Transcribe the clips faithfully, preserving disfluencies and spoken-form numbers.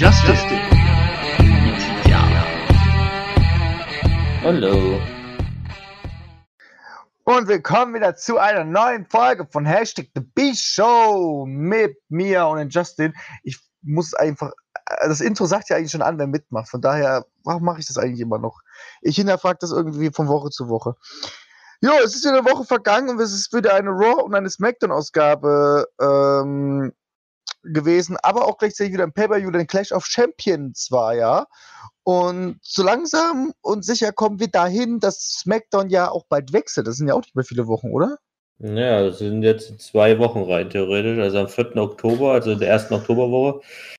Justin. Ja. Hallo. Und willkommen wieder zu einer neuen Folge von Hashtag The Beast Show mit mir und Justin. Ich muss einfach, das Intro sagt ja eigentlich schon an, wer mitmacht. Von daher, warum mache ich das eigentlich immer noch? Ich hinterfrage das irgendwie von Woche zu Woche. Jo, es ist wieder eine Woche vergangen und es ist wieder eine Raw und eine Smackdown-Ausgabe ähm, gewesen, aber auch gleichzeitig wieder ein Pay-Per-View, denn Clash of Champions war ja. Und so langsam und sicher kommen wir dahin, dass SmackDown ja auch bald wechselt. Das sind ja auch nicht mehr viele Wochen, oder? Ja, das sind jetzt zwei Wochen rein, theoretisch. Also am vierten Oktober, also der ersten Oktoberwoche,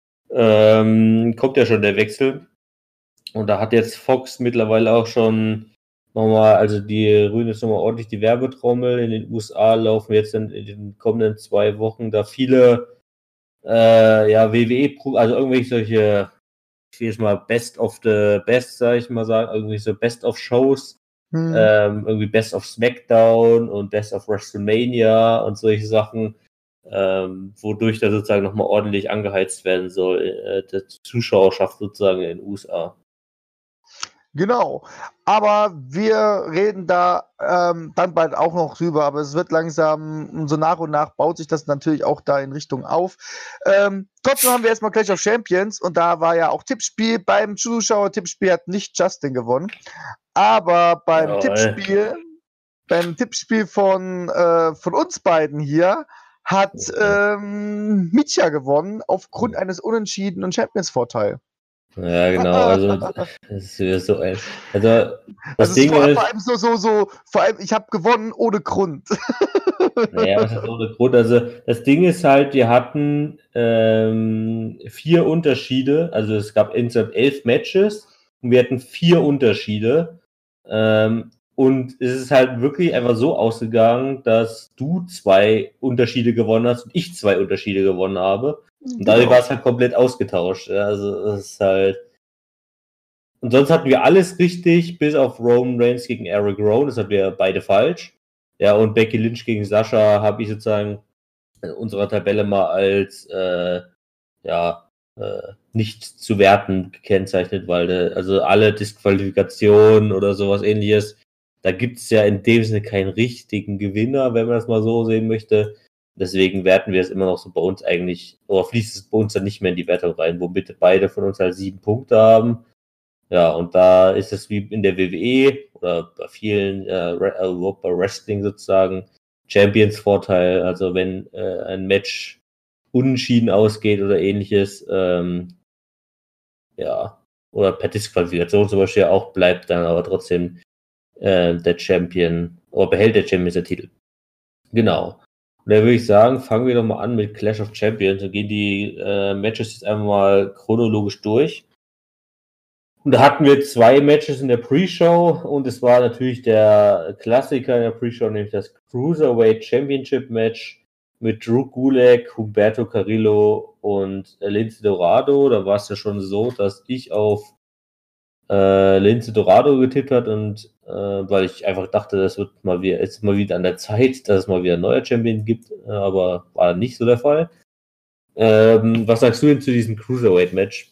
ähm, kommt ja schon der Wechsel. Und da hat jetzt Fox mittlerweile auch schon nochmal, also die rühren jetzt nochmal ordentlich die Werbetrommel. In den U S A laufen jetzt in, in den kommenden zwei Wochen da viele äh, ja, W W E, also irgendwelche solche, ich will jetzt mal Best of the Best, sag ich mal sagen, irgendwie so Best of Shows, hm. ähm, irgendwie Best of SmackDown und Best of WrestleMania und solche Sachen, ähm, wodurch da sozusagen nochmal ordentlich angeheizt werden soll, äh, der Zuschauerschaft sozusagen in den U S A. Genau, aber wir reden da ähm, dann bald auch noch drüber, aber es wird langsam, so nach und nach baut sich das natürlich auch da in Richtung auf. Ähm, trotzdem haben wir erstmal Clash of Champions und da war ja auch Tippspiel. Beim Zuschauer-Tippspiel hat nicht Justin gewonnen, aber beim Ja, Tippspiel, beim Tippspiel von, äh, von uns beiden hier hat ähm, Mitya gewonnen aufgrund eines Unentschieden und Champions-Vorteil. Ja, genau, also das ist wieder so ein. Also das also Ding vor, ist. Vor allem so, so, so, vor allem, ich habe gewonnen ohne Grund. Naja, was ist ohne Grund? Also das Ding ist halt, wir hatten ähm, vier Unterschiede, also es gab insgesamt elf Matches und wir hatten vier Unterschiede. Ähm, und es ist halt wirklich einfach so ausgegangen, dass du zwei Unterschiede gewonnen hast und ich zwei Unterschiede gewonnen habe. Und dadurch war es halt komplett ausgetauscht. Also das ist halt. Und sonst hatten wir alles richtig, bis auf Roman Reigns gegen Eric Rowan. Das hatten wir beide falsch. Ja, und Becky Lynch gegen Sascha habe ich sozusagen in unserer Tabelle mal als äh, ja äh, nicht zu werten gekennzeichnet, weil de, also alle Disqualifikationen oder sowas ähnliches, da gibt es ja in dem Sinne keinen richtigen Gewinner, wenn man das mal so sehen möchte. Deswegen werten wir es immer noch so bei uns eigentlich, oder fließt es bei uns dann nicht mehr in die Wertung rein, womit beide von uns halt sieben Punkte haben. Ja, und da ist es wie in der W W E oder bei vielen, äh, bei Wrestling sozusagen, Champions-Vorteil. Also wenn äh, ein Match unentschieden ausgeht oder ähnliches, ähm, ja, oder per Disqualifikation zum Beispiel auch, bleibt dann aber trotzdem äh, der Champion, oder behält der Champion den Titel. Genau. Und da würde ich sagen, fangen wir doch mal an mit Clash of Champions und gehen die äh, Matches jetzt einfach mal chronologisch durch. Und da hatten wir zwei Matches in der Pre-Show und es war natürlich der Klassiker in der Pre-Show, nämlich das Cruiserweight Championship Match mit Drew Gulak, Humberto Carrillo und Lince Dorado. Da war es ja schon so, dass ich auf äh, Lince Dorado getippt hat und äh, weil ich einfach dachte, das wird mal wieder, ist mal wieder an der Zeit, dass es mal wieder ein neuer Champion gibt, aber war nicht so der Fall. Ähm, was sagst du denn zu diesem Cruiserweight Match?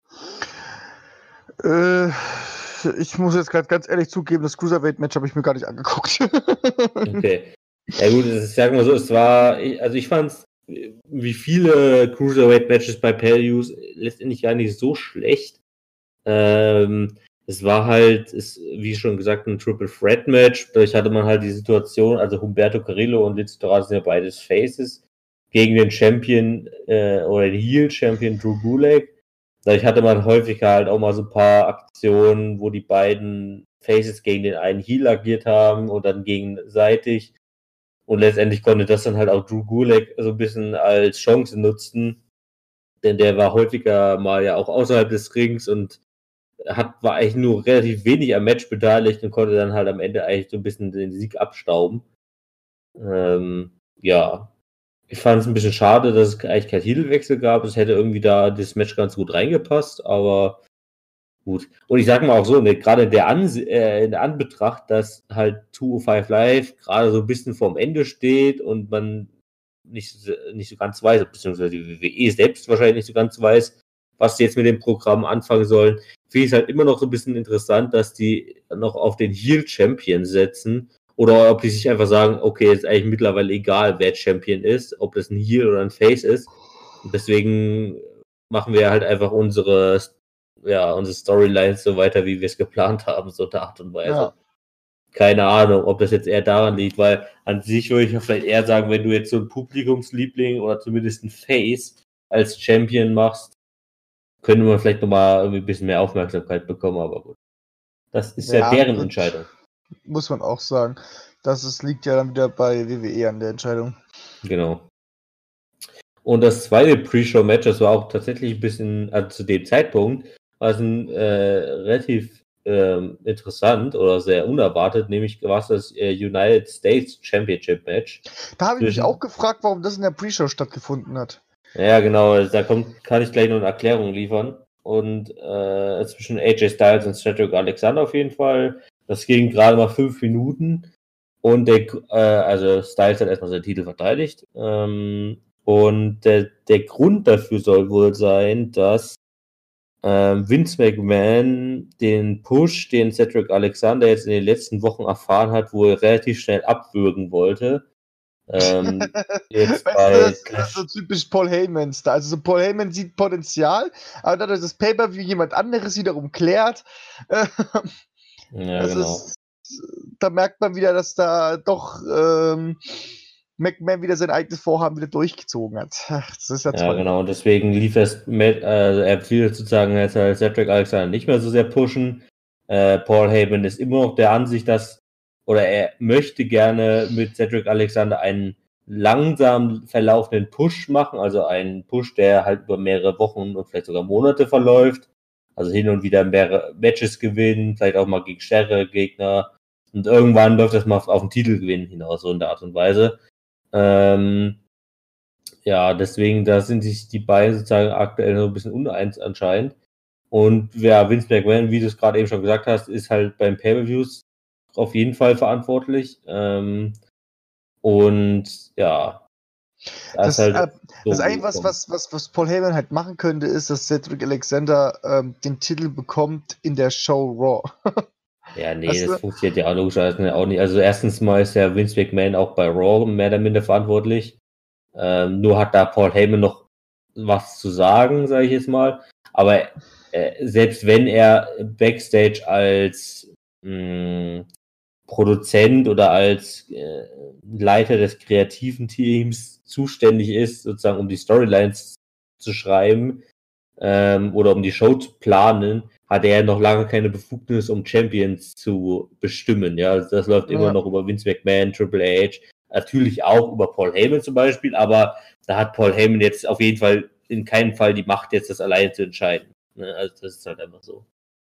Äh, ich muss jetzt gerade ganz ehrlich zugeben, das Cruiserweight-Match habe ich mir gar nicht angeguckt. Okay. Ja gut, das ist, sagen wir so, es war, also ich fand es, wie viele Cruiserweight-Matches bei Pay-Per-Views, letztendlich gar nicht so schlecht. Ähm, es war halt, ist, wie schon gesagt, ein Triple Threat Match. Dadurch hatte man halt die Situation, also Humberto Carrillo und Lince Dorado sind ja beides Faces gegen den Champion äh, oder den Heel-Champion Drew Gulak. Dadurch hatte man häufig halt auch mal so ein paar Aktionen, wo die beiden Faces gegen den einen Heel agiert haben und dann gegenseitig. Und letztendlich konnte das dann halt auch Drew Gulak so ein bisschen als Chance nutzen. Denn der war häufiger mal ja auch außerhalb des Rings und hat, war eigentlich nur relativ wenig am Match beteiligt und konnte dann halt am Ende eigentlich so ein bisschen den Sieg abstauben. Ähm, ja. Ich fand es ein bisschen schade, dass es eigentlich keinen Titelwechsel gab. Es hätte irgendwie da das Match ganz gut reingepasst, aber gut. Und ich sag mal auch so, ne, gerade in der, Anse- äh, in der Anbetracht, dass halt zweihundertfünf Live gerade so ein bisschen vorm Ende steht und man nicht, nicht so ganz weiß, beziehungsweise die W W E selbst wahrscheinlich nicht so ganz weiß, was die jetzt mit dem Programm anfangen sollen. Finde ich es halt immer noch so ein bisschen interessant, dass die noch auf den Heel-Champion setzen oder ob die sich einfach sagen, okay, ist eigentlich mittlerweile egal, wer Champion ist, ob das ein Heel oder ein Face ist. Und deswegen machen wir halt einfach unsere, ja, unsere Storylines so weiter, wie wir es geplant haben, so der Art und Weise. Ja. Keine Ahnung, ob das jetzt eher daran liegt, weil an sich würde ich ja vielleicht eher sagen, wenn du jetzt so ein Publikumsliebling oder zumindest ein Face als Champion machst, könnte man vielleicht nochmal irgendwie ein bisschen mehr Aufmerksamkeit bekommen, aber gut. Das ist ja, Ja, deren gut. Entscheidung. Muss man auch sagen. Das ist, liegt ja dann wieder bei W W E an der Entscheidung. Genau. Und das zweite Pre-Show-Match, das war auch tatsächlich ein bisschen, also zu dem Zeitpunkt, war es ein äh, relativ ähm, interessant oder sehr unerwartet, nämlich war es das äh, United States Championship Match. Da habe ich mich Zwischen- auch gefragt, warum das in der Pre-Show stattgefunden hat. Ja, genau, also da kommt, kann ich gleich noch eine Erklärung liefern. Und äh, zwischen A J Styles und Cedric Alexander auf jeden Fall. Das ging gerade mal fünf Minuten. Und der, äh, also Styles hat erstmal seinen Titel verteidigt. Ähm, und der, der Grund dafür soll wohl sein, dass ähm, Vince McMahon den Push, den Cedric Alexander jetzt in den letzten Wochen erfahren hat, wohl relativ schnell abwürgen wollte. Ähm, jetzt Weißt bei du, das, das Clash- ist so typisch Paul Heyman da. Also so Paul Heyman sieht Potenzial, aber dadurch, dass das Pay-Per-View jemand anderes wiederum klärt, äh, ja, das genau. ist, da merkt man wieder, dass da doch ähm, McMahon wieder sein eigenes Vorhaben wieder durchgezogen hat. Ach, das ist ja, Ja, toll. genau. Und deswegen lief es mit, also er will sozusagen jetzt halt Cedric Alexander nicht mehr so sehr pushen. Äh, Paul Heyman ist immer noch der Ansicht, dass, oder er möchte gerne mit Cedric Alexander einen langsam verlaufenden Push machen, also einen Push, der halt über mehrere Wochen und vielleicht sogar Monate verläuft. Also hin und wieder mehrere Matches gewinnen, vielleicht auch mal gegen stärkere Gegner. Und irgendwann läuft das mal auf den Titelgewinn hinaus, so in der Art und Weise. Ähm, ja, deswegen, da sind sich die beiden sozusagen aktuell so ein bisschen uneins anscheinend. Und ja, Vince McMahon, wie du es gerade eben schon gesagt hast, ist halt beim Pay-Per-Views auf jeden Fall verantwortlich. Ähm, und ja, da Das, ist halt äh, so das Einzige, was, gekommen. was, was, was Paul Heyman halt machen könnte, ist, dass Cedric Alexander ähm, den Titel bekommt in der Show Raw. Ja, nee, Weißt das du? funktioniert ja auch logischerweise auch nicht. Also erstens mal ist ja Vince McMahon auch bei Raw mehr oder minder verantwortlich. Ähm, nur hat da Paul Heyman noch was zu sagen, sage ich jetzt mal. Aber äh, selbst wenn er Backstage als mh, Produzent oder als äh, Leiter des kreativen Teams zuständig ist, sozusagen um die Storylines zu schreiben ähm, oder um die Show zu planen, hat er noch lange keine Befugnis, um Champions zu bestimmen. Ja, also das läuft immer Ja. noch über Vince McMahon, Triple H, natürlich auch über Paul Heyman zum Beispiel, aber da hat Paul Heyman jetzt auf jeden Fall in keinem Fall die Macht, jetzt das alleine zu entscheiden. Ne? Also das ist halt einfach so.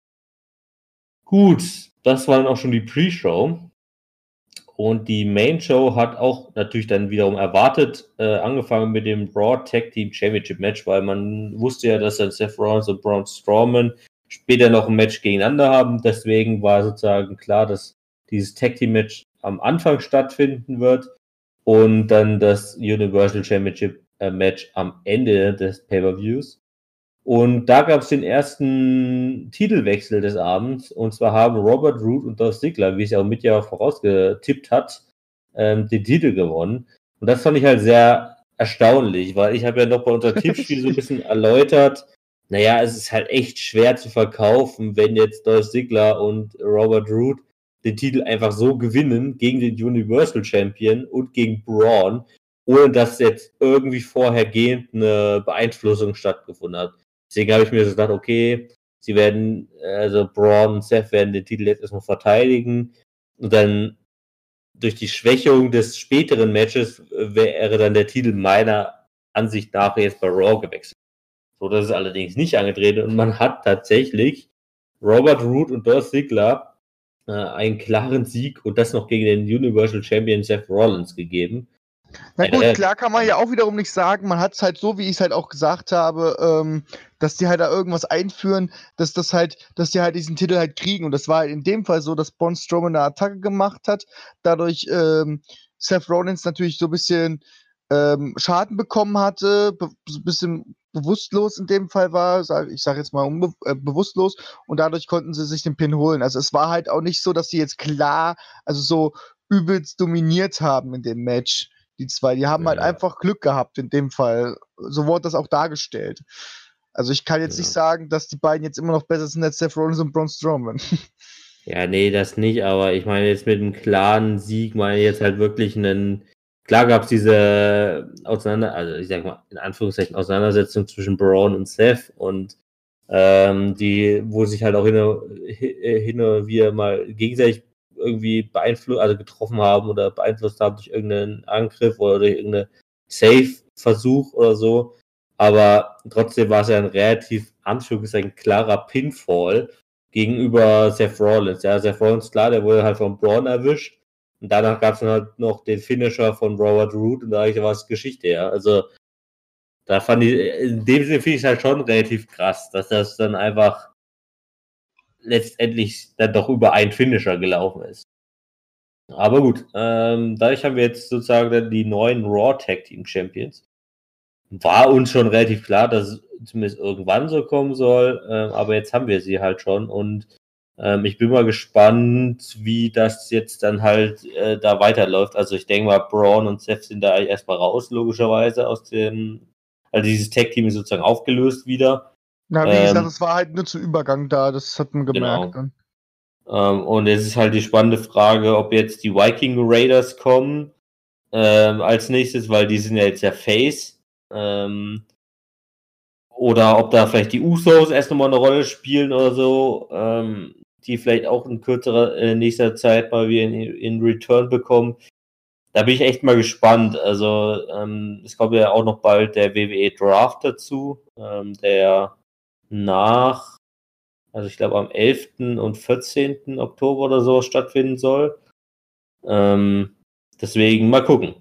Gut, das war dann auch schon die Pre-Show. Und die Main-Show hat auch natürlich dann wiederum erwartet, äh, angefangen mit dem Raw Tag Team Championship Match, weil man wusste ja, dass dann Seth Rollins und Braun Strowman später noch ein Match gegeneinander haben. Deswegen war sozusagen klar, dass dieses Tag Team Match am Anfang stattfinden wird und dann das Universal Championship äh, Match am Ende des Pay-Per-Views. Und da gab es den ersten Titelwechsel des Abends. Und zwar haben Robert Roode und Dolph Ziggler, wie es ja auch mit ja vorausgetippt hat, ähm, den Titel gewonnen. Und das fand ich halt sehr erstaunlich, weil ich habe ja noch bei unserem Tippspiel so ein bisschen erläutert, naja, es ist halt echt schwer zu verkaufen, wenn jetzt Dolph Ziggler und Robert Roode den Titel einfach so gewinnen gegen den Universal Champion und gegen Braun, ohne dass jetzt irgendwie vorhergehend eine Beeinflussung stattgefunden hat. Deswegen habe ich mir so gedacht, okay, sie werden, also Braun und Seth werden den Titel jetzt erstmal verteidigen und dann durch die Schwächung des späteren Matches wäre dann der Titel meiner Ansicht nach jetzt bei Raw gewechselt. So, das ist allerdings nicht angetreten und man hat tatsächlich Robert Roode und Dolph Ziggler äh, einen klaren Sieg und das noch gegen den Universal Champion Seth Rollins gegeben. Na gut, Äh, klar kann man ja auch wiederum nicht sagen, man hat es halt so, wie ich es halt auch gesagt habe, ähm, dass die halt da irgendwas einführen, dass das halt, dass die halt diesen Titel halt kriegen. Und das war halt in dem Fall so, dass Braun Strowman eine Attacke gemacht hat, dadurch ähm, Seth Rollins natürlich so ein bisschen ähm, Schaden bekommen hatte, be- so ein bisschen bewusstlos in dem Fall war, sag, ich sage jetzt mal unbe äh, bewusstlos, und dadurch konnten sie sich den Pin holen. Also es war halt auch nicht so, dass sie jetzt klar, also so übelst dominiert haben in dem Match, die zwei. Die haben halt Ja. einfach Glück gehabt in dem Fall. So wurde das auch dargestellt. Also ich kann jetzt Ja. nicht sagen, dass die beiden jetzt immer noch besser sind als Seth Rollins und Braun Strowman. Ja, nee, das nicht, aber ich meine jetzt mit einem klaren Sieg, meine ich jetzt halt wirklich einen, klar gab es diese Auseinander, also ich sag mal, in Anführungszeichen Auseinandersetzung zwischen Braun und Seth und ähm, die, wo sich halt auch hin, und- hin und wieder mal gegenseitig irgendwie beeinflusst, also getroffen haben oder beeinflusst haben durch irgendeinen Angriff oder durch irgendeinen Safe-Versuch oder so. Aber trotzdem war es ja ein relativ, Anführungszeichen, klarer Pinfall gegenüber Seth Rollins. Ja, Seth Rollins, klar, der wurde halt von Braun erwischt. Und danach gab es dann halt noch den Finisher von Robert Roode und da war es Geschichte, ja. Also, da fand ich, in dem Sinne finde ich es halt schon relativ krass, dass das dann einfach letztendlich dann doch über einen Finisher gelaufen ist. Aber gut, ähm, dadurch haben wir jetzt sozusagen dann die neuen Raw Tag Team Champions. War uns schon relativ klar, dass es zumindest irgendwann so kommen soll, ähm, aber jetzt haben wir sie halt schon und ähm, ich bin mal gespannt, wie das jetzt dann halt äh, da weiterläuft. Also ich denke mal, Braun und Seth sind da erstmal raus, logischerweise, aus dem, also dieses Tag-Team ist sozusagen aufgelöst wieder. Na, wie gesagt, Ähm, es war halt nur zu Übergang da, das hat man gemerkt. genau. Ähm, und jetzt ist halt die spannende Frage, ob jetzt die Viking Raiders kommen ähm, als nächstes, weil die sind ja jetzt ja Face. Ähm, oder ob da vielleicht die Usos erst nochmal eine Rolle spielen oder so, ähm, die vielleicht auch in kürzerer, in nächster Zeit mal wieder in, in Return bekommen. Da bin ich echt mal gespannt. Also ähm, es kommt ja auch noch bald der W W E Draft dazu, ähm, der nach, also ich glaube am elften und vierzehnten Oktober oder so stattfinden soll. Ähm, deswegen mal gucken.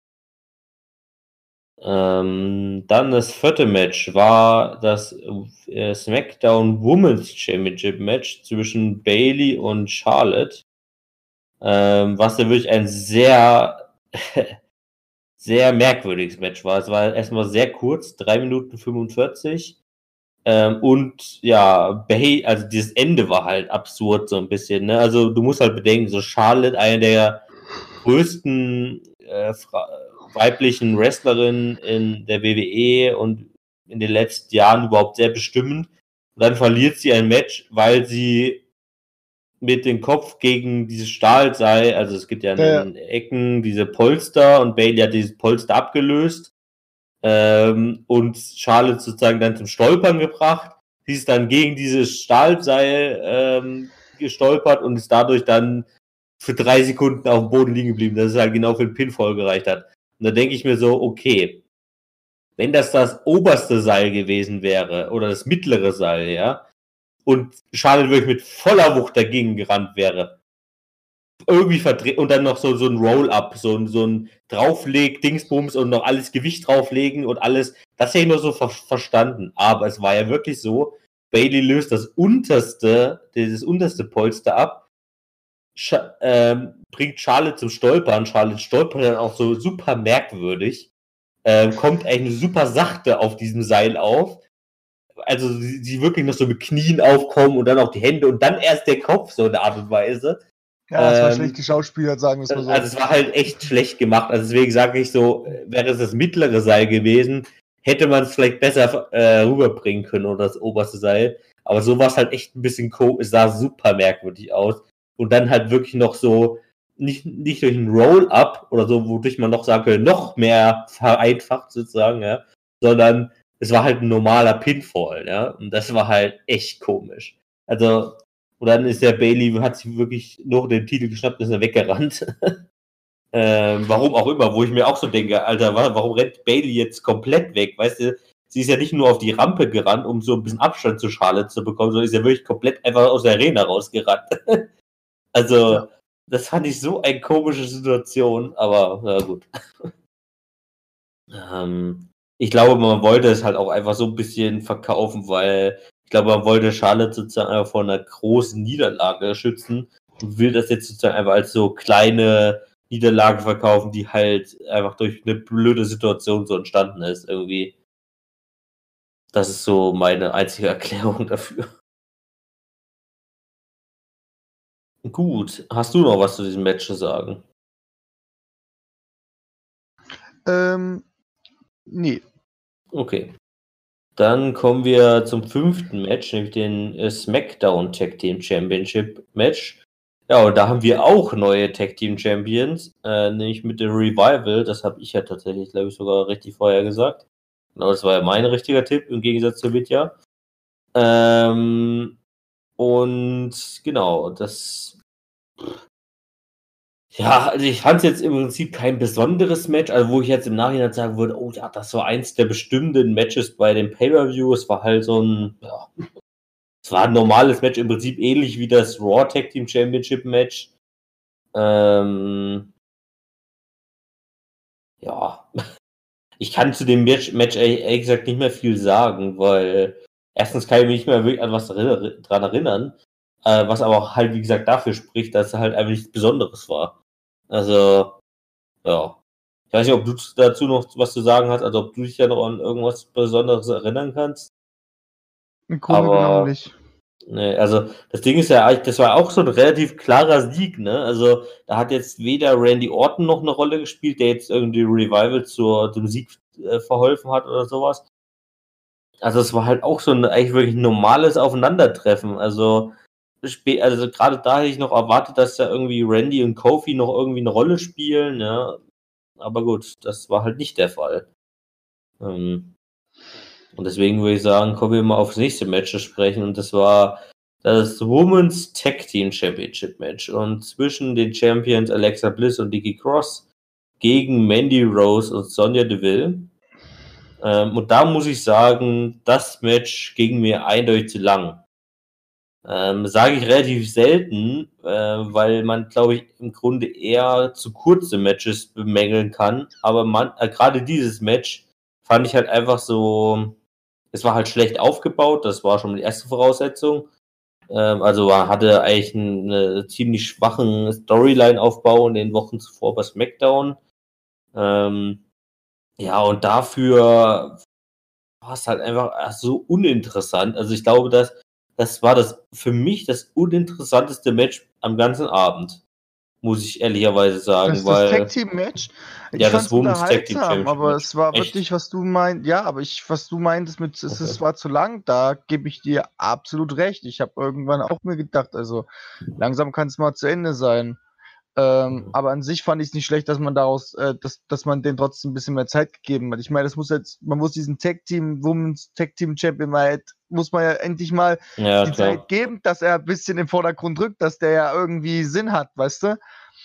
Ähm, dann das vierte Match war das äh, SmackDown Women's Championship Match zwischen Bayley und Charlotte. Ähm, was ja wirklich ein sehr, sehr merkwürdiges Match war. Es war erstmal sehr kurz, drei Minuten fünfundvierzig. Ähm, und ja, Bayley, also dieses Ende war halt absurd so ein bisschen. Ne? Also du musst halt bedenken, so Charlotte, eine der größten äh, weiblichen Wrestlerinnen in der W W E und in den letzten Jahren überhaupt sehr bestimmend. Und dann verliert sie ein Match, weil sie mit dem Kopf gegen dieses Stahlseil, also es gibt ja an Ja. den Ecken diese Polster und Bayley hat dieses Polster abgelöst ähm, und Charlotte sozusagen dann zum Stolpern gebracht. Sie ist dann gegen dieses Stahlseil ähm, gestolpert und ist dadurch dann für drei Sekunden auf dem Boden liegen geblieben, dass es halt genau für den Pinfall gereicht hat. Und da denke ich mir so, okay, wenn das das oberste Seil gewesen wäre oder das mittlere Seil, ja, und Charlotte wirklich mit voller Wucht dagegen gerannt wäre, irgendwie verdreht und dann noch so, so ein Roll-Up, so, ein- so ein Draufleg-Dingsbums und noch alles Gewicht drauflegen und alles, das hätte ich nur so ver verstanden. Aber es war ja wirklich so, Bayley löst das unterste, dieses unterste Polster ab, Scha ähm, bringt Charlotte zum Stolpern. Charlotte stolpert dann auch so super merkwürdig. Ähm, kommt eigentlich super sachte auf diesem Seil auf. Also sie, sie wirklich noch so mit Knien aufkommen und dann auch die Hände und dann erst der Kopf, so in der Art und Weise. Ja, es war Ähm, schlecht geschauspielert, sagen wir es mal so. also es war halt echt schlecht gemacht. Also deswegen sage ich so, wäre es das mittlere Seil gewesen, hätte man es vielleicht besser äh, rüberbringen können oder das oberste Seil. Aber so war es halt echt ein bisschen komisch. Es sah super merkwürdig aus. Und dann halt wirklich noch so, nicht, nicht durch ein Roll-Up oder so, wodurch man noch sagen könnte, noch mehr vereinfacht sozusagen, ja, sondern es war halt ein normaler Pinfall, ja. Und das war halt echt komisch. Also, und dann ist der Bayley, hat sich wirklich noch den Titel geschnappt und ist er weggerannt. ähm, warum auch immer, wo ich mir auch so denke, Alter, warum rennt Bayley jetzt komplett weg? Weißt du, sie ist ja nicht nur auf die Rampe gerannt, um so ein bisschen Abstand zu Charlotte zu bekommen, sondern ist ja wirklich komplett einfach aus der Arena rausgerannt. also, Ja. das fand ich so eine komische Situation, aber na gut. ähm, ich glaube, man wollte es halt auch einfach so ein bisschen verkaufen, weil ich glaube, man wollte Charlotte sozusagen einfach vor einer großen Niederlage schützen und will das jetzt sozusagen einfach als so kleine Niederlage verkaufen, die halt einfach durch eine blöde Situation so entstanden ist irgendwie. Das ist so meine einzige Erklärung dafür. Gut, hast du noch was zu diesem Match zu sagen? Ähm, nee. Okay. Dann kommen wir zum fünften Match, nämlich den äh, SmackDown Tag Team Championship Match. Ja, und da haben wir auch neue Tag Team Champions, äh, nämlich mit der Revival. Das habe ich ja tatsächlich, glaube ich, sogar richtig vorher gesagt. Genau, das war ja mein richtiger Tipp, im Gegensatz zu Vidya. Ähm, und genau, das. Ja, also ich fand es jetzt im Prinzip kein besonderes Match, also wo ich jetzt im Nachhinein sagen würde, oh ja, das war eins der bestimmten Matches bei dem Pay-Per-View. Es war halt so ein, ja, es war ein normales Match, im Prinzip ähnlich wie das Raw Tag Team Championship Match. Ähm, ja, ich kann zu dem Match, Match ehrlich gesagt nicht mehr viel sagen, weil erstens kann ich mich nicht mehr wirklich an was dran erinnern, äh, was aber auch halt, wie gesagt, dafür spricht, dass es halt einfach nichts Besonderes war. Also, ja. Ich weiß nicht, ob du dazu noch was zu sagen hast, also ob du dich ja noch an irgendwas Besonderes erinnern kannst. Im Grunde Aber, genommen nicht. Ne, also das Ding ist ja, das war auch so ein relativ klarer Sieg, ne? Also da hat jetzt weder Randy Orton noch eine Rolle gespielt, der jetzt irgendwie Revival zur, zum Sieg äh, verholfen hat oder sowas. Also es war halt auch so ein eigentlich wirklich normales Aufeinandertreffen. Also, also gerade da hätte ich noch erwartet, dass da irgendwie Randy und Kofi noch irgendwie eine Rolle spielen, ja. Aber gut, das war halt nicht der Fall. Ähm, und deswegen würde ich sagen, kommen wir mal aufs nächste Match zu sprechen. Und das war das Women's Tag Team Championship Match. Und zwischen den Champions Alexa Bliss und Nikki Cross gegen Mandy Rose und Sonya Deville. Ähm, und da muss ich sagen, das Match ging mir eindeutig zu lang. Ähm, sage ich relativ selten, äh, weil man, glaube ich, im Grunde eher zu kurze Matches bemängeln kann. Aber man, äh, gerade dieses Match fand ich halt einfach so, es war halt schlecht aufgebaut, das war schon die erste Voraussetzung. Ähm, also man hatte eigentlich einen, einen ziemlich schwachen Storyline-Aufbau in den Wochen zuvor bei SmackDown. Ähm, ja, und dafür war es halt einfach so uninteressant. Also ich glaube, dass das war das für mich das uninteressanteste Match am ganzen Abend, muss ich ehrlicherweise sagen, Das ist weil das Tag Team Match. Ich ja, fand das es Women's Tag Team unterhaltsam, Championship aber Match. es war Echt? wirklich, was du meinst. Ja, aber ich, was du meintest mit, es, Okay. es war zu lang, da gebe ich dir absolut recht. Ich habe irgendwann auch mir gedacht, also langsam kann es mal zu Ende sein. Ähm, Mhm. aber an sich fand ich es nicht schlecht, dass man daraus, äh, dass, dass man denen trotzdem ein bisschen mehr Zeit gegeben hat. Ich meine, das muss jetzt, man muss diesen Tag Team, Women's Tag Team Champion mal, halt, muss man ja endlich mal Ja, die klar. Zeit geben, dass er ein bisschen im Vordergrund rückt, dass der ja irgendwie Sinn hat, weißt du?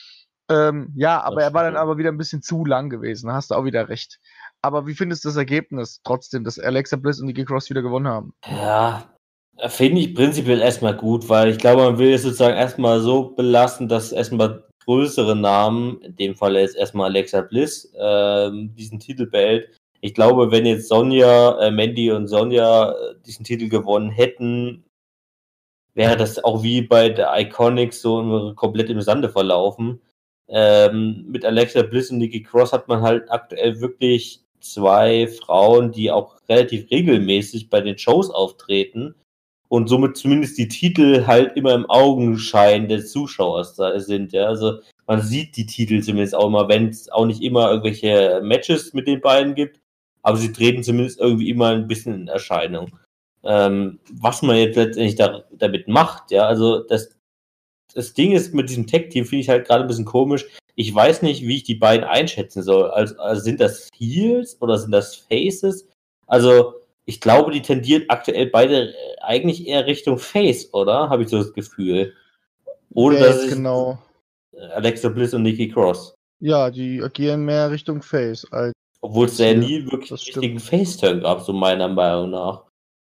Ähm, ja, aber Das er war dann stimmt. aber wieder ein bisschen zu lang gewesen. Da hast du auch wieder recht. Aber wie findest du das Ergebnis trotzdem, dass Alexa Bliss und Nikki Cross wieder gewonnen haben? Ja, finde ich prinzipiell erstmal gut, weil ich glaube, man will es sozusagen erstmal so belassen, dass erstmal größere Namen, in dem Fall jetzt erstmal Alexa Bliss, ähm, diesen Titel behält. Ich glaube, wenn jetzt Sonja, äh, Mandy und Sonja äh, diesen Titel gewonnen hätten, wäre das auch wie bei der Iconics so komplett im Sande verlaufen. Ähm, mit Alexa Bliss und Nikki Cross hat man halt aktuell wirklich zwei Frauen, die auch relativ regelmäßig bei den Shows auftreten und somit zumindest die Titel halt immer im Augenschein des Zuschauers da sind. Ja, also man sieht die Titel zumindest auch immer, wenn es auch nicht immer irgendwelche Matches mit den beiden gibt, aber sie treten zumindest irgendwie immer ein bisschen in Erscheinung. Ähm, was man jetzt letztendlich da, damit macht, ja, also das, das Ding ist mit diesem Tech-Team, finde ich halt gerade ein bisschen komisch. Ich weiß nicht, wie ich die beiden einschätzen soll. Also, also sind das Heels oder sind das Faces? Also, ich glaube, die tendieren aktuell beide eigentlich eher Richtung Face, oder? Habe ich so das Gefühl. Ohne Wer dass jetzt ich genau? Alexa Bliss und Nikki Cross. Ja, die agieren mehr Richtung Face als Obwohl es da ja Heel. nie wirklich Das einen richtigen stimmt. Face-Turn gab, so meiner Meinung nach.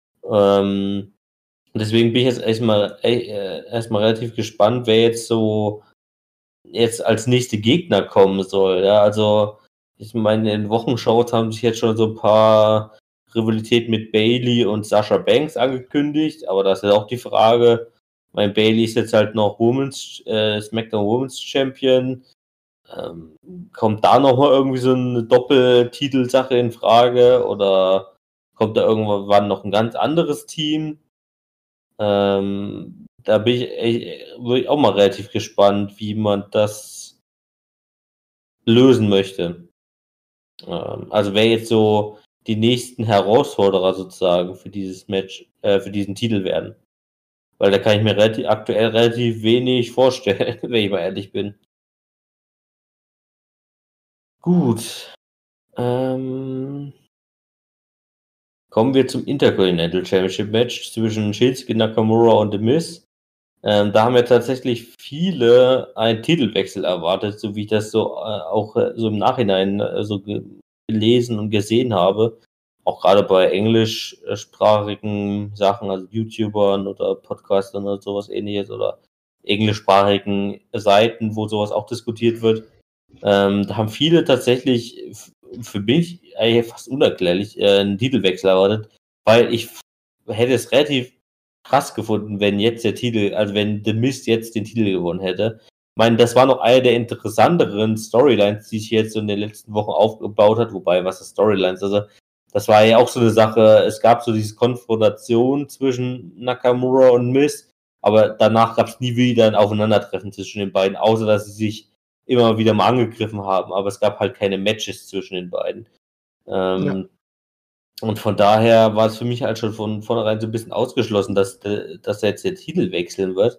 Ähm, deswegen bin ich jetzt erstmal äh, erstmal relativ gespannt, wer jetzt so jetzt als nächste Gegner kommen soll. Ja, also ich meine, in den Wochenshows haben sich jetzt schon so ein paar Rivalitäten mit Bayley und Sasha Banks angekündigt, aber das ist auch die Frage. Mein Bayley ist jetzt halt noch Women's, äh, SmackDown Women's Champion. Ähm, kommt da nochmal irgendwie so eine Doppeltitelsache in Frage oder kommt da irgendwann noch ein ganz anderes Team. Ähm, da bin ich, echt, bin ich auch mal relativ gespannt, wie man das lösen möchte. Ähm, also wer jetzt so die nächsten Herausforderer sozusagen für dieses Match, äh, für diesen Titel werden. Weil da kann ich mir relativ, aktuell relativ wenig vorstellen, wenn ich mal ehrlich bin. Gut. Ähm, kommen wir zum Intercontinental Championship Match zwischen Shinsuke Nakamura und The Miz. Ähm, da haben ja tatsächlich viele einen Titelwechsel erwartet, so wie ich das so äh, auch äh, so im Nachhinein äh, so ge gelesen und gesehen habe. Auch gerade bei englischsprachigen Sachen, also YouTubern oder Podcastern oder sowas ähnliches oder englischsprachigen Seiten, wo sowas auch diskutiert wird. Ähm, da haben viele tatsächlich f- für mich eigentlich fast unerklärlich äh, einen Titelwechsel erwartet, weil ich f- hätte es relativ krass gefunden, wenn jetzt der Titel, also wenn The Miz jetzt den Titel gewonnen hätte. Ich meine, das war noch eine der interessanteren Storylines, die sich jetzt so in den letzten Wochen aufgebaut hat, wobei, was ist Storylines? Also, das war ja auch so eine Sache, es gab so diese Konfrontation zwischen Nakamura und Miz, aber danach gab es nie wieder ein Aufeinandertreffen zwischen den beiden, außer dass sie sich immer wieder mal angegriffen haben, aber es gab halt keine Matches zwischen den beiden. Ähm, Ja. Und von daher war es für mich halt schon von vornherein so ein bisschen ausgeschlossen, dass, de- dass er jetzt den Titel wechseln wird.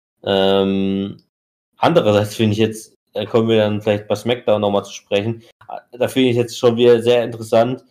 Ähm, andererseits finde ich jetzt, da kommen wir dann vielleicht bei SmackDown nochmal zu sprechen, da finde ich jetzt schon wieder sehr interessant,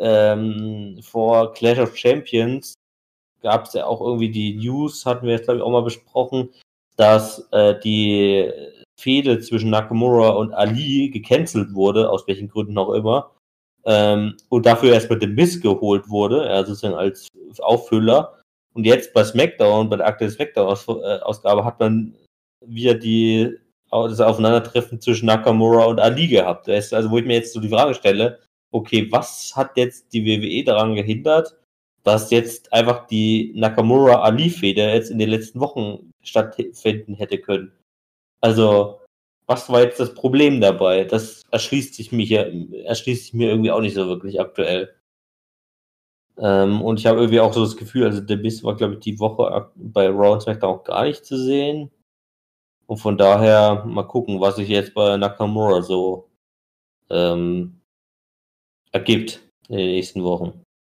ähm, vor Clash of Champions gab es ja auch irgendwie die News, hatten wir jetzt glaube ich auch mal besprochen, dass äh, die Fehde zwischen Nakamura und Ali gecancelt wurde, aus welchen Gründen auch immer, ähm, und dafür erstmal The Miz geholt wurde, ja, sozusagen als Auffüller. Und jetzt bei SmackDown, bei der aktuellen SmackDown-Ausgabe hat man wieder die, das Aufeinandertreffen zwischen Nakamura und Ali gehabt. Weißt du, also wo ich mir jetzt so die Frage stelle, okay, was hat jetzt die W W E daran gehindert, dass jetzt einfach die Nakamura-Ali-Fehde jetzt in den letzten Wochen stattfinden hätte können? Also, was war jetzt das Problem dabei? Das erschließt sich mir hier, erschließt sich mir irgendwie auch nicht so wirklich aktuell. Ähm, und ich habe irgendwie auch so das Gefühl, also der Miz war, glaube ich, die Woche ak- bei Raw und SmackDown auch gar nicht zu sehen. Und von daher mal gucken, was sich jetzt bei Nakamura so ähm, ergibt in den nächsten Wochen.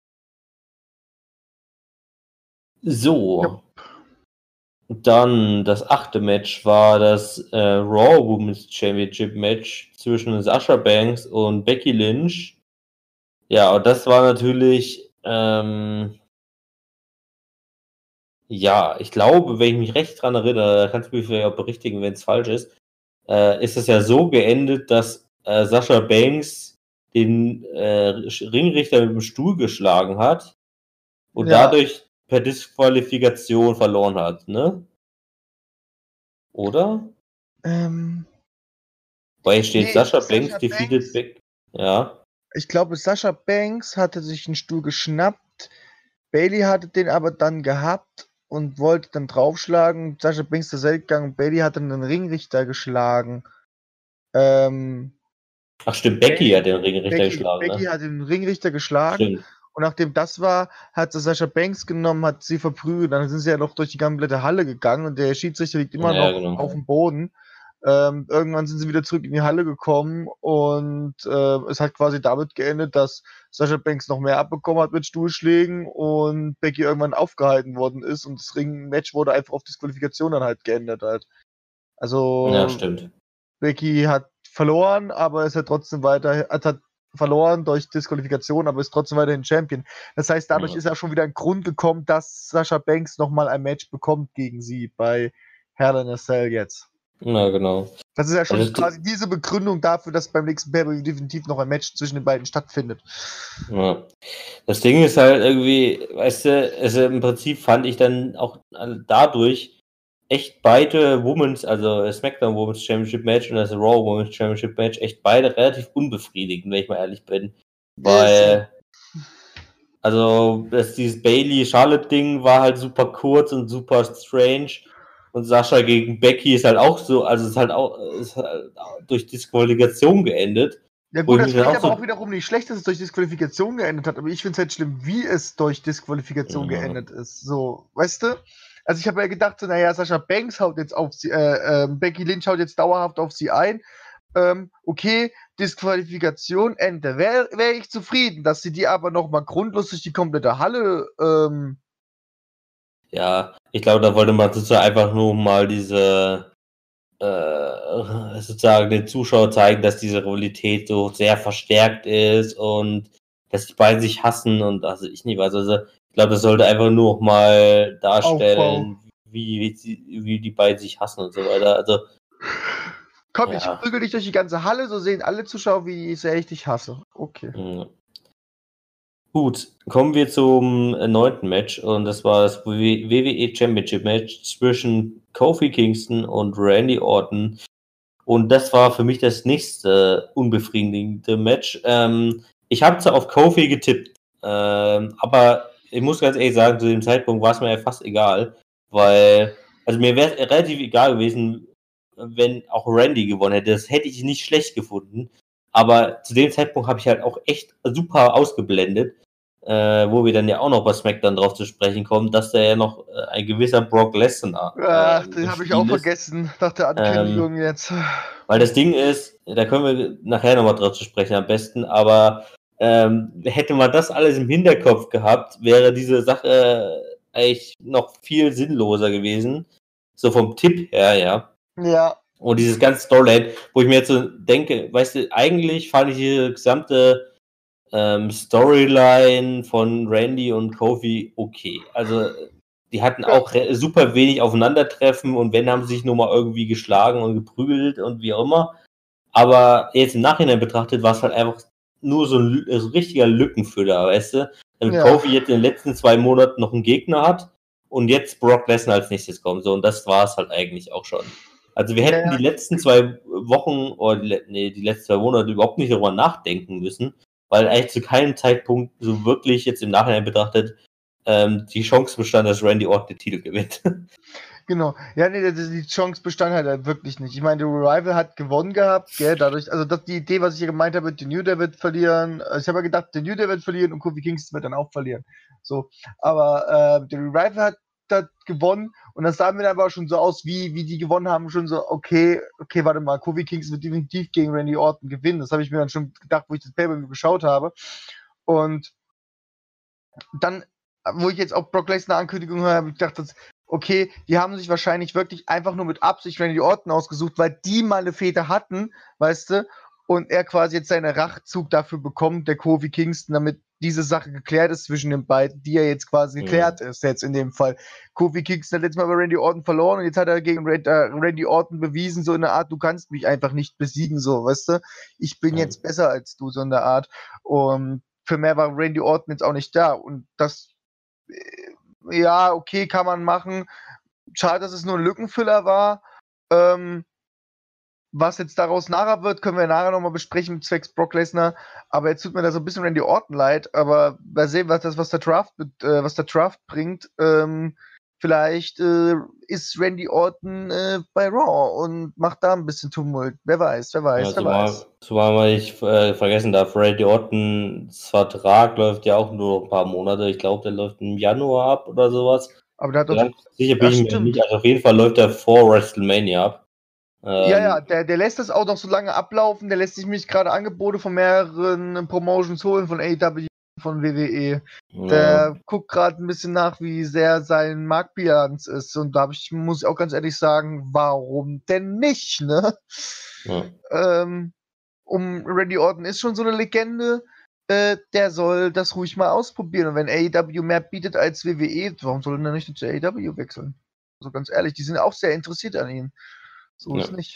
So, dann das achte Match war das äh, Raw Women's Championship Match zwischen Sasha Banks und Becky Lynch. Ja, und das war natürlich, ähm, ja, ich glaube, wenn ich mich recht dran erinnere, da kannst du mich vielleicht auch berichtigen, wenn es falsch ist, äh, ist es ja so geendet, dass äh, Sasha Banks den äh, Ringrichter mit dem Stuhl geschlagen hat und Ja. dadurch per Disqualifikation verloren hat, ne? Oder? Ähm, Weil hier steht nee, Sasha Sasha Banks defeated Banks, Beck. Ja. ich glaube, Sasha Banks hatte sich einen Stuhl geschnappt. Bailey hatte den aber dann gehabt und wollte dann draufschlagen. Sasha Banks ist zur gegangen und Bailey hat dann den Ringrichter geschlagen. Ähm, Ach stimmt, Becky hat den Ringrichter Becky, geschlagen, Becky ne? hat den Ringrichter geschlagen. Stimmt. Und nachdem das war, hat sie Sasha Banks genommen, hat sie verprügelt. Dann sind sie ja noch durch die komplette Halle gegangen und der Schiedsrichter liegt immer Ja, noch genau. auf dem Boden. Ähm, irgendwann sind sie wieder zurück in die Halle gekommen und äh, es hat quasi damit geendet, dass Sasha Banks noch mehr abbekommen hat mit Stuhlschlägen und Becky irgendwann aufgehalten worden ist und das Ring-Match wurde einfach auf Disqualifikation dann halt geändert halt. Also Ja, stimmt. Becky hat verloren, aber ist ja trotzdem weiter, hat, hat verloren durch Disqualifikation, aber ist trotzdem weiterhin Champion. Das heißt, dadurch Ja. ist ja schon wieder ein Grund gekommen, dass Sasha Banks nochmal ein Match bekommt gegen sie bei Hell in a Cell jetzt. Ja, genau. Das ist ja schon Also, quasi diese Begründung dafür, dass beim nächsten Pay-Per-View definitiv noch ein Match zwischen den beiden stattfindet. ja. Das Ding ist halt irgendwie, weißt du, also im Prinzip fand ich dann auch dadurch echt beide Women's, also das SmackDown Women's Championship Match und das Raw Women's Championship Match, echt beide relativ unbefriedigend, wenn ich mal ehrlich bin. Weil, also, das, dieses Bailey-Charlotte-Ding war halt super kurz und super strange. Und Sascha gegen Becky ist halt auch so, also ist halt auch ist halt durch Disqualifikation geendet. Ja Wo gut, ich das mich finde dann ich auch aber so, auch wiederum nicht schlecht, dass es durch Disqualifikation geendet hat, aber ich finde es halt schlimm, wie es durch Disqualifikation Ja. geendet ist. So, weißt du? Also ich habe ja gedacht, so, naja, Sascha Banks haut jetzt auf sie, äh, ähm, Becky Lynch haut jetzt dauerhaft auf sie ein. Ähm, okay, Disqualifikation, Ende. Wäre wär ich zufrieden, dass sie die aber nochmal grundlos durch die komplette Halle, ähm, ja, ich glaube, da wollte man sozusagen einfach nur mal diese, äh, sozusagen den Zuschauer zeigen, dass diese Rivalität so sehr verstärkt ist und dass die beiden sich hassen und also ich nicht weiß. Also ich glaube, das sollte einfach nur noch mal darstellen, wie, wie, sie- wie die beiden sich hassen und so weiter. Also, komm, ich ja. prügel dich durch die ganze Halle, so sehen alle Zuschauer, wie sehr ich dich hasse. Okay. Ja. Gut, kommen wir zum äh, neunten Match und das war das W W E Championship Match zwischen Kofi Kingston und Randy Orton. Und das war für mich das nächste unbefriedigende Match. Ähm, ich habe zwar auf Kofi getippt, ähm, aber ich muss ganz ehrlich sagen, zu dem Zeitpunkt war es mir ja fast egal, weil, also mir wäre es relativ egal gewesen, wenn auch Randy gewonnen hätte. Das hätte ich nicht schlecht gefunden. Aber zu dem Zeitpunkt habe ich halt auch echt super ausgeblendet, äh, wo wir dann ja auch noch bei SmackDown drauf zu sprechen kommen, dass da ja noch äh, ein gewisser Brock Lesnar Ach, ähm, den im habe ich auch Spiel ist. vergessen nach der Ankündigung jetzt. Weil das Ding ist, da können wir nachher nochmal drauf zu sprechen am besten, aber ähm, hätte man das alles im Hinterkopf gehabt, wäre diese Sache eigentlich noch viel sinnloser gewesen. So vom Tipp her, ja. Ja, Und dieses ganze Storyline, wo ich mir jetzt so denke, weißt du, eigentlich fand ich die gesamte ähm, Storyline von Randy und Kofi okay. Also die hatten auch re- super wenig Aufeinandertreffen und wenn, haben sie sich nur mal irgendwie geschlagen und geprügelt und wie auch immer. Aber jetzt im Nachhinein betrachtet war es halt einfach nur so ein, Lü- so ein richtiger Lückenfüller, weißt du? Damit Ja. Kofi jetzt in den letzten zwei Monaten noch einen Gegner hat und jetzt Brock Lesnar als nächstes kommt. So, und das war es halt eigentlich auch schon. Also wir Ja, hätten ja. die letzten zwei Wochen oder die, le- nee, die letzten zwei Monate überhaupt nicht darüber nachdenken müssen, weil eigentlich zu keinem Zeitpunkt so wirklich jetzt im Nachhinein betrachtet ähm, die Chance bestand, dass Randy Orton den Titel gewinnt. Genau. Ja, nee, das- die Chance bestand halt, halt wirklich nicht. Ich meine, der Revival hat gewonnen gehabt, gell, dadurch, also das, die Idee, was ich hier gemeint habe, der New Day wird verlieren. Also ich habe ja gedacht, der New Day wird verlieren und Kofi Kingston wird dann auch verlieren. So, aber äh, der Revival hat, hat gewonnen und das sah mir dann aber auch schon so aus, wie, wie die gewonnen haben, schon so, okay, okay, warte mal, Kofi Kingston wird definitiv gegen Randy Orton gewinnen. Das habe ich mir dann schon gedacht, wo ich das Pay-Per-View geschaut habe. Und dann, wo ich jetzt auch Brock Lesnar Ankündigung höre, habe ich gedacht, das, okay, die haben sich wahrscheinlich wirklich einfach nur mit Absicht Randy Orton ausgesucht, weil die mal eine Fehde hatten, weißt du, und er quasi jetzt seinen Rachzug dafür bekommt, der Kofi Kingston, damit diese Sache geklärt ist zwischen den beiden, die ja jetzt quasi Mhm. geklärt ist, jetzt in dem Fall. Kofi Kingston hat letztes Mal bei Randy Orton verloren und jetzt hat er gegen Rand, äh, Randy Orton bewiesen, so in der Art, du kannst mich einfach nicht besiegen, so, weißt du, ich bin Mhm. jetzt besser als du, so in der Art. Und für mehr war Randy Orton jetzt auch nicht da. Und das, äh, ja, okay, kann man machen. Schade, dass es nur ein Lückenfüller war. Ähm, was jetzt daraus nachher wird, können wir nachher nochmal besprechen mit zwecks Brock Lesnar. Aber jetzt tut mir da so ein bisschen Randy Orton leid. Aber mal sehen, was das, was der Draft, äh, was der Draft bringt. Ähm, vielleicht äh, ist Randy Orton äh, bei Raw und macht da ein bisschen Tumult. Wer weiß, wer weiß, Ja, wer zumal, weiß. zumal man nicht äh, vergessen darf, Randy Ortons Vertrag läuft ja auch nur noch ein paar Monate. Ich glaube, der läuft im Januar ab oder sowas. Aber der hat doch. Ganz sicher bin Ja, ich mir stimmt. nicht. Also auf jeden Fall läuft er vor WrestleMania ab. Ja, Ähm, ja, der, der lässt das auch noch so lange ablaufen. Der lässt sich mich gerade Angebote von mehreren Promotions holen, von A E W, von W W E. ja, Der guckt gerade ein bisschen nach, wie sehr sein Marktbilanz ist. Und da hab ich, muss ich auch ganz ehrlich sagen, warum denn nicht, ne? ja. Ähm, um Randy Orton ist schon so eine Legende. Äh, der soll das ruhig mal ausprobieren. Und wenn A E W mehr bietet als W W E, warum soll er nicht zu A E W wechseln? Also ganz ehrlich, die sind auch sehr interessiert an ihm. So Ja. ist nicht.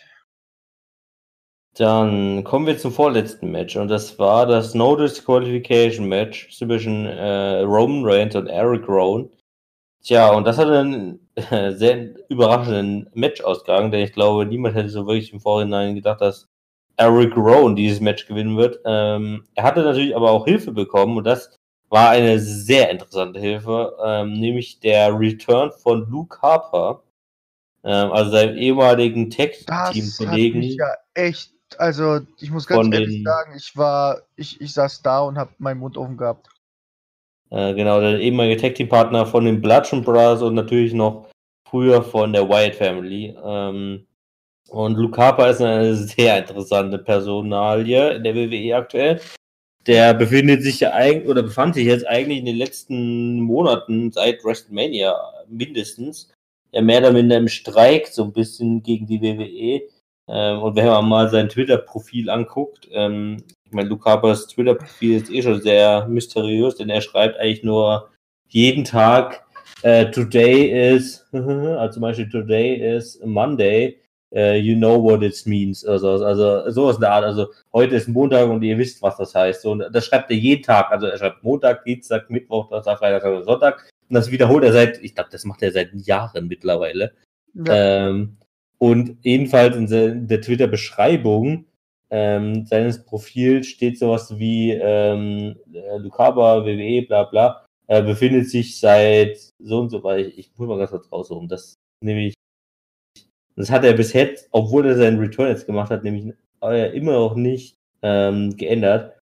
Dann kommen wir zum vorletzten Match und das war das No Disqualification Match zwischen äh, Roman Reigns und Eric Rowan. Tja, und das hat einen äh, sehr überraschenden Matchausgang, denn ich glaube, niemand hätte so wirklich im Vorhinein gedacht, dass Eric Rowan dieses Match gewinnen wird. Ähm, er hatte natürlich aber auch Hilfe bekommen und das war eine sehr interessante Hilfe, ähm, nämlich der Return von Luke Harper, ähm, also seinem ehemaligen Das hat mich Tag-Team-Kollegen. ja echt Also, ich muss ganz Von ehrlich den- sagen, ich war, ich, ich saß da und habe meinen Mund offen gehabt. Äh, genau, der ehemalige Tag-Team-Partner von den Bludgeon Brothers und natürlich noch früher von der Wyatt Family. Ähm, und Luke Harper ist eine sehr interessante Personalie in der W W E aktuell. Der befindet sich ja eigentlich, oder befand sich jetzt eigentlich in den letzten Monaten seit WrestleMania mindestens, ja mehr oder minder im Streik so ein bisschen gegen die W W E. Ähm, und wenn man mal sein Twitter-Profil anguckt, ähm, ich meine, Luke Harpers Twitter-Profil ist eh schon sehr mysteriös, denn er schreibt eigentlich nur jeden Tag, äh, today is, also zum Beispiel today is Monday, uh, you know what it means, also, also sowas in der Art, also heute ist Montag und ihr wisst, was das heißt. Und das schreibt er jeden Tag, also er schreibt Montag, Dienstag, Mittwoch, Donnerstag, Freitag, Samstag, Sonntag und das wiederholt er seit, ich glaube, das macht er seit Jahren mittlerweile. Ja. Ähm, und ebenfalls in der Twitter-Beschreibung ähm, seines Profils steht sowas wie ähm, Luke Harper, W W E, bla bla, äh, befindet sich seit so und so, weil ich, ich muss mal ganz kurz raussuchen, das nämlich, das hat er bisher, obwohl er seinen Return jetzt gemacht hat, nämlich äh, immer noch nicht ähm, geändert.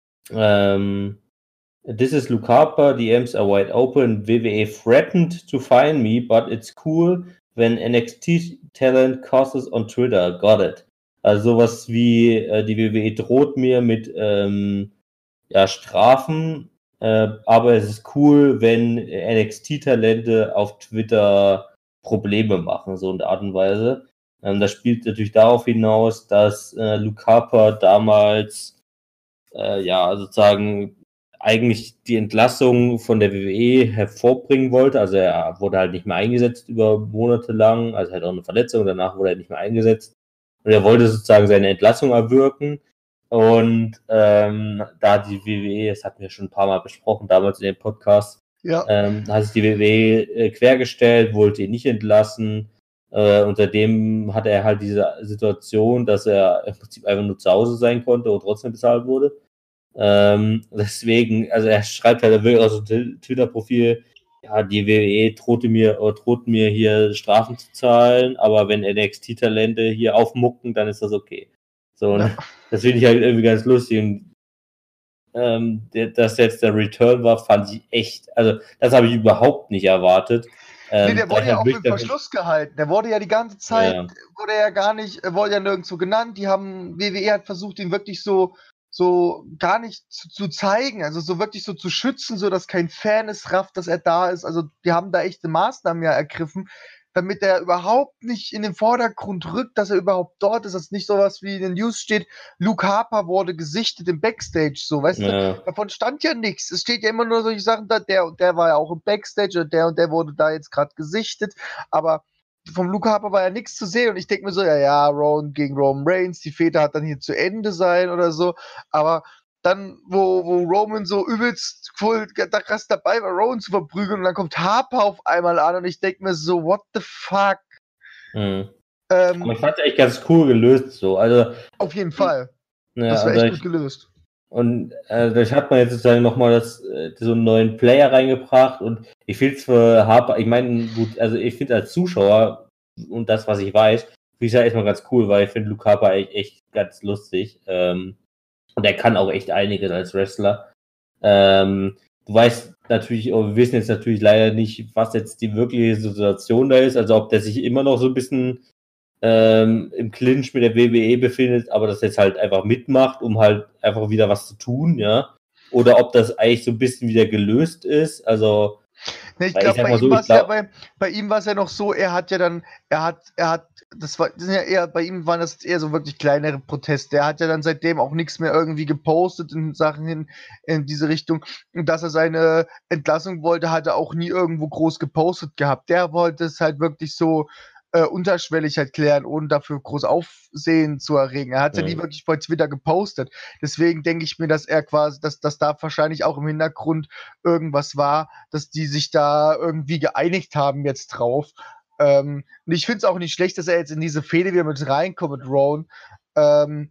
Ähm, This is Luke Harper, D Ms are wide open, W W E threatened to fine me, but it's cool when N X T talent causes on Twitter, got it. Also sowas wie, äh, die W W E droht mir mit ähm, ja, Strafen, äh, aber es ist cool, wenn N X T-Talente auf Twitter Probleme machen, so in der Art und Weise. Ähm, das spielt natürlich darauf hinaus, dass äh, Luke Harper damals äh, ja sozusagen eigentlich die Entlassung von der W W E hervorbringen wollte. Also er wurde halt nicht mehr eingesetzt über Monate lang, also halt auch eine Verletzung, danach wurde er nicht mehr eingesetzt. Und er wollte sozusagen seine Entlassung erwirken. Und ähm, da die W W E, das hatten wir schon ein paar Mal besprochen, damals in dem Podcast, Ja. ähm, hat sich die W W E äh, quergestellt, wollte ihn nicht entlassen. Äh, und seitdem hatte er halt diese Situation, dass er im Prinzip einfach nur zu Hause sein konnte und trotzdem bezahlt wurde. Ähm, deswegen, also er schreibt halt wirklich aus dem Twitter-Profil, ja, die W W E drohte mir, oder droht mir hier Strafen zu zahlen, aber wenn N X T-Talente hier aufmucken, dann ist das okay. So, und Ja. das finde ich halt irgendwie ganz lustig. Und ähm, der, dass jetzt der Return war, fand ich echt, also das habe ich überhaupt nicht erwartet. Ähm, Nee, der wurde gleich ja halt auch wirklich für davon- Verschluss gehalten. Der wurde ja die ganze Zeit, Ja. wurde er ja gar nicht, er wurde ja nirgendwo genannt. Die haben, W W E hat versucht, ihn wirklich so, so gar nicht zu, zu zeigen, also so wirklich so zu schützen, so dass kein Fan es rafft, dass er da ist. Also die haben da echte Maßnahmen ja ergriffen, damit er überhaupt nicht in den Vordergrund rückt, dass er überhaupt dort ist, dass nicht sowas wie in den News steht, Luke Harper wurde gesichtet im Backstage, so, weißt du? Ja. Davon stand ja nichts. Es steht ja immer nur solche Sachen da, der und der war ja auch im Backstage und der und der wurde da jetzt gerade gesichtet, aber vom Luke Harper war ja nichts zu sehen und ich denke mir so, ja, ja, Rowan gegen Roman Reigns, die Fehde hat dann hier zu Ende sein oder so, aber dann, wo, wo Roman so übelst voll da krass dabei war, Rowan zu verprügeln und dann kommt Harper auf einmal an und ich denke mir so, what the fuck? Mhm. Ähm, Aber ich fand es echt ganz cool gelöst, so. Also, auf jeden Fall. ja, Das war also echt ich, gut gelöst. Und äh, dadurch hat man jetzt sozusagen nochmal das, äh, so einen neuen Player reingebracht und ich finde es für Harper, ich meine, gut, also ich finde als Zuschauer und das, was ich weiß, finde ich ja erstmal ganz cool, weil ich finde Luke Harper echt, echt ganz lustig. Ähm, und er kann auch echt einiges als Wrestler. Ähm, du weißt natürlich, wir wissen jetzt natürlich leider nicht, was jetzt die wirkliche Situation da ist, also ob der sich immer noch so ein bisschen ähm, im Clinch mit der W W E befindet, aber das jetzt halt einfach mitmacht, um halt einfach wieder was zu tun, ja. Oder ob das eigentlich so ein bisschen wieder gelöst ist. Also, Ne, ich weil ich glaube, sag bei mal ihm so, war ich es ja glaube, bei, bei ihm war es ja noch so, er hat ja dann, er hat, er hat, das war, das sind ja eher, bei ihm waren das eher so wirklich kleinere Proteste. Er hat ja dann seitdem auch nichts mehr irgendwie gepostet in Sachen hin, in diese Richtung. Und dass er seine Entlassung wollte, hat er auch nie irgendwo groß gepostet gehabt. Der wollte es halt wirklich so äh, unterschwellig halt klären, ohne dafür groß Aufsehen zu erregen. Er hat ja nie Mhm. wirklich bei Twitter gepostet. Deswegen denke ich mir, dass er quasi, dass, dass da wahrscheinlich auch im Hintergrund irgendwas war, dass die sich da irgendwie geeinigt haben jetzt drauf. Ähm, und ich finde es auch nicht schlecht, dass er jetzt in diese Fehde wieder mit reinkommt mit Rowan. Ähm,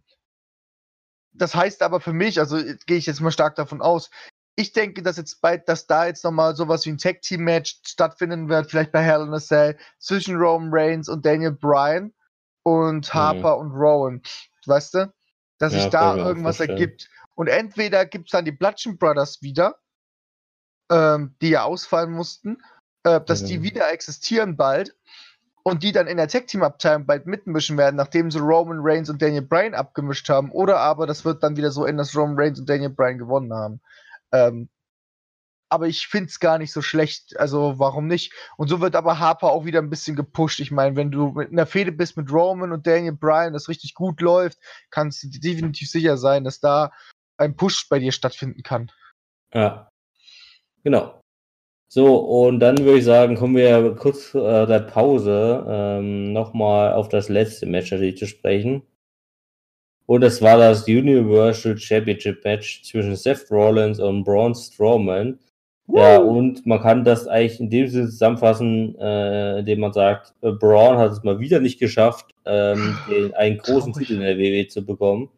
das heißt aber für mich, also äh, gehe ich jetzt mal stark davon aus, ich denke, dass jetzt bald, dass da jetzt nochmal sowas wie ein Tag-Team-Match stattfinden wird, vielleicht bei Hell in a Cell, zwischen Roman Reigns und Daniel Bryan und Mhm. Harper und Rowan. weißt du? Dass Ja, sich kann da ich mir auch irgendwas vorstellen. ergibt. Und entweder gibt es dann die Bludgeon Brothers wieder, ähm, die ja ausfallen mussten, äh, dass die Mhm. wieder existieren bald und die dann in der Tag-Team-Abteilung bald mitmischen werden, nachdem sie Roman Reigns und Daniel Bryan abgemischt haben. Oder aber das wird dann wieder so enden, dass Roman Reigns und Daniel Bryan gewonnen haben. Ähm, aber ich finde es gar nicht so schlecht. Also warum nicht? Und so wird aber Harper auch wieder ein bisschen gepusht. Ich meine, wenn du mit einer Fehde bist mit Roman und Daniel Bryan, das richtig gut läuft, kannst du dir definitiv sicher sein, dass da ein Push bei dir stattfinden kann. Ja, genau. So, und dann würde ich sagen, kommen wir kurz äh, der Pause ähm, nochmal auf das letzte Match natürlich zu sprechen. Und das war das Universal Championship Match zwischen Seth Rollins und Braun Strowman. Ja, Woo! und man kann das eigentlich in dem Sinne zusammenfassen, äh, indem man sagt, äh, Braun hat es mal wieder nicht geschafft, ähm, den, einen großen Traurig. Titel in der W W E zu bekommen.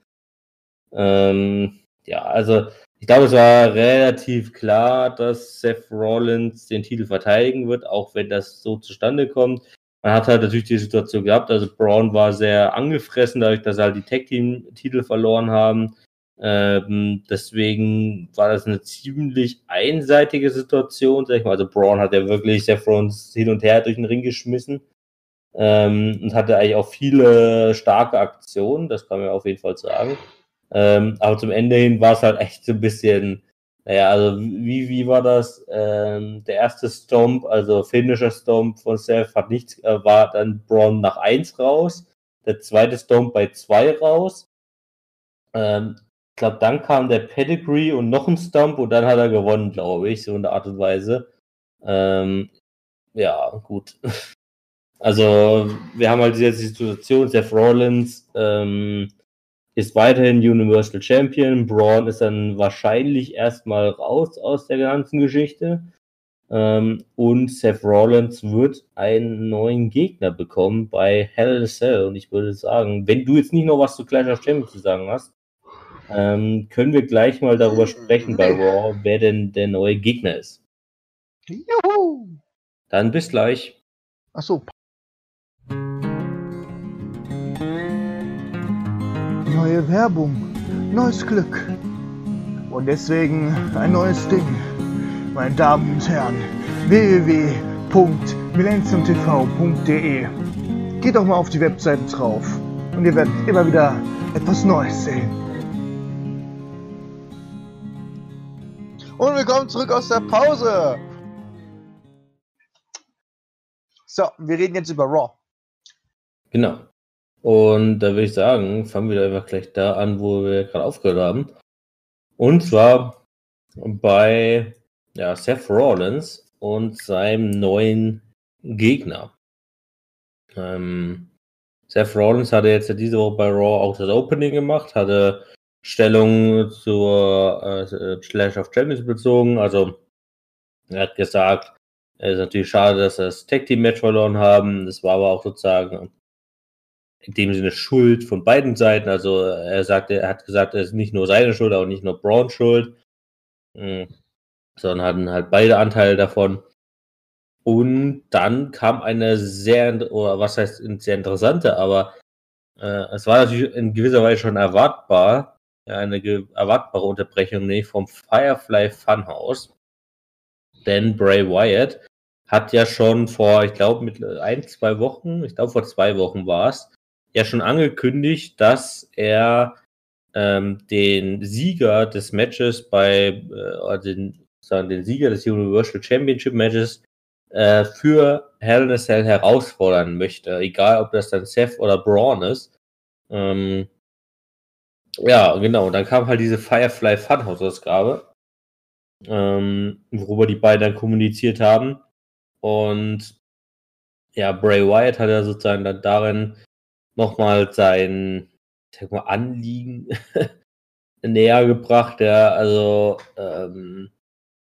Ähm, ja, also ich glaube, es war relativ klar, dass Seth Rollins den Titel verteidigen wird, auch wenn das so zustande kommt. Man hat halt natürlich die Situation gehabt, also Braun war sehr angefressen, dadurch, dass sie halt die Tag-Team-Titel verloren haben. Ähm, deswegen war das eine ziemlich einseitige Situation, sag ich mal. Also Braun hat ja wirklich Seth Rollins hin und her durch den Ring geschmissen. Ähm, und hatte eigentlich auch viele starke Aktionen, das kann man auf jeden Fall sagen. Ähm, aber zum Ende hin war es halt echt so ein bisschen, naja, also wie, wie war das? Ähm, der erste Stomp, also Finisher Stomp von Seth hat nichts, äh, war dann Braun nach eins raus. Der zweite Stomp bei zwei raus. Ähm, ich glaube, dann kam der Pedigree und noch ein Stomp und dann hat er gewonnen, glaube ich, so in der Art und Weise. Ähm, ja, gut. Also, wir haben halt jetzt die Situation, Seth Rollins ähm, ist weiterhin Universal Champion. Braun ist dann wahrscheinlich erstmal raus aus der ganzen Geschichte. Ähm, und Seth Rollins wird einen neuen Gegner bekommen bei Hell in a Cell. Und ich würde sagen, wenn du jetzt nicht noch was zu Clash of Champions zu sagen hast, ähm, können wir gleich mal darüber sprechen bei Nee. Raw, wer denn der neue Gegner ist. Juhu! Dann bis gleich. Achso. Neue Werbung, neues Glück. Und deswegen ein neues Ding. Meine Damen und Herren, w w w punkt millennium t v punkt d e. Geht doch mal auf die Webseite drauf und ihr werdet immer wieder etwas Neues sehen. Und willkommen zurück aus der Pause. So, wir reden jetzt über Raw. Genau. Und da würde ich sagen, fangen wir einfach gleich da an, wo wir gerade aufgehört haben. Und zwar bei ja, Seth Rollins und seinem neuen Gegner. Ähm, Seth Rollins hatte jetzt diese Woche bei Raw auch das Opening gemacht, hatte Stellung zur äh, Clash of Champions bezogen. Also er hat gesagt, es ist natürlich schade, dass sie das Tag Team Match verloren haben. Das war aber auch sozusagen in dem Sinne Schuld von beiden Seiten. Also er sagte, er hat gesagt, es ist nicht nur seine Schuld, auch nicht nur Braun Schuld, mh, sondern hatten halt beide Anteile davon. Und dann kam eine sehr, oder was heißt sehr interessante, aber äh, es war natürlich in gewisser Weise schon erwartbar, ja, eine ge- erwartbare Unterbrechung, nämlich vom Firefly Funhouse. Denn Bray Wyatt hat ja schon vor, ich glaube, mit ein, zwei Wochen, ich glaube vor zwei Wochen war es, ja schon angekündigt, dass er ähm, den Sieger des Matches bei, äh, den, sagen, den Sieger des Universal Championship Matches äh, für Hell in a Cell herausfordern möchte, egal ob das dann Seth oder Braun ist. Ähm, ja, genau, dann kam halt diese Firefly Funhouse Ausgabe, ähm, worüber die beiden dann kommuniziert haben. Und ja, Bray Wyatt hat ja sozusagen dann darin nochmal sein, ich sag mal, Anliegen näher gebracht, ja, also ähm,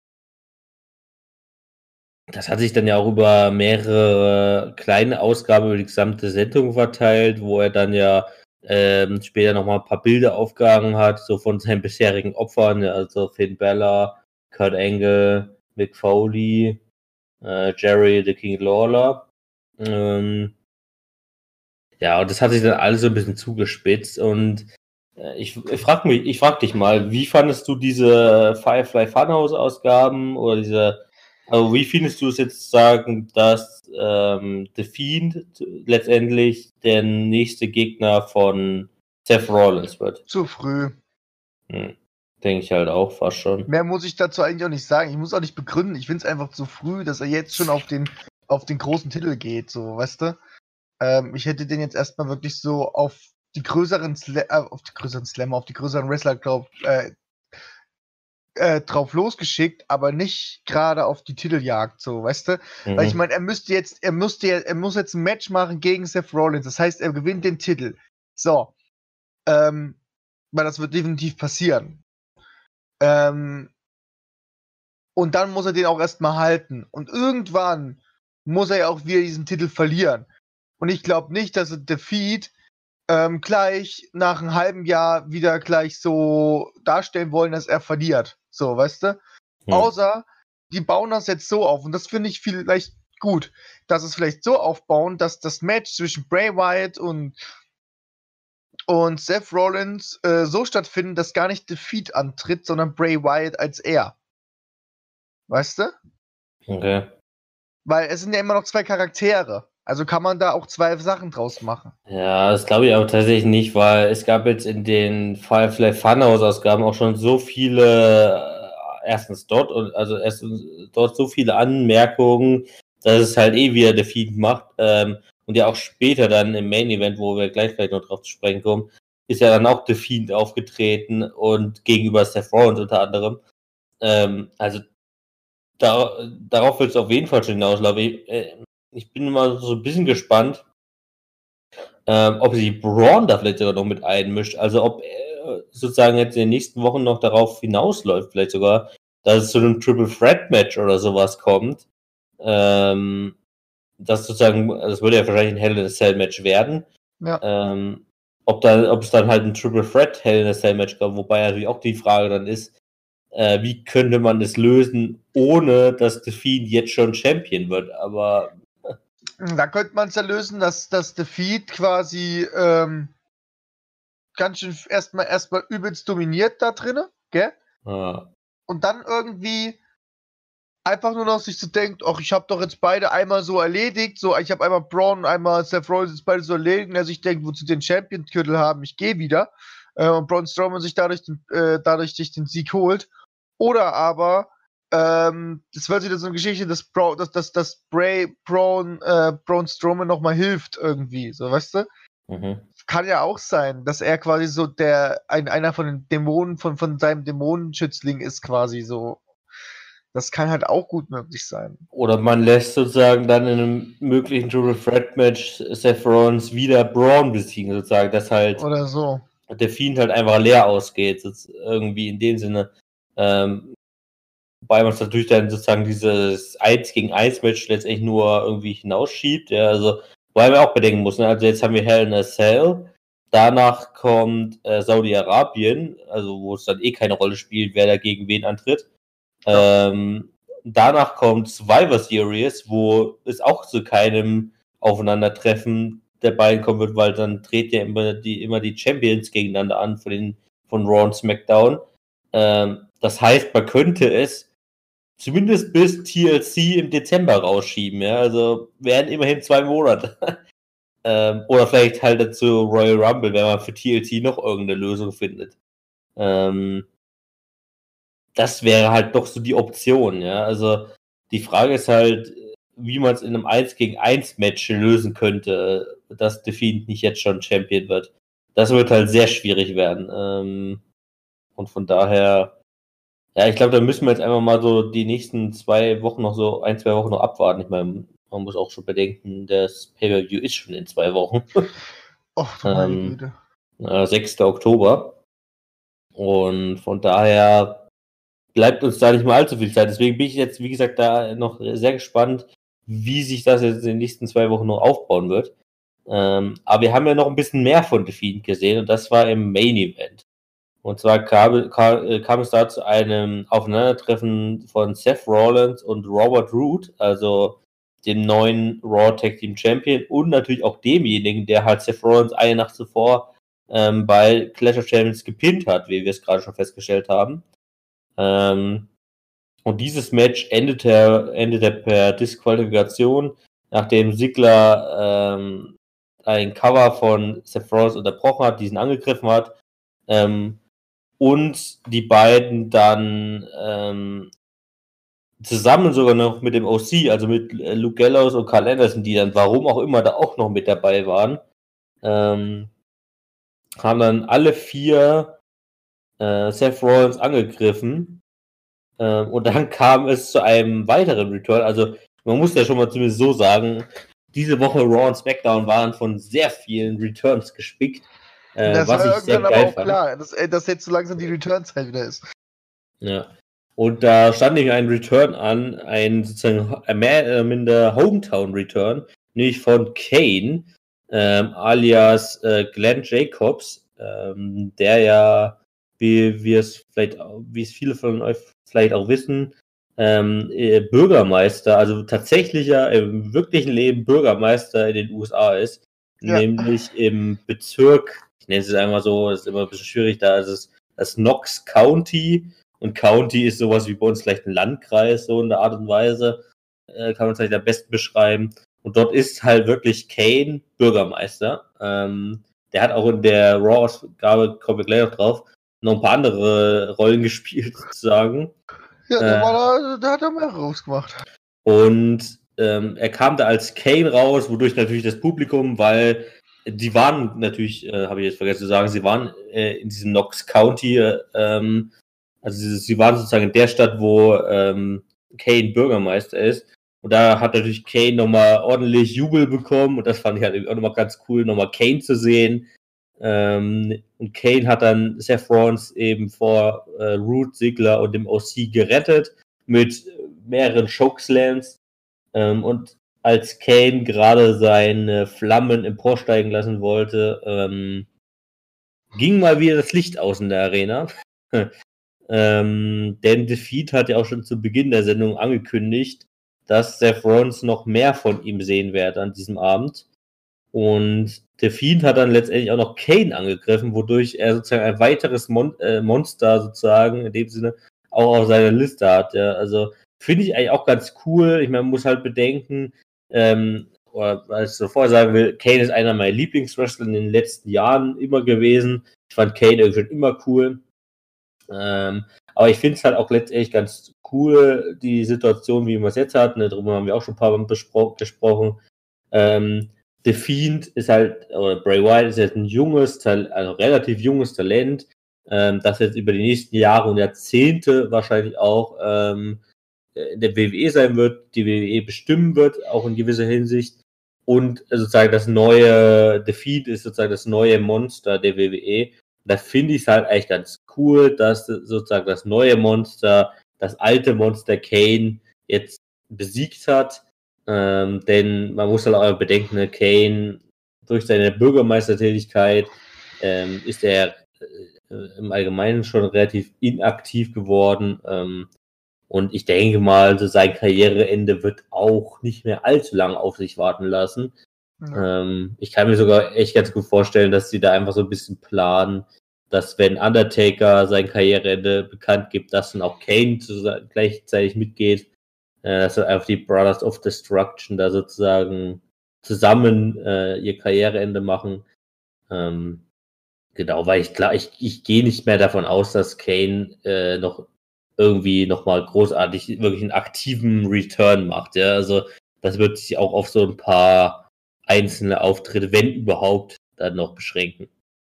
das hat sich dann ja auch über mehrere kleine Ausgaben über die gesamte Sendung verteilt, wo er dann ja ähm, später nochmal ein paar Bilder aufgehangen hat, so von seinen bisherigen Opfern, ja, also Finn Balor, Kurt Angle, Mick Foley, äh, Jerry the King Lawler. Ähm, Ja, und das hat sich dann alles so ein bisschen zugespitzt und äh, ich, ich frag mich, ich frag dich mal, wie fandest du diese Firefly Funhouse Ausgaben oder diese, also wie findest du es jetzt sagen, dass ähm, The Fiend letztendlich der nächste Gegner von Seth Rollins wird? Zu früh. Hm. Denke ich halt auch fast schon. Mehr muss ich dazu eigentlich auch nicht sagen. Ich muss auch nicht begründen. Ich finde es einfach zu früh, dass er jetzt schon auf den, auf den großen Titel geht, so, weißt du? Ähm, ich hätte den jetzt erstmal wirklich so auf die größeren Sla äh, auf die größeren Slammer, auf die größeren Wrestler drauf, äh, äh, drauf losgeschickt, aber nicht gerade auf die Titeljagd, so, weißt du? Mhm. Weil ich meine, er müsste jetzt, er müsste er muss jetzt ein Match machen gegen Seth Rollins. Das heißt, er gewinnt den Titel. So. Ähm, weil das wird definitiv passieren. Ähm, und dann muss er den auch erstmal halten. Und irgendwann muss er ja auch wieder diesen Titel verlieren. Und ich glaube nicht, dass er Defeat ähm, gleich nach einem halben Jahr wieder gleich so darstellen wollen, dass er verliert. So, weißt du? Hm. Außer, die bauen das jetzt so auf. Und das finde ich vielleicht gut, dass es vielleicht so aufbauen, dass das Match zwischen Bray Wyatt und und Seth Rollins äh, so stattfinden, dass gar nicht Defeat antritt, sondern Bray Wyatt als er. Weißt du? Okay. Weil es sind ja immer noch zwei Charaktere. Also kann man da auch zwei Sachen draus machen. Ja, das glaube ich aber tatsächlich nicht, weil es gab jetzt in den Firefly Funhouse Ausgaben auch schon so viele, äh, erstens dort und also erstens dort so viele Anmerkungen, dass es halt eh wieder der Feed macht. Ähm, und ja auch später dann im Main Event, wo wir gleich vielleicht noch drauf zu sprechen kommen, ist ja dann auch The Fiend aufgetreten und gegenüber Seth Rollins unter anderem. Ähm, also da, darauf wird es auf jeden Fall schon hinauslaufen. Ich, äh, ich bin mal so ein bisschen gespannt, ähm, ob sie Braun da vielleicht sogar noch mit einmischt. Also ob er sozusagen jetzt in den nächsten Wochen noch darauf hinausläuft, vielleicht sogar, dass es zu einem Triple Threat Match oder sowas kommt. Ähm, das sozusagen, das würde ja wahrscheinlich ein Hell in a Cell Match werden. Ja. Ähm, ob, da, ob es dann halt ein Triple Threat Hell in a Cell Match gab, wobei natürlich auch die Frage dann ist, äh, wie könnte man das lösen, ohne dass The Fiend jetzt schon Champion wird. Aber Da könnte man es ja lösen, dass, dass Defeat quasi ähm, ganz schön erstmal erstmal übelst dominiert da drinne, gell? äh, Und dann irgendwie einfach nur noch sich so denkt, ach, ich habe doch jetzt beide einmal so erledigt, so, ich habe einmal Braun und einmal Seth Rollins jetzt beide so erledigt, und er sich denkt, wozu den Champion-Titel haben, ich gehe wieder. Äh, und Braun Strowman sich dadurch, den, äh, dadurch sich den Sieg holt. Oder aber, ähm, das wird wieder so eine Geschichte, dass, Bra dass, dass, dass Bray Braun, äh, Braun Strowman nochmal hilft irgendwie, so, weißt du? mhm. Kann ja auch sein, dass er quasi so der, ein, einer von den Dämonen, von, von seinem Dämonenschützling ist quasi so. Das kann halt auch gut möglich sein. Oder man lässt sozusagen dann in einem möglichen Triple Threat Match Seth Rollins wieder Braun besiegen, sozusagen, dass halt Oder so. der Fiend halt einfach leer ausgeht, irgendwie in dem Sinne. Ähm, wobei man es natürlich dann sozusagen dieses eins gegen eins Match letztendlich nur irgendwie hinausschiebt, ja, also, wobei man auch bedenken muss, ne, also jetzt haben wir Hell in a Cell, danach kommt äh, Saudi-Arabien, also wo es dann eh keine Rolle spielt, wer da gegen wen antritt. Ja. Ähm, danach kommt Survivor Series, wo es auch zu keinem Aufeinandertreffen der beiden kommen wird, weil dann treten ja immer die, immer die Champions gegeneinander an von, den, von Raw und SmackDown. Ähm, das heißt, man könnte es zumindest bis T L C im Dezember rausschieben. Ja? Also wären immerhin zwei Monate. ähm, oder vielleicht halt dazu Royal Rumble, wenn man für T L C noch irgendeine Lösung findet. Ähm, das wäre halt doch so die Option, ja. Also die Frage ist halt, wie man es in einem eins gegen eins Match lösen könnte, dass The Fiend nicht jetzt schon Champion wird. Das wird halt sehr schwierig werden. Ähm, und von daher, ja, ich glaube, da müssen wir jetzt einfach mal so die nächsten zwei Wochen noch so, ein, zwei Wochen noch abwarten. Ich meine, man muss auch schon bedenken, das Pay-Per-View ist schon in zwei Wochen. Och, du meine ähm, Güte. äh, sechster Oktober. Und von daher bleibt uns da nicht mehr allzu viel Zeit. Deswegen bin ich jetzt, wie gesagt, da noch sehr gespannt, wie sich das jetzt in den nächsten zwei Wochen noch aufbauen wird. Ähm, aber wir haben ja noch ein bisschen mehr von The Fiend gesehen und das war im Main Event. Und zwar kam, kam, kam es da zu einem Aufeinandertreffen von Seth Rollins und Robert Roode, also dem neuen Raw Tag Team Champion und natürlich auch demjenigen, der halt Seth Rollins eine Nacht zuvor ähm, bei Clash of Champions gepinnt hat, wie wir es gerade schon festgestellt haben. Ähm, und dieses Match endete, endete per Disqualifikation, nachdem Ziggler ähm, ein Cover von Seth Rollins unterbrochen hat, diesen angegriffen hat, ähm, und die beiden dann ähm, zusammen sogar noch mit dem O C, also mit äh, Luke Gallows und Carl Anderson, die dann warum auch immer da auch noch mit dabei waren, ähm, haben dann alle vier äh, Seth Rollins angegriffen. Ähm, und dann kam es zu einem weiteren Return. Also man muss ja schon mal zumindest so sagen, diese Woche Raw und SmackDown waren von sehr vielen Returns gespickt. Äh, Das was war ich sehr irgendwann aber geil auch fand. klar, dass, äh, dass jetzt so langsam die Return-Zeit wieder ist. Ja. Und da stand nämlich ein Return an, ein sozusagen mehr oder minder Hometown-Return, nämlich von Kane, ähm, alias äh, Glenn Jacobs, ähm, der ja, wie wir es vielleicht, wie es viele von euch vielleicht auch wissen, ähm, äh, Bürgermeister, also tatsächlicher im wirklichen Leben Bürgermeister in den U S A ist, Ja. nämlich im Bezirk, ich nenne es einmal so, das ist immer ein bisschen schwierig, da ist es das Knox County. Und County ist sowas wie bei uns vielleicht ein Landkreis, so in der Art und Weise, äh, kann man es vielleicht am besten beschreiben. Und dort ist halt wirklich Kane Bürgermeister. Ähm, der hat auch in der Raw-Ausgabe, kommen wir gleich noch drauf, noch ein paar andere Rollen gespielt, sozusagen. Ja, der, Äh, war da, der hat da mehrere rausgemacht. Und ähm, er kam da als Kane raus, wodurch natürlich das Publikum, weil die waren natürlich, äh, habe ich jetzt vergessen zu sagen, sie waren äh, in diesem Knox County, äh, ähm, also sie, sie waren sozusagen in der Stadt, wo ähm, Kane Bürgermeister ist. Und da hat natürlich Kane nochmal ordentlich Jubel bekommen. Und das fand ich halt auch nochmal ganz cool, nochmal Kane zu sehen. Ähm, und Kane hat dann Seth Rollins eben vor äh, Root, Ziggler und dem O C gerettet mit mehreren Chokeslams. Ähm, und als Kane gerade seine Flammen emporsteigen lassen wollte, ähm, ging mal wieder das Licht aus in der Arena. Ähm, denn Defeat hat ja auch schon zu Beginn der Sendung angekündigt, dass Seth Rollins noch mehr von ihm sehen wird an diesem Abend. Und Defeat hat dann letztendlich auch noch Kane angegriffen, wodurch er sozusagen ein weiteres Mon äh, Monster sozusagen in dem Sinne auch auf seiner Liste hat. Ja. Also finde ich eigentlich auch ganz cool. Ich meine, man muss halt bedenken, ähm, oder was ich so vorher sagen will, Kane ist einer meiner Lieblingswrestler in den letzten Jahren immer gewesen. Ich fand Kane irgendwie schon immer cool. Ähm, aber ich finde es halt auch letztendlich ganz cool, die Situation, wie wir es jetzt hatten. Ne, darüber haben wir auch schon ein paar Mal bespro gesprochen. Ähm, The Fiend ist halt, oder Bray Wyatt ist jetzt ein junges, also relativ junges Talent, ähm, das jetzt über die nächsten Jahre und Jahrzehnte wahrscheinlich auch ähm, in der W W E sein wird, die W W E bestimmen wird, auch in gewisser Hinsicht. Und sozusagen das neue, The Fiend ist sozusagen das neue Monster der W W E. Da finde ich es halt eigentlich ganz cool, dass sozusagen das neue Monster, das alte Monster Kane jetzt besiegt hat. Ähm, denn man muss halt auch bedenken, ne, Kane durch seine Bürgermeistertätigkeit ähm, ist er äh, im Allgemeinen schon relativ inaktiv geworden. Ähm, und ich denke mal, so sein Karriereende wird auch nicht mehr allzu lange auf sich warten lassen. Ja. Ähm, ich kann mir sogar echt ganz gut vorstellen, dass sie da einfach so ein bisschen planen, dass wenn Undertaker sein Karriereende bekannt gibt, dass dann auch Kane zu, gleichzeitig mitgeht, äh, dass einfach die Brothers of Destruction da sozusagen zusammen äh, ihr Karriereende machen. Ähm, genau, weil ich klar, ich, ich gehe nicht mehr davon aus, dass Kane äh, noch irgendwie nochmal großartig wirklich einen aktiven Return macht. Ja, also das wird sich auch auf so ein paar einzelne Auftritte, wenn überhaupt, dann noch beschränken.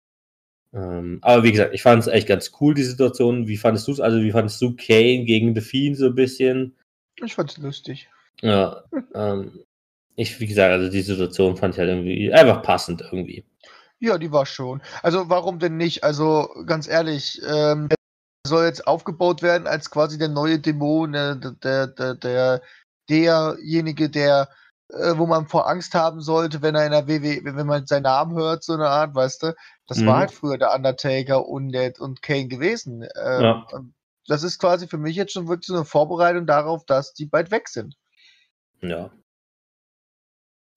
Ähm, aber wie gesagt, ich fand es echt ganz cool, die Situation. Wie fandest du es? Also, wie fandest du Kane gegen The Fiend so ein bisschen? Ich fand's lustig. Ja, ähm, ich, wie gesagt, also die Situation fand ich halt irgendwie einfach passend irgendwie. Ja, die war schon. Also, warum denn nicht? Also, ganz ehrlich, ähm, der soll jetzt aufgebaut werden als quasi der neue Dämon, äh, d der der der derjenige, der äh, wo man vor Angst haben sollte, wenn er in der W W E wenn man seinen Namen hört, so 'ne Art, weißt du? Das war Mhm. halt früher der Undertaker und der und Kane gewesen. Ähm, Ja. und das ist quasi für mich jetzt schon wirklich so 'ne Vorbereitung darauf, dass die bald weg sind. Ja.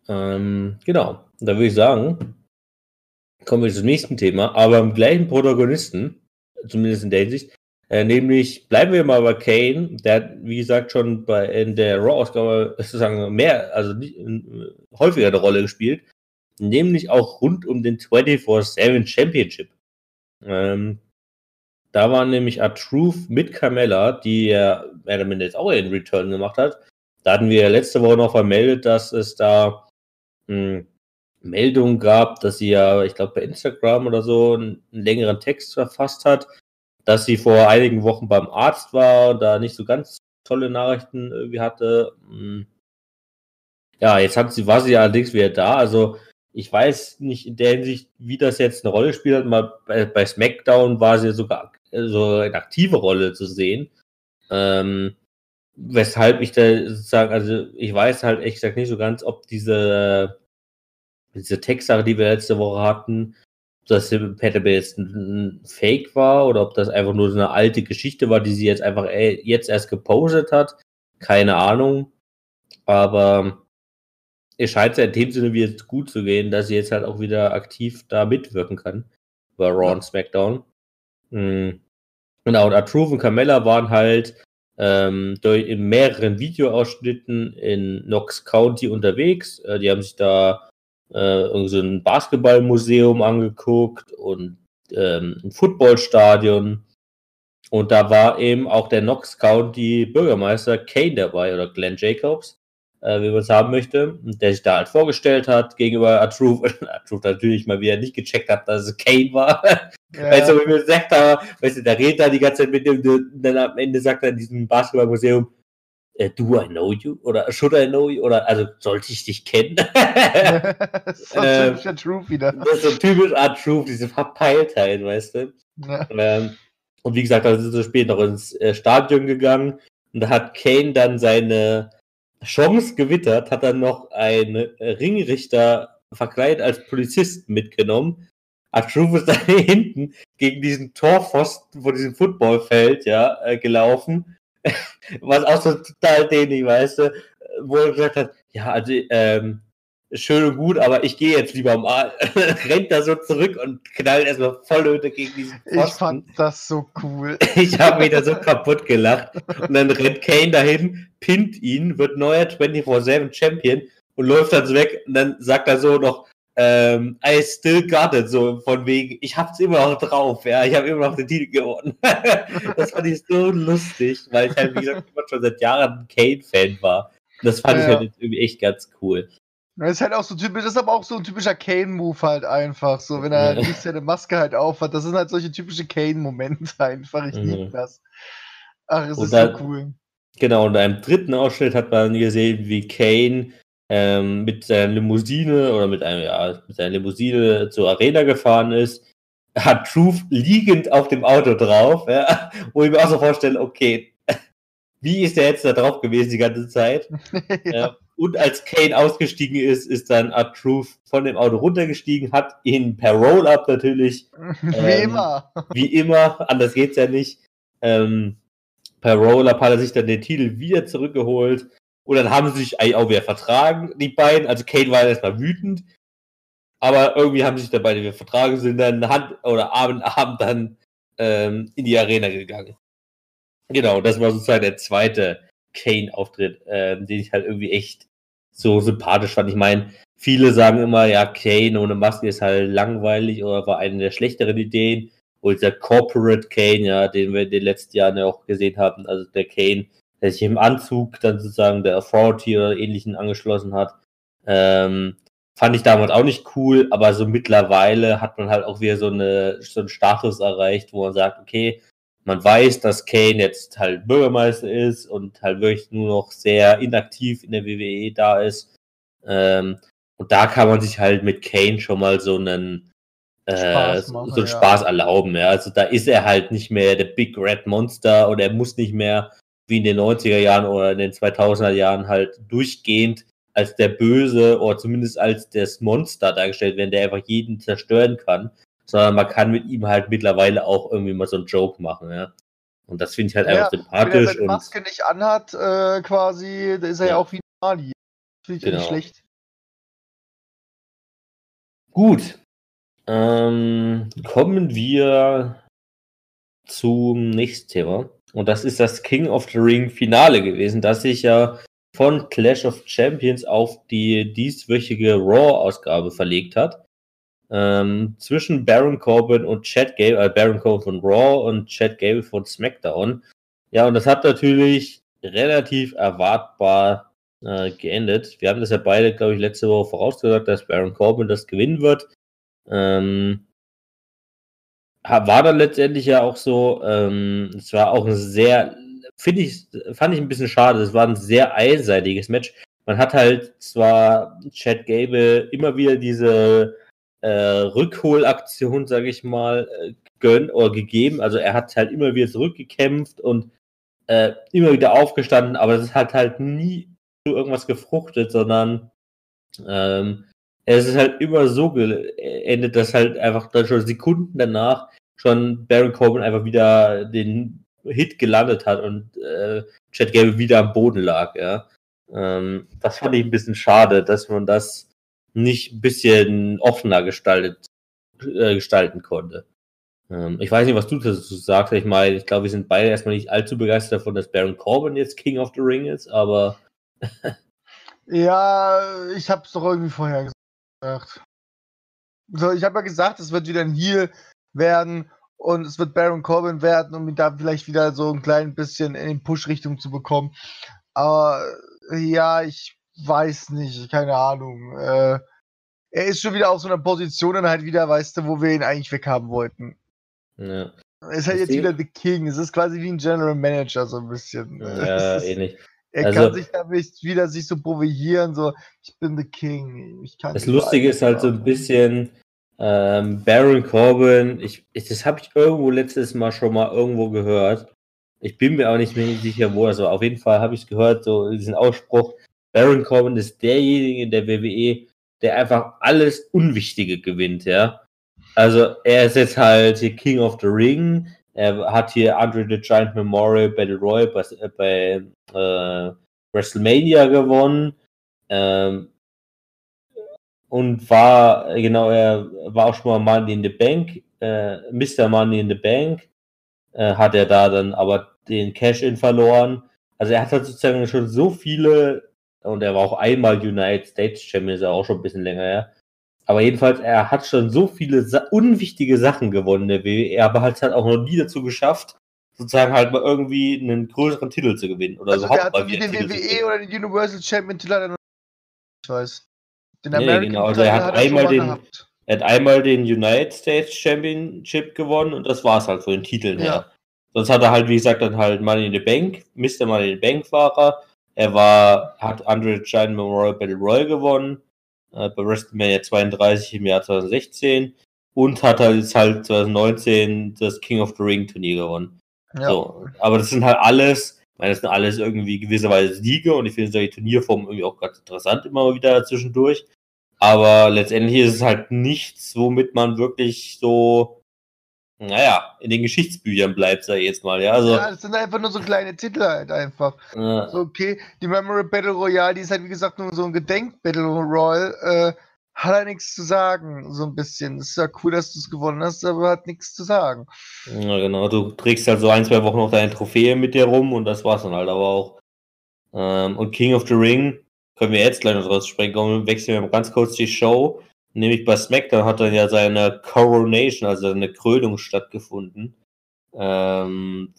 Ähm, genau, da würde ich sagen, kommen wir zum nächsten Thema, aber im gleichen Protagonisten, zumindest in der Hinsicht, äh, nämlich bleiben wir mal bei Kane, der hat, wie gesagt, schon bei, in der Raw-Ausgabe sozusagen mehr, also nicht, äh, häufiger eine Rolle gespielt, nämlich auch rund um den vierundzwanzig sieben Championship. Ähm, da war nämlich R-Truth mit Carmella, die ja mehr oder minder jetzt auch ihren Return gemacht hat. Da hatten wir letzte Woche noch vermeldet, dass es da mh, Meldungen gab, dass sie ja, ich glaube bei Instagram oder so, einen, einen längeren Text verfasst hat, dass sie vor einigen Wochen beim Arzt war und da nicht so ganz tolle Nachrichten irgendwie hatte. Mh. Ja, jetzt hat sie, war sie allerdings wieder da. Also ich weiß nicht in der Hinsicht, wie das jetzt eine Rolle spielt. Mal bei, bei SmackDown war sie sogar so eine aktive Rolle zu sehen. Ähm, weshalb ich da sozusagen, also ich weiß halt ehrlich gesagt nicht so ganz, ob diese, diese Textsache, die wir letzte Woche hatten, ob das jetzt ein Fake war oder ob das einfach nur so eine alte Geschichte war, die sie jetzt einfach jetzt erst gepostet hat. Keine Ahnung. Aber es scheint ja in dem Sinne wie jetzt gut zu gehen, dass sie jetzt halt auch wieder aktiv da mitwirken kann bei Raw Ja. und SmackDown. Mhm. Genau, und R-Truth und Carmella waren halt ähm, durch, in mehreren Videoausschnitten in Knox County unterwegs. Äh, die haben sich da äh, irgendwie so ein Basketballmuseum angeguckt und ähm, ein Footballstadion. Und da war eben auch der Knox County Bürgermeister Kane dabei oder Glenn Jacobs, äh, wie man es haben möchte, der sich da halt vorgestellt hat gegenüber R-Truth. R-Truth natürlich mal wieder nicht gecheckt hat, dass es Kane war. Ja. Weißt du, wie mir gesagt habe, weißt du, der redet da die ganze Zeit mit dem, dann am Ende sagt er in diesem Basketballmuseum, äh, do I know you? Oder should I know you? Oder, also, sollte ich dich kennen? Das ist so Ähm, typisch R-Truth wieder. Das ist so typisch R-Truth, diese Verpeiltheit, weißt du? Ja. Ähm, und wie gesagt, da sind sie später noch ins äh, Stadion gegangen und da hat Kane dann seine Chance gewittert, hat dann noch einen Ringrichter verkleidet als Polizist mitgenommen. R-Truth ist da hinten gegen diesen Torpfosten von diesem Footballfeld, ja, äh, gelaufen. Was auch so total dämlich, weißt du, wo er gesagt hat, ja, also, ähm, schön und gut, aber ich gehe jetzt lieber mal. Rennt da so zurück und knallt erstmal Vollöte gegen diesen Pfosten. Ich fand das so cool. Ich habe mich da so kaputt gelacht. Und dann rennt Kane dahin, pinnt ihn, wird neuer vierundzwanzig sieben Champion und läuft dann so weg. Und dann sagt er so noch, ähm, I still got it, so von wegen, ich hab's immer noch drauf, ja, ich habe immer noch den Titel gewonnen. Das fand ich so lustig, weil ich halt, wie gesagt, immer schon seit Jahren ein Kane-Fan war. Und das fand Ja, ich ja. halt jetzt irgendwie echt ganz cool. Das ist halt auch so typisch, das ist aber auch so ein typischer Kane-Move halt einfach, so wenn er Ja. nicht seine Maske halt aufhat. Das sind halt solche typische Kane-Momente einfach. Ich liebe Mhm. das. Ach, es Und ist dann- so cool. Genau, und im dritten Ausschnitt hat man gesehen, wie Kane ähm, mit seiner Limousine oder mit einem, ja, mit seiner Limousine zur Arena gefahren ist, hat Truth liegend auf dem Auto drauf, ja, wo ich mir auch so vorstelle, okay, wie ist der jetzt da drauf gewesen die ganze Zeit? Ja. Ja. Und als Kane ausgestiegen ist, ist dann R-Truth von dem Auto runtergestiegen, hat ihn per Roll-Up natürlich, Wie ähm, immer. wie immer, anders geht's ja nicht, ähm, per Roll-Up hat er sich dann den Titel wieder zurückgeholt. Und dann haben sie sich eigentlich auch wieder vertragen, die beiden. Also Kane war erstmal wütend. Aber irgendwie haben sie sich dann beide wieder vertragen, sind dann Hand oder Arm in Arm dann ähm, in die Arena gegangen. Genau, das war sozusagen der zweite Kane-Auftritt, ähm, den ich halt irgendwie echt so sympathisch fand. Ich meine, viele sagen immer, ja, Kane ohne Maske ist halt langweilig oder war eine der schlechteren Ideen. Und der Corporate Kane, ja, den wir in den letzten Jahren ja auch gesehen haben, also der Kane, der sich im Anzug dann sozusagen der Authority oder ähnlichen angeschlossen hat, ähm, fand ich damals auch nicht cool, aber so mittlerweile hat man halt auch wieder so eine so einen Status erreicht, wo man sagt, okay, man weiß, dass Kane jetzt halt Bürgermeister ist und halt wirklich nur noch sehr inaktiv in der W W E da ist. Ähm, und da kann man sich halt mit Kane schon mal so einen äh, Spaß so, machen, so einen ja. Spaß erlauben. Ja. Also da ist er halt nicht mehr der Big Red Monster oder er muss nicht mehr wie in den neunziger Jahren oder in den zweitausender Jahren halt durchgehend als der Böse oder zumindest als das Monster dargestellt werden, der einfach jeden zerstören kann, sondern man kann mit ihm halt mittlerweile auch irgendwie mal so einen Joke machen, ja. Und das finde ich halt Ja, einfach wenn er sympathisch seine und Maske nicht anhat, äh, quasi, da ist er ja, Ja. auch wie Mali. Finde ich ja nicht Genau. schlecht. Gut. Ähm, kommen wir zum nächsten Thema. Und das ist das King of the Ring Finale gewesen, das sich ja von Clash of Champions auf die dieswöchige Raw-Ausgabe verlegt hat. Ähm, zwischen Baron Corbin und Chad Gable, äh, Baron Corbin von Raw und Chad Gable von SmackDown. Ja, und das hat natürlich relativ erwartbar äh, geendet. Wir haben das ja beide, glaube ich, letzte Woche vorausgesagt, dass Baron Corbin das gewinnen wird. Ähm, war dann letztendlich ja auch so, ähm, es war auch ein sehr, finde ich, fand ich ein bisschen schade, es war ein sehr einseitiges Match. Man hat halt zwar Chad Gable immer wieder diese äh, Rückholaktion, sage ich mal, äh, gönnt oder gegeben, also er hat halt immer wieder zurückgekämpft und äh, immer wieder aufgestanden, aber es hat halt nie zu irgendwas gefruchtet, sondern ähm, es ist halt immer so geendet, dass halt einfach dann schon Sekunden danach schon Baron Corbin einfach wieder den Hit gelandet hat und äh, Chad Gable wieder am Boden lag, ja. Ähm, das fand ich ein bisschen schade, dass man das nicht ein bisschen offener gestaltet, äh, gestalten konnte. Ähm, ich weiß nicht, was du dazu sagst. Ich meine, ich glaube, wir sind beide erstmal nicht allzu begeistert davon, dass Baron Corbin jetzt King of the Ring ist, aber Ja, ich hab's doch irgendwie vorher gesagt. So, ich habe ja gesagt, es wird wieder ein Heel werden und es wird Baron Corbin werden, um ihn da vielleicht wieder so ein klein bisschen in die Push-Richtung zu bekommen. Aber ja, ich weiß nicht, keine Ahnung. Äh, er ist schon wieder auf so einer Position dann halt wieder, weißt du, wo wir ihn eigentlich weghaben wollten. ja. Er ist halt Ich jetzt seh- wieder The King. Es ist quasi wie ein General Manager so ein bisschen. Ja, Es ist, ähnlich. er Also- kann sich damit wieder sich so provozieren, so, ich bin The King. Ich kann Das überall Lustige ist halt so ein mitmachen. bisschen, ähm, Baron Corbin, ich, ich, das habe ich irgendwo letztes Mal schon mal irgendwo gehört. Ich bin mir auch nicht mehr sicher, wo das war. Auf jeden Fall habe ich es gehört, so diesen Ausspruch, Baron Corbin ist derjenige in der W W E, der einfach alles Unwichtige gewinnt, ja. Also er ist jetzt halt hier King of the Ring, er hat hier Andre the Giant Memorial Battle Royal bei, bei äh, WrestleMania gewonnen. Ähm, und war, genau, er war auch schon mal Money in the Bank, äh, Mister Money in the Bank, äh, hat er da dann aber den Cash-In verloren. Also er hat halt sozusagen schon so viele, und er war auch einmal United States Champion, ist ja auch schon ein bisschen länger her. Aber jedenfalls, er hat schon so viele sa- unwichtige Sachen gewonnen, der W W E, aber halt hat auch noch nie dazu geschafft, sozusagen halt mal irgendwie einen größeren Titel zu gewinnen. Oder Also der überhaupt hat mal noch nie wieder den einen Titel W zu W E gewinnen. oder den Universal Champion Titel, hat er noch nicht, ich weiß. Den Nee, American genau, also er Titel hat hat er schon einmal mal den, gehabt. er hat einmal den United States Championship gewonnen und das war's halt von den Titeln Ja. her. Sonst hat er halt, wie gesagt, dann halt Money in the Bank, Mister Money in the Bank war er. Er war, hat Andre the Giant Memorial Battle Royal gewonnen, äh, bei WrestleMania zweiunddreißig im Jahr zwanzig sechzehn und hat halt jetzt halt zwanzig neunzehn das King of the Ring Turnier gewonnen. Ja. So, aber das sind halt alles, ich meine, das sind alles irgendwie gewisserweise Siege und ich finde solche Turnierformen irgendwie auch ganz interessant immer mal wieder zwischendurch. Aber letztendlich ist es halt nichts, womit man wirklich so, naja, in den Geschichtsbüchern bleibt, sag ich jetzt mal, ja. Also, Ja, das sind einfach nur so kleine Titel halt einfach. äh, So, okay, die Memory Battle Royale, die ist halt wie gesagt nur so ein Gedenk-Battle Royale, äh, hat halt nichts zu sagen, so ein bisschen. Es ist ja cool, dass du es gewonnen hast, aber hat nichts zu sagen. ja, genau, du trägst halt so ein, zwei Wochen noch deine Trophäe mit dir rum und das war's dann halt aber auch. Ähm, und King of the Ring, können wir jetzt gleich noch draus sprechen, kommen, wechseln wir mal ganz kurz die Show. Nämlich bei SmackDown hat dann ja seine Coronation, also seine Krönung stattgefunden. Ähm,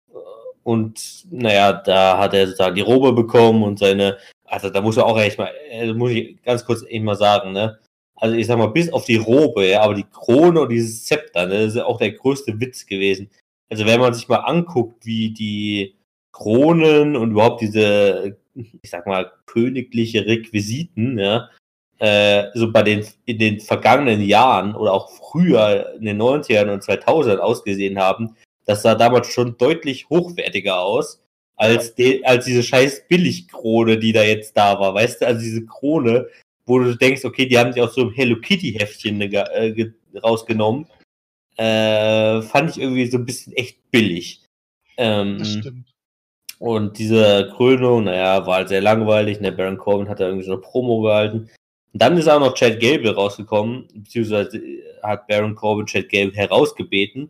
und naja, da hat er sozusagen die Robe bekommen und seine, also da muss er auch echt mal, äh, muss ich ganz kurz eben mal sagen, ne? Also ich sag mal, bis auf die Robe, ja, aber die Krone und dieses Zepter, ne, das ist ja auch der größte Witz gewesen. Also wenn man sich mal anguckt, wie die Kronen und überhaupt diese, ich sag mal, königliche Requisiten, ja, äh, so bei den, in den vergangenen Jahren oder auch früher in den neunzigern und zweitausendern ausgesehen haben, das sah damals schon deutlich hochwertiger aus, als, de, als diese scheiß Billigkrone, die da jetzt da war. Weißt du, also diese Krone, wo du denkst, okay, die haben sich aus so einem Hello Kitty-Heftchen äh, rausgenommen, äh, fand ich irgendwie so ein bisschen echt billig. Ähm, Das stimmt. Und diese Krönung, naja, war halt sehr langweilig. Der Baron Corbin hat da irgendwie so eine Promo gehalten. Und dann ist auch noch Chad Gable rausgekommen, beziehungsweise hat Baron Corbin Chad Gable herausgebeten.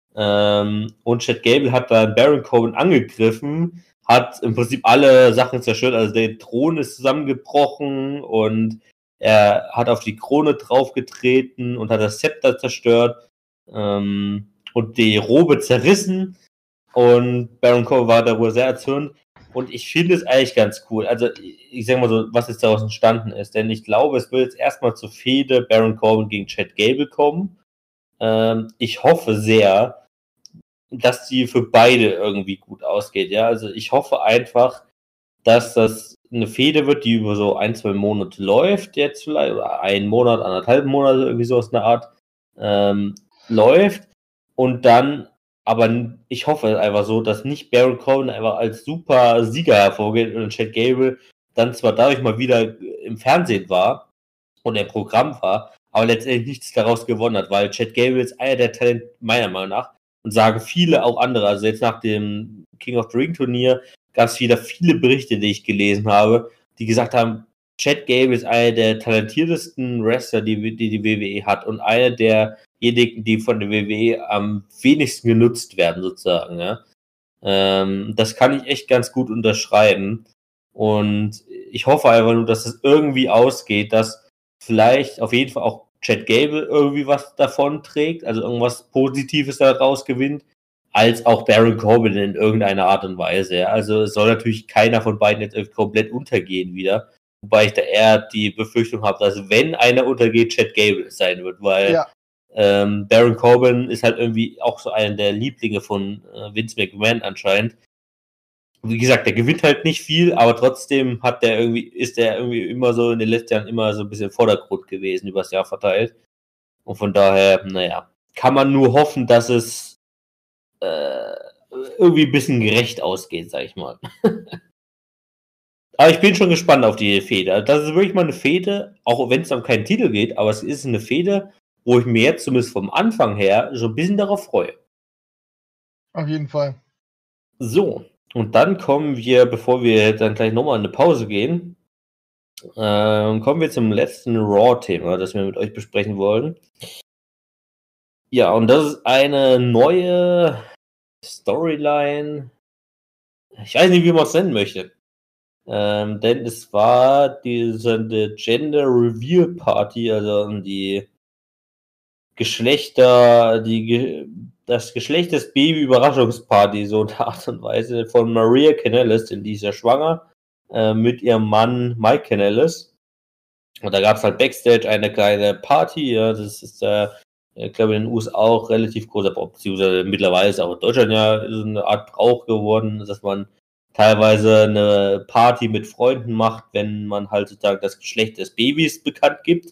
Ähm, und Chad Gable hat dann Baron Corbin angegriffen, hat im Prinzip alle Sachen zerstört, also der Thron ist zusammengebrochen und er hat auf die Krone draufgetreten und hat das Zepter zerstört ähm, und die Robe zerrissen und Baron Corbin war darüber sehr erzürnt. Und ich finde es eigentlich ganz cool. Also, ich sag mal so, was jetzt daraus entstanden ist. Denn ich glaube, es wird jetzt erstmal zur Fehde Baron Corbin gegen Chad Gable kommen. Ähm, ich hoffe sehr, dass die für beide irgendwie gut ausgeht. Ja, also ich hoffe einfach, dass das eine Fehde wird, die über so ein, zwei Monate läuft jetzt vielleicht, oder einen Monat, anderthalb Monate, irgendwie so aus einer Art, ähm, läuft. Und dann aber ich hoffe einfach so, dass nicht Baron Corbin einfach als super Sieger hervorgeht und Chad Gable dann zwar dadurch mal wieder im Fernsehen war und im Programm war, aber letztendlich nichts daraus gewonnen hat, weil Chad Gable ist einer der Talente, meiner Meinung nach, und sagen viele auch andere, also jetzt nach dem King of the Ring Turnier gab es wieder viele Berichte, die ich gelesen habe, die gesagt haben, Chad Gable ist einer der talentiertesten Wrestler, die die, die W W E hat und einer derjenigen, die von der W W E am wenigsten genutzt werden, sozusagen. Ja. Ähm, das kann ich echt ganz gut unterschreiben. Und ich hoffe einfach nur, dass es irgendwie ausgeht, dass vielleicht auf jeden Fall auch Chad Gable irgendwie was davon trägt, also irgendwas Positives daraus gewinnt, als auch Baron Corbin in irgendeiner Art und Weise. Ja. Also es soll natürlich keiner von beiden jetzt komplett untergehen wieder. Wobei ich da eher die Befürchtung habe, dass wenn einer untergeht, Chad Gable sein wird, weil ja. ähm, Baron Corbin ist halt irgendwie auch so einer der Lieblinge von äh, Vince McMahon anscheinend. Wie gesagt, der gewinnt halt nicht viel, aber trotzdem hat der irgendwie, ist der irgendwie immer so in den letzten Jahren immer so ein bisschen Vordergrund gewesen, übers Jahr verteilt. Und von daher, naja, kann man nur hoffen, dass es äh, irgendwie ein bisschen gerecht ausgeht, sag ich mal. Aber ich bin schon gespannt auf die Fehde. Das ist wirklich mal eine Fehde, auch wenn es um keinen Titel geht, aber es ist eine Fehde, wo ich mir jetzt zumindest vom Anfang her so ein bisschen darauf freue. Auf jeden Fall. So, und dann kommen wir, bevor wir dann gleich nochmal in eine Pause gehen, äh, kommen wir zum letzten Raw-Thema, das wir mit euch besprechen wollen. Ja, und das ist eine neue Storyline. Ich weiß nicht, wie man es nennen möchte. Ähm, denn es war diese die Gender Reveal Party, also die Geschlechter, die das Geschlecht des Baby Überraschungsparty, so in der Art und Weise von Maria Kanellis, denn die ist ja schwanger, äh, mit ihrem Mann Mike Kanellis. Und da gab es halt Backstage eine kleine Party, ja, das ist äh, ich glaube in den U S A auch relativ groß, beziehungsweise mittlerweile ist auch in Deutschland ja so eine Art Brauch geworden, dass man teilweise eine Party mit Freunden macht, wenn man halt sozusagen das Geschlecht des Babys bekannt gibt.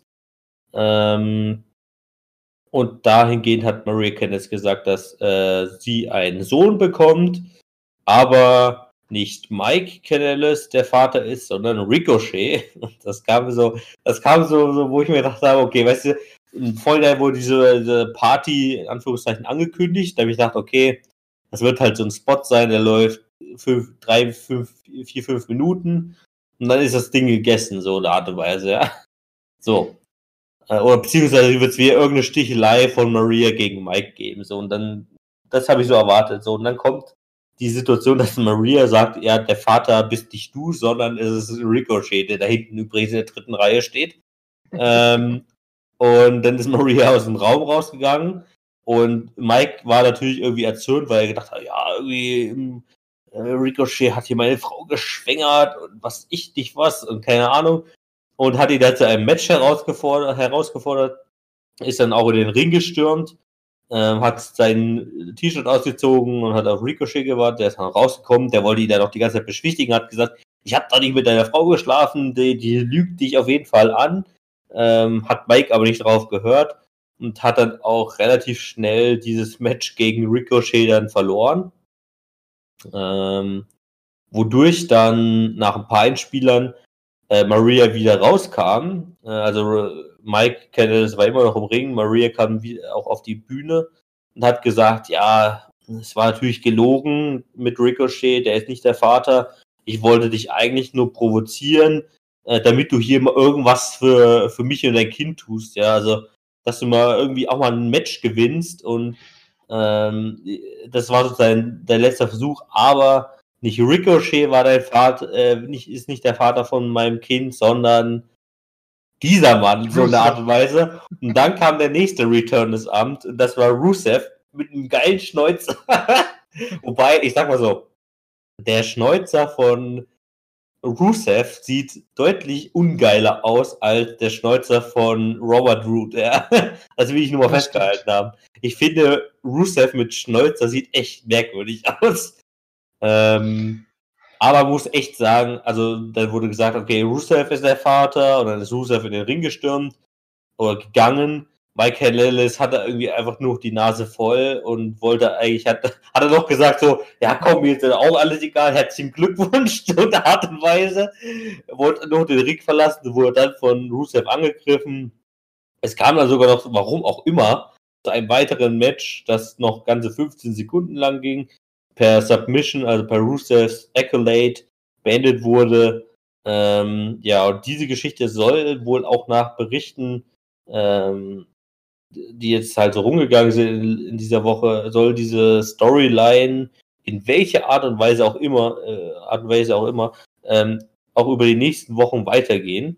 Ähm, und dahingehend hat Maria Kanellis gesagt, dass äh, sie einen Sohn bekommt, aber nicht Mike Kanellis der Vater ist, sondern Ricochet. Und das kam so, das kam so, so wo ich mir gedacht habe, okay, weißt du, im Vorhinein wurde diese, diese Party in Anführungszeichen angekündigt, da habe ich gedacht, okay, das wird halt so ein Spot sein, der läuft fünf, drei, fünf, vier, fünf Minuten und dann ist das Ding gegessen, so in der Art und Weise, ja. So. Oder beziehungsweise wird es wieder irgendeine Stichelei von Maria gegen Mike geben, so und dann, das habe ich so erwartet, so und dann kommt die Situation, dass Maria sagt, ja, der Vater bist nicht du, sondern es ist Ricochet, der da hinten übrigens in der dritten Reihe steht. ähm, und dann ist Maria aus dem Raum rausgegangen und Mike war natürlich irgendwie erzürnt, weil er gedacht hat, ja, irgendwie äh, Ricochet hat hier meine Frau geschwängert und was ich nicht was und keine Ahnung. Und hat ihn dann zu einem Match herausgefordert, herausgefordert, ist dann auch in den Ring gestürmt, ähm, hat sein T-Shirt ausgezogen und hat auf Ricochet gewartet, der ist dann rausgekommen, der wollte ihn dann auch die ganze Zeit beschwichtigen, hat gesagt, ich habe doch nicht mit deiner Frau geschlafen, die, die lügt dich auf jeden Fall an, ähm, hat Mike aber nicht drauf gehört und hat dann auch relativ schnell dieses Match gegen Ricochet dann verloren, ähm, wodurch dann nach ein paar Einspielern äh, Maria wieder rauskam, äh, also Mike Kanellis war immer noch im Ring, Maria kam wieder auch auf die Bühne und hat gesagt, ja, es war natürlich gelogen mit Ricochet, der ist nicht der Vater, ich wollte dich eigentlich nur provozieren, äh, damit du hier mal irgendwas für, für mich und dein Kind tust, ja, also, dass du mal irgendwie auch mal ein Match gewinnst und ähm, das war sozusagen dein letzter Versuch, aber nicht Ricochet war dein Vater, äh, nicht, ist nicht der Vater von meinem Kind, sondern dieser Mann, so eine Art und Weise. Und dann kam der nächste Return des Amts und das war Rusev mit einem geilen Schnäuzer. Wobei, ich sag mal so, der Schnäuzer von Rusev sieht deutlich ungeiler aus als der Schnäuzer von Robert Roode, ja. Das will ich nur mal Das festgehalten stimmt. haben. Ich finde, Rusev mit Schnäuzer sieht echt merkwürdig aus. Ähm, aber muss echt sagen, also dann wurde gesagt, okay, Rusev ist der Vater und dann ist Rusev in den Ring gestürmt oder gegangen. Mike Kanellis hatte irgendwie einfach nur die Nase voll und wollte eigentlich, hat, hat er noch gesagt so, ja komm, mir ist das auch alles egal, herzlichen Glückwunsch, so eine Art und Weise. Er wollte nur den Ring verlassen, wurde dann von Rusev angegriffen. Es kam dann sogar noch, warum auch immer, zu einem weiteren Match, das noch ganze fünfzehn Sekunden lang ging, per Submission, also per Rusevs Accolade, beendet wurde. Ähm, ja, und diese Geschichte soll wohl auch nach Berichten, ähm, die jetzt halt so rumgegangen sind in, in dieser Woche, soll diese Storyline in welche Art und Weise auch immer, äh, Art und Weise auch immer, ähm, auch über die nächsten Wochen weitergehen.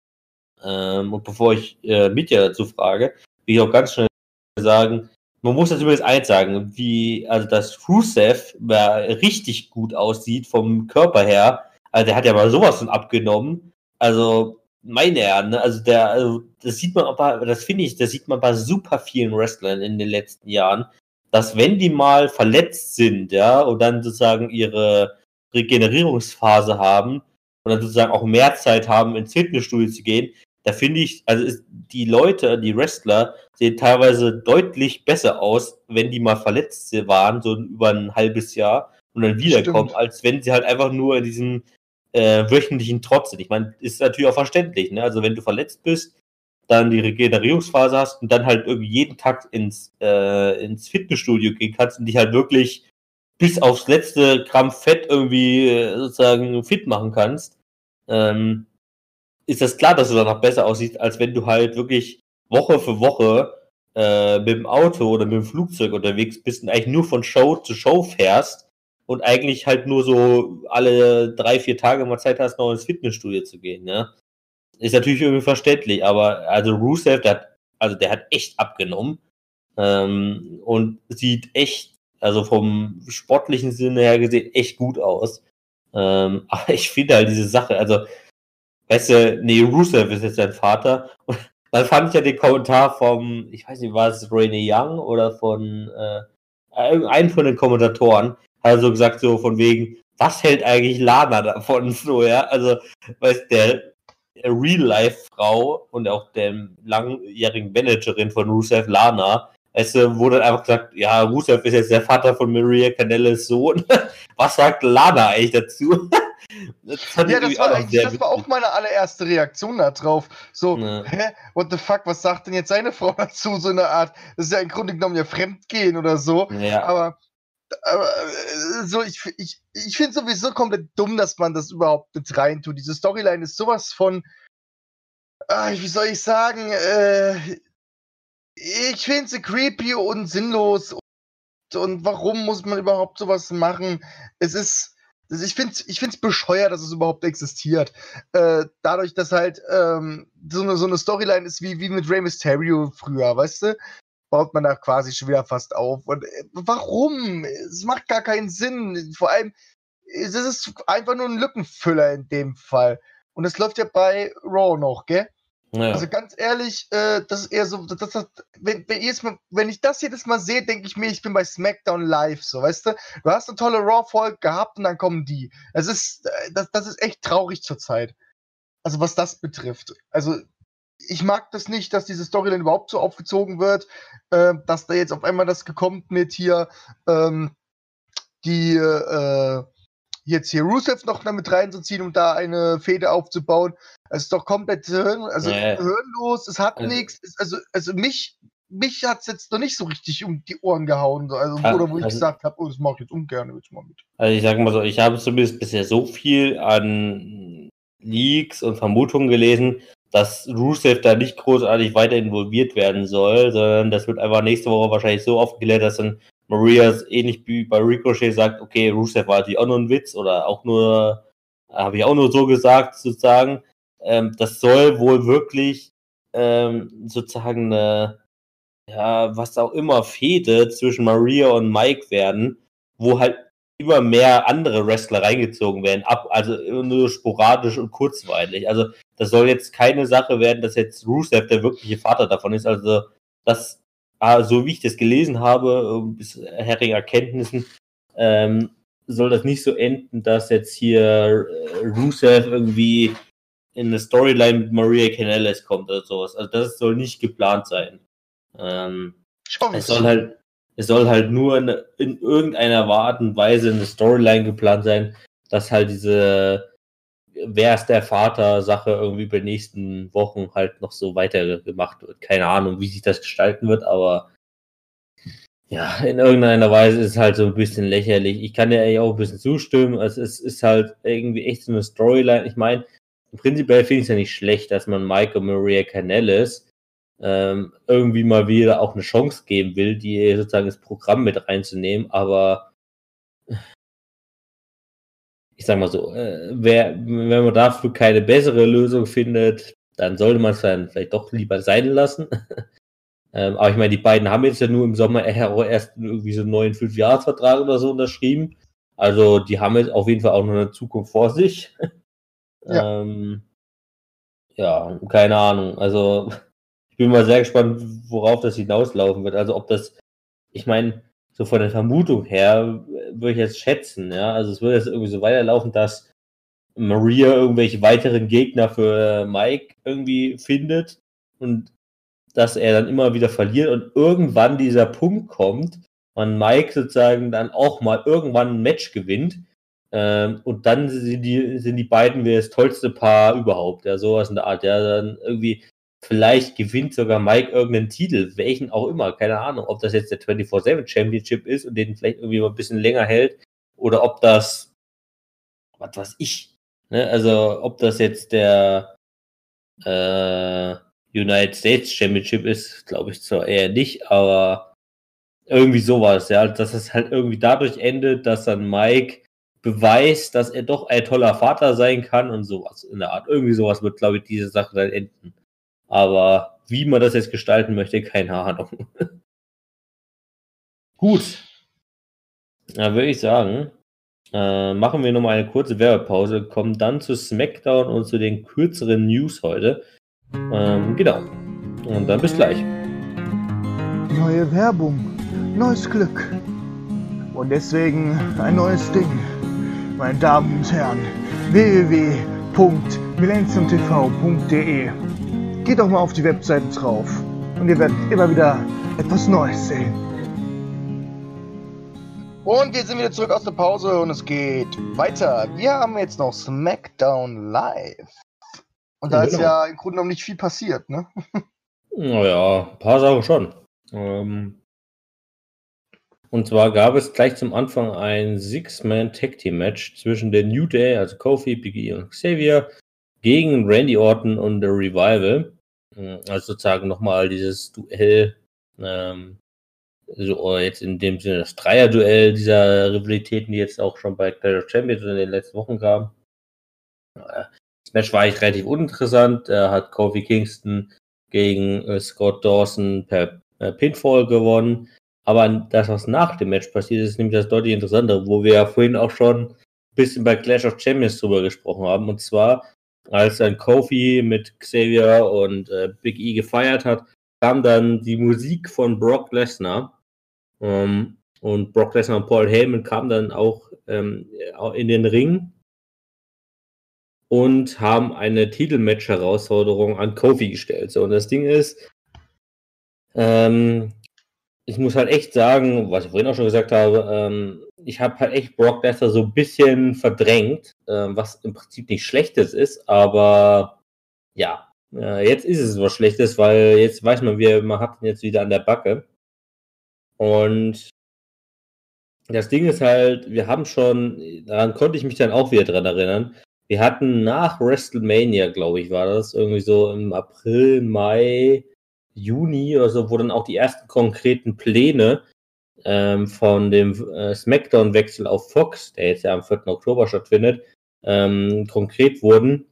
Ähm, und bevor ich äh, Mitya dazu frage, will ich auch ganz schnell sagen, man muss das übrigens eins sagen, wie, also dass Rusev ja richtig gut aussieht vom Körper her, also der hat ja mal sowas von abgenommen, also meine Herren, ne? Also der, also das sieht man aber, das finde ich, das sieht man bei super vielen Wrestlern in den letzten Jahren, dass wenn die mal verletzt sind, ja, und dann sozusagen ihre Regenerierungsphase haben und dann sozusagen auch mehr Zeit haben, ins Fitnessstudio zu gehen, da finde ich, also ist, die Leute, die Wrestler sehen teilweise deutlich besser aus, wenn die mal verletzt waren, so über ein halbes Jahr und dann wiederkommen, Stimmt. als wenn sie halt einfach nur in diesem äh, wöchentlichen Trotz sind. Ich meine, ist natürlich auch verständlich, ne? Also wenn du verletzt bist, dann die Regenerierungsphase hast und dann halt irgendwie jeden Tag ins, äh, ins Fitnessstudio gehen kannst und dich halt wirklich bis aufs letzte Gramm Fett irgendwie äh, sozusagen fit machen kannst, ähm, ist das klar, dass du danach besser aussiehst, als wenn du halt wirklich Woche für Woche äh, mit dem Auto oder mit dem Flugzeug unterwegs bist und eigentlich nur von Show zu Show fährst und eigentlich halt nur so alle drei, vier Tage mal Zeit hast, noch ins Fitnessstudio zu gehen, ne? Ist natürlich irgendwie verständlich, aber also Rusev, der hat, also der hat echt abgenommen ähm, und sieht echt, also vom sportlichen Sinne her gesehen, echt gut aus. Ähm, aber ich finde halt diese Sache, also weißt du, nee, Rusev ist jetzt sein Vater. Und dann fand ich ja den Kommentar vom, ich weiß nicht, war es Renee Young oder von äh, irgendeinem von den Kommentatoren, hat er so gesagt, so von wegen, was hält eigentlich Lana davon? So, ja, also, weißt der Real-Life-Frau und auch der langjährigen Managerin von Rusev, Lana, weißt du, wurde einfach gesagt, ja, Rusev ist jetzt der Vater von Maria Kanellis Sohn. Was sagt Lana eigentlich dazu? Das fand ich Ja, das irgendwie auch war noch eigentlich, sehr das war auch witzig. meine allererste Reaktion da drauf. So, Ne. hä, what the fuck, was sagt denn jetzt seine Frau dazu? So eine Art, das ist ja im Grunde genommen ja Fremdgehen oder so. Ja, Aber, aber äh, so, ich, ich, ich finde sowieso komplett dumm, dass man das überhaupt mit reintut. Diese Storyline ist sowas von, ah, wie soll ich sagen, äh, ich finde sie creepy und sinnlos. Und warum muss man überhaupt sowas machen? Es ist, also ich finde es ich find's bescheuert, dass es überhaupt existiert. Äh, dadurch, dass halt ähm, so eine so 'ne Storyline ist wie, wie mit Rey Mysterio früher, weißt du? Baut man da quasi schon wieder fast auf. Und äh, warum? Es macht gar keinen Sinn. Vor allem, es ist einfach nur ein Lückenfüller in dem Fall. Und das läuft ja bei Raw noch, gell? Also ja. ganz ehrlich, äh, das ist eher so, das, das, wenn, wenn, jedes Mal, wenn ich das jedes Mal sehe, denke ich mir, ich bin bei SmackDown Live, so, weißt du? Du hast eine tolle Raw-Folge gehabt und dann kommen die. Es ist, äh, das, das ist echt traurig zurzeit. Also was das betrifft. Also ich mag das nicht, dass diese Storyline überhaupt so aufgezogen wird, äh, dass da jetzt auf einmal das gekommen mit hier, ähm, die, äh, jetzt hier Rusev noch damit reinzuziehen, um da eine Fehde aufzubauen. Es ist doch komplett hirn, also Ja, hirnlos, es hat also, nichts. Also, also mich, mich hat es jetzt noch nicht so richtig um die Ohren gehauen. so, Also, oder wo ich also, gesagt habe, oh, das mache ich jetzt ungern jetzt mal mit. also ich sage mal so, ich habe zumindest bisher so viel an Leaks und Vermutungen gelesen, dass Rusev da nicht großartig weiter involviert werden soll, sondern das wird einfach nächste Woche wahrscheinlich so aufgeklärt, dass dann Maria ähnlich wie bei Ricochet sagt, okay, Rusev war natürlich auch nur ein Witz oder auch nur, habe ich auch nur so gesagt, sozusagen. Ähm, das soll wohl wirklich ähm, sozusagen eine, ja, was auch immer, Fehde zwischen Maria und Mike werden, wo halt immer mehr andere Wrestler reingezogen werden, ab, also nur sporadisch und kurzweilig. Also das soll jetzt keine Sache werden, dass jetzt Rusev der wirkliche Vater davon ist. Also das, so wie ich das gelesen habe, bisherigen Erkenntnissen, ähm, soll das nicht so enden, dass jetzt hier äh, Rusev irgendwie in eine Storyline mit Maria Kanellis kommt oder sowas. Also das soll nicht geplant sein. Ähm, es soll halt Es soll halt nur in, in irgendeiner Art und Weise eine Storyline geplant sein, dass halt diese wer ist der Vater-Sache irgendwie bei den nächsten Wochen halt noch so weitergemacht wird. Keine Ahnung, wie sich das gestalten wird, aber ja, in irgendeiner Weise ist es halt so ein bisschen lächerlich. Ich kann dir eigentlich auch ein bisschen zustimmen. Es ist, ist halt irgendwie echt so eine Storyline. Ich meine, prinzipiell finde ich es ja nicht schlecht, dass man Mike und Maria Kanellis ähm, irgendwie mal wieder auch eine Chance geben will, die sozusagen ins Programm mit reinzunehmen, aber ich sag mal so, äh, wer, wenn man dafür keine bessere Lösung findet, dann sollte man es dann vielleicht doch lieber sein lassen. ähm, aber ich meine, die beiden haben jetzt ja nur im Sommer erst irgendwie so einen neuen Fünfjahresvertrag oder so unterschrieben. Also die haben jetzt auf jeden Fall auch noch eine Zukunft vor sich. Ja. ähm, ja, keine Ahnung. Also ich bin mal sehr gespannt, worauf das hinauslaufen wird. Also ob das, ich meine, so von der Vermutung her würde ich jetzt schätzen, ja. Also es würde jetzt irgendwie so weiterlaufen, dass Maria irgendwelche weiteren Gegner für Mike irgendwie findet und dass er dann immer wieder verliert und irgendwann dieser Punkt kommt, man Mike sozusagen dann auch mal irgendwann ein Match gewinnt ähm, und dann sind die, sind die beiden wie das tollste Paar überhaupt, ja, sowas in der Art, ja, dann irgendwie vielleicht gewinnt sogar Mike irgendeinen Titel, welchen auch immer, keine Ahnung, ob das jetzt der vierundzwanzig sieben Championship ist und den vielleicht irgendwie mal ein bisschen länger hält oder ob das, was weiß ich, ne, also ob das jetzt der äh, United States Championship ist, glaube ich zwar eher nicht, aber irgendwie sowas, ja, dass es halt irgendwie dadurch endet, dass dann Mike beweist, dass er doch ein toller Vater sein kann und sowas in der Art. Irgendwie sowas wird, glaube ich, diese Sache dann enden. Aber wie man das jetzt gestalten möchte, keine Ahnung. Gut. Da würde ich sagen, äh, machen wir nochmal eine kurze Werbepause, kommen dann zu SmackDown und zu den kürzeren News heute. Ähm, genau. Und dann bis gleich. Neue Werbung, neues Glück. Und deswegen ein neues Ding. Meine Damen und Herren, w w w punkt millennium t v punkt d e. Geht doch mal auf die Webseite drauf und ihr werdet immer wieder etwas Neues sehen. Und wir sind wieder zurück aus der Pause und es geht weiter. Wir haben jetzt noch SmackDown Live. Und da Ja, ist genau. ja im Grunde genommen nicht viel passiert, ne? Naja, ein paar Sachen schon. Ähm, und zwar gab es gleich zum Anfang ein Six-Man-Tag-Team-Match zwischen der New Day, also Kofi, Big E und Xavier, gegen Randy Orton und The Revival. Also sozusagen nochmal dieses Duell, ähm, so jetzt in dem Sinne das Dreier-Duell dieser Rivalitäten, die jetzt auch schon bei Clash of Champions in den letzten Wochen kamen. Das Match war eigentlich relativ uninteressant. Er hat Kofi Kingston gegen äh, Scott Dawson per äh, Pinfall gewonnen. Aber das, was nach dem Match passiert ist, ist nämlich das deutlich interessantere, wo wir ja vorhin auch schon ein bisschen bei Clash of Champions drüber gesprochen haben. Und zwar, als dann Kofi mit Xavier und äh, Big E gefeiert hat, kam dann die Musik von Brock Lesnar. Ähm, und Brock Lesnar und Paul Heyman kamen dann auch ähm, in den Ring und haben eine Titelmatch-Herausforderung an Kofi gestellt. So, und das Ding ist, ähm, ich muss halt echt sagen, was ich vorhin auch schon gesagt habe, ähm, ich habe halt echt Brock Lesnar so ein bisschen verdrängt, ähm, was im Prinzip nicht Schlechtes ist, aber ja, äh, jetzt ist es was Schlechtes, weil jetzt weiß man, wie man hat ihn jetzt wieder an der Backe. Und das Ding ist halt, wir haben schon, daran konnte ich mich dann auch wieder dran erinnern, wir hatten nach WrestleMania, glaube ich, war das irgendwie so im April, Mai, Juni oder so, wo dann auch die ersten konkreten Pläne ähm, von dem äh, SmackDown-Wechsel auf Fox, der jetzt ja am vierten Oktober stattfindet, ähm, konkret wurden.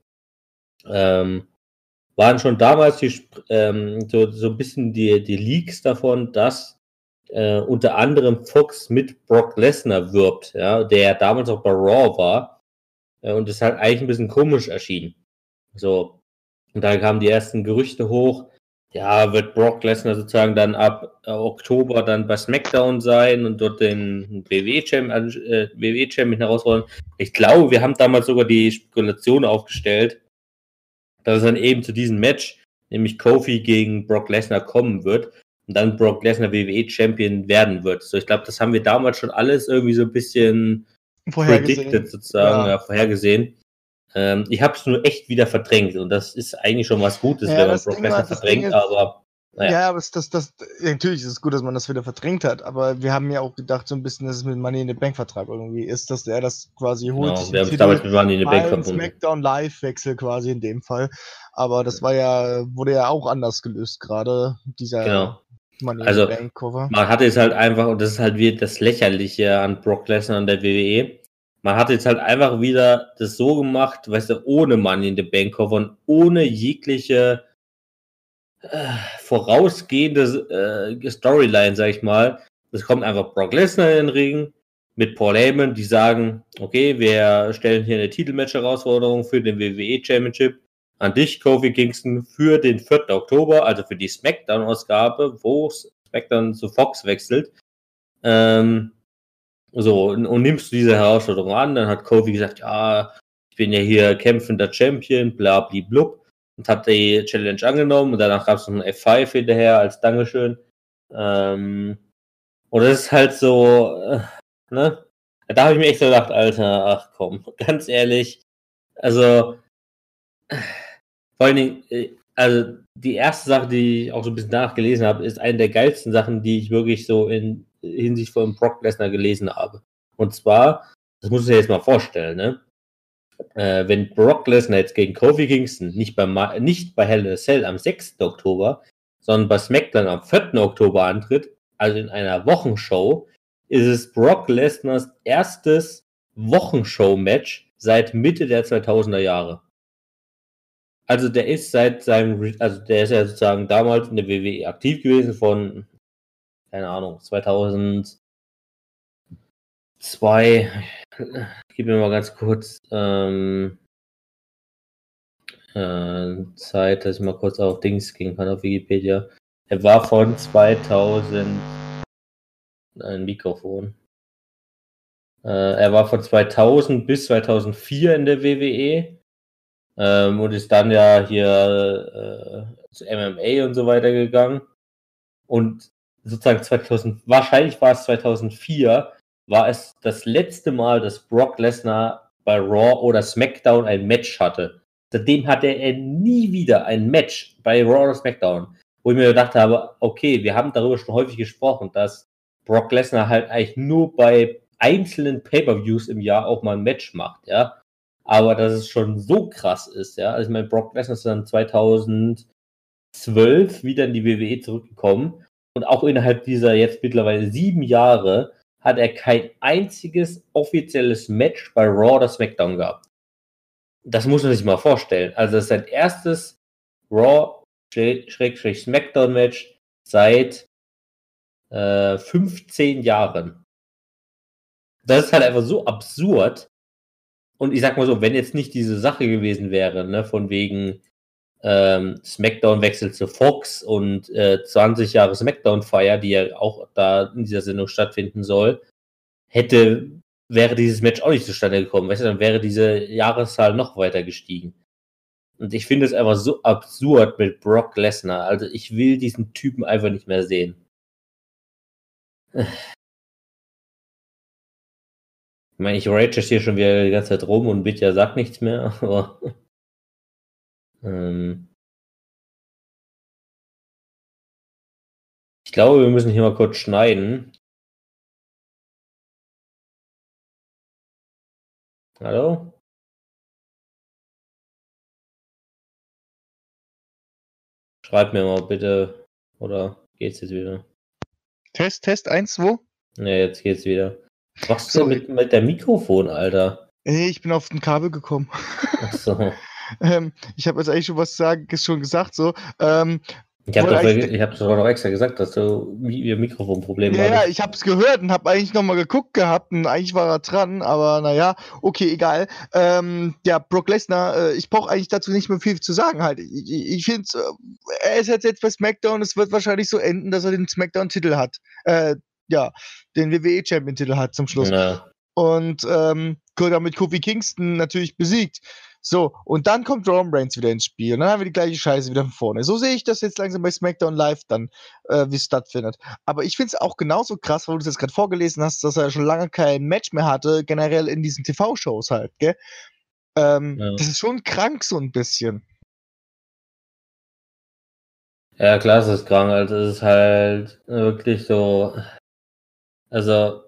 Ähm, waren schon damals die, ähm, so, so ein bisschen die, die Leaks davon, dass äh, unter anderem Fox mit Brock Lesnar wirbt, ja, der ja damals auch bei Raw war äh, und es halt eigentlich ein bisschen komisch erschien. So, und da kamen die ersten Gerüchte hoch, ja, wird Brock Lesnar sozusagen dann ab äh, Oktober dann bei SmackDown sein und dort den W W E-Champion äh, W W E-Champion herausholen. Ich glaube, wir haben damals sogar die Spekulation aufgestellt, dass es dann eben zu diesem Match, nämlich Kofi gegen Brock Lesnar, kommen wird und dann Brock Lesnar W W E-Champion werden wird. So, ich glaube, das haben wir damals schon alles irgendwie so ein bisschen predicted sozusagen, ja. Ja, vorhergesehen. Ähm, ich habe es nur echt wieder verdrängt und das ist eigentlich schon was Gutes, Ja, wenn man das Brock Ding Lesnar war- das verdrängt, Ding ist- aber naja. Ja, aber es, das, das, natürlich ist es gut, dass man das wieder verdrängt hat, aber wir haben ja auch gedacht, so ein bisschen, dass es mit Money in the Bank Vertrag irgendwie ist, dass er das quasi holt, Genau, sich wir den haben es damals mit Money in the Bank beim verbunden. SmackDown Live-Wechsel quasi in dem Fall. Aber das war ja, wurde ja auch anders gelöst gerade, dieser Genau. Money Also, in the Bank Cover. Man hatte jetzt halt einfach, und das ist halt wieder das Lächerliche an Brock Lesnar und der W W E, man hat jetzt halt einfach wieder das so gemacht, weißt du, ohne Money in the Bank Cover und ohne jegliche äh, vorausgehende äh, Storyline, sag ich mal. Es kommt einfach Brock Lesnar in den Ring mit Paul Heyman, die sagen, okay, wir stellen hier eine Titelmatch-Herausforderung für den W W E Championship an dich, Kofi Kingston, für den vierten Oktober, also für die SmackDown-Ausgabe, wo SmackDown zu Fox wechselt. Ähm, so, und, und nimmst du diese Herausforderung an, dann hat Kofi gesagt, ja, ich bin ja hier kämpfender Champion, bla bli blub, und hat die Challenge angenommen und danach gab es noch ein F fünf hinterher als Dankeschön. Ähm, und das ist halt so, äh, ne? Da habe ich mir echt so gedacht, Alter, ach komm, ganz ehrlich, also vor allen Dingen, äh, also die erste Sache, die ich auch so ein bisschen nachgelesen habe, ist eine der geilsten Sachen, die ich wirklich so in Hinsicht von Brock Lesnar gelesen habe. Und zwar, das muss ich dir jetzt mal vorstellen, ne? Äh, wenn Brock Lesnar jetzt gegen Kofi Kingston nicht bei, Ma- nicht bei Hell in a Cell am sechsten Oktober, sondern bei SmackDown am vierten Oktober antritt, also in einer Wochenshow, ist es Brock Lesnars erstes Wochenshow-Match seit Mitte der zweitausender Jahre. Also der ist seit seinem, Re- also der ist ja sozusagen damals in der W W E aktiv gewesen von, keine Ahnung, zweitausendzwei. Gib mir mal ganz kurz ähm, äh, Zeit, dass ich mal kurz auf Dings gehen kann, auf Wikipedia. Er war von zweitausend, ein Mikrofon. Äh, er war von zweitausend bis zweitausendvier in der W W E. Ähm, und ist dann ja hier äh, zu M M A und so weiter gegangen. Und sozusagen zweitausend, wahrscheinlich war es zweitausendvier, war es das letzte Mal, dass Brock Lesnar bei Raw oder SmackDown ein Match hatte. Seitdem hatte er nie wieder ein Match bei Raw oder SmackDown, wo ich mir gedacht habe, okay, wir haben darüber schon häufig gesprochen, dass Brock Lesnar halt eigentlich nur bei einzelnen Pay-Per-Views im Jahr auch mal ein Match macht, ja. Aber dass es schon so krass ist, ja. Also ich meine, Brock Lesnar ist dann zweitausendzwölf wieder in die W W E zurückgekommen und auch innerhalb dieser jetzt mittlerweile sieben Jahre hat er kein einziges offizielles Match bei Raw oder SmackDown gehabt. Das muss man sich mal vorstellen. Also das ist sein erstes Raw-SmackDown-Match seit äh, fünfzehn Jahren. Das ist halt einfach so absurd. Und ich sag mal so, wenn jetzt nicht diese Sache gewesen wäre, ne, von wegen ähm, SmackDown-Wechsel zu Fox und äh, zwanzig Jahre SmackDown-Feier, die ja auch da in dieser Sendung stattfinden soll, hätte, wäre dieses Match auch nicht zustande gekommen. Weißt du, dann wäre diese Jahreszahl noch weiter gestiegen. Und ich finde es einfach so absurd mit Brock Lesnar. Also ich will diesen Typen einfach nicht mehr sehen. Ich meine, ich rage hier schon wieder die ganze Zeit rum und Bitja sagt nichts mehr, aber ähm, ich glaube, wir müssen hier mal kurz schneiden. Hallo? Schreib mir mal bitte. Oder geht's jetzt wieder? Test, Test, eins, zwei. Ne, jetzt geht's wieder. Was machst So, du mit, mit der Mikrofon, Alter? Hey, ich bin auf ein Kabel gekommen. Ach so. ähm, ich habe jetzt eigentlich schon was sagen, schon gesagt, so. Ähm, Ich habe wollte doch, eigentlich- ich hab doch noch extra gesagt, dass du Mi- ihr Mikrofonproblem ja, ja, hattest. ich habe es gehört und habe eigentlich nochmal geguckt gehabt und eigentlich war er dran, aber naja, okay, egal. Ähm, ja, Brock Lesnar, äh, ich brauche eigentlich dazu nicht mehr viel zu sagen halt. Ich, ich, ich finde, äh, er ist jetzt, jetzt bei SmackDown, es wird wahrscheinlich so enden, dass er den SmackDown-Titel hat. Äh, ja, den W W E-Champion-Titel hat zum Schluss. Ja. Und ähm, wird damit Kofi Kingston natürlich besiegt. So, und dann kommt Roman Reigns wieder ins Spiel. Und dann haben wir die gleiche Scheiße wieder von vorne. So sehe ich das jetzt langsam bei SmackDown Live dann, äh, wie es stattfindet. Aber ich finde es auch genauso krass, weil du es jetzt gerade vorgelesen hast, dass er schon lange kein Match mehr hatte, generell in diesen T V-Shows halt, gell? Ähm, Ja. Das ist schon krank so ein bisschen. Ja, klar, es ist krank. Also es ist halt wirklich so. Also,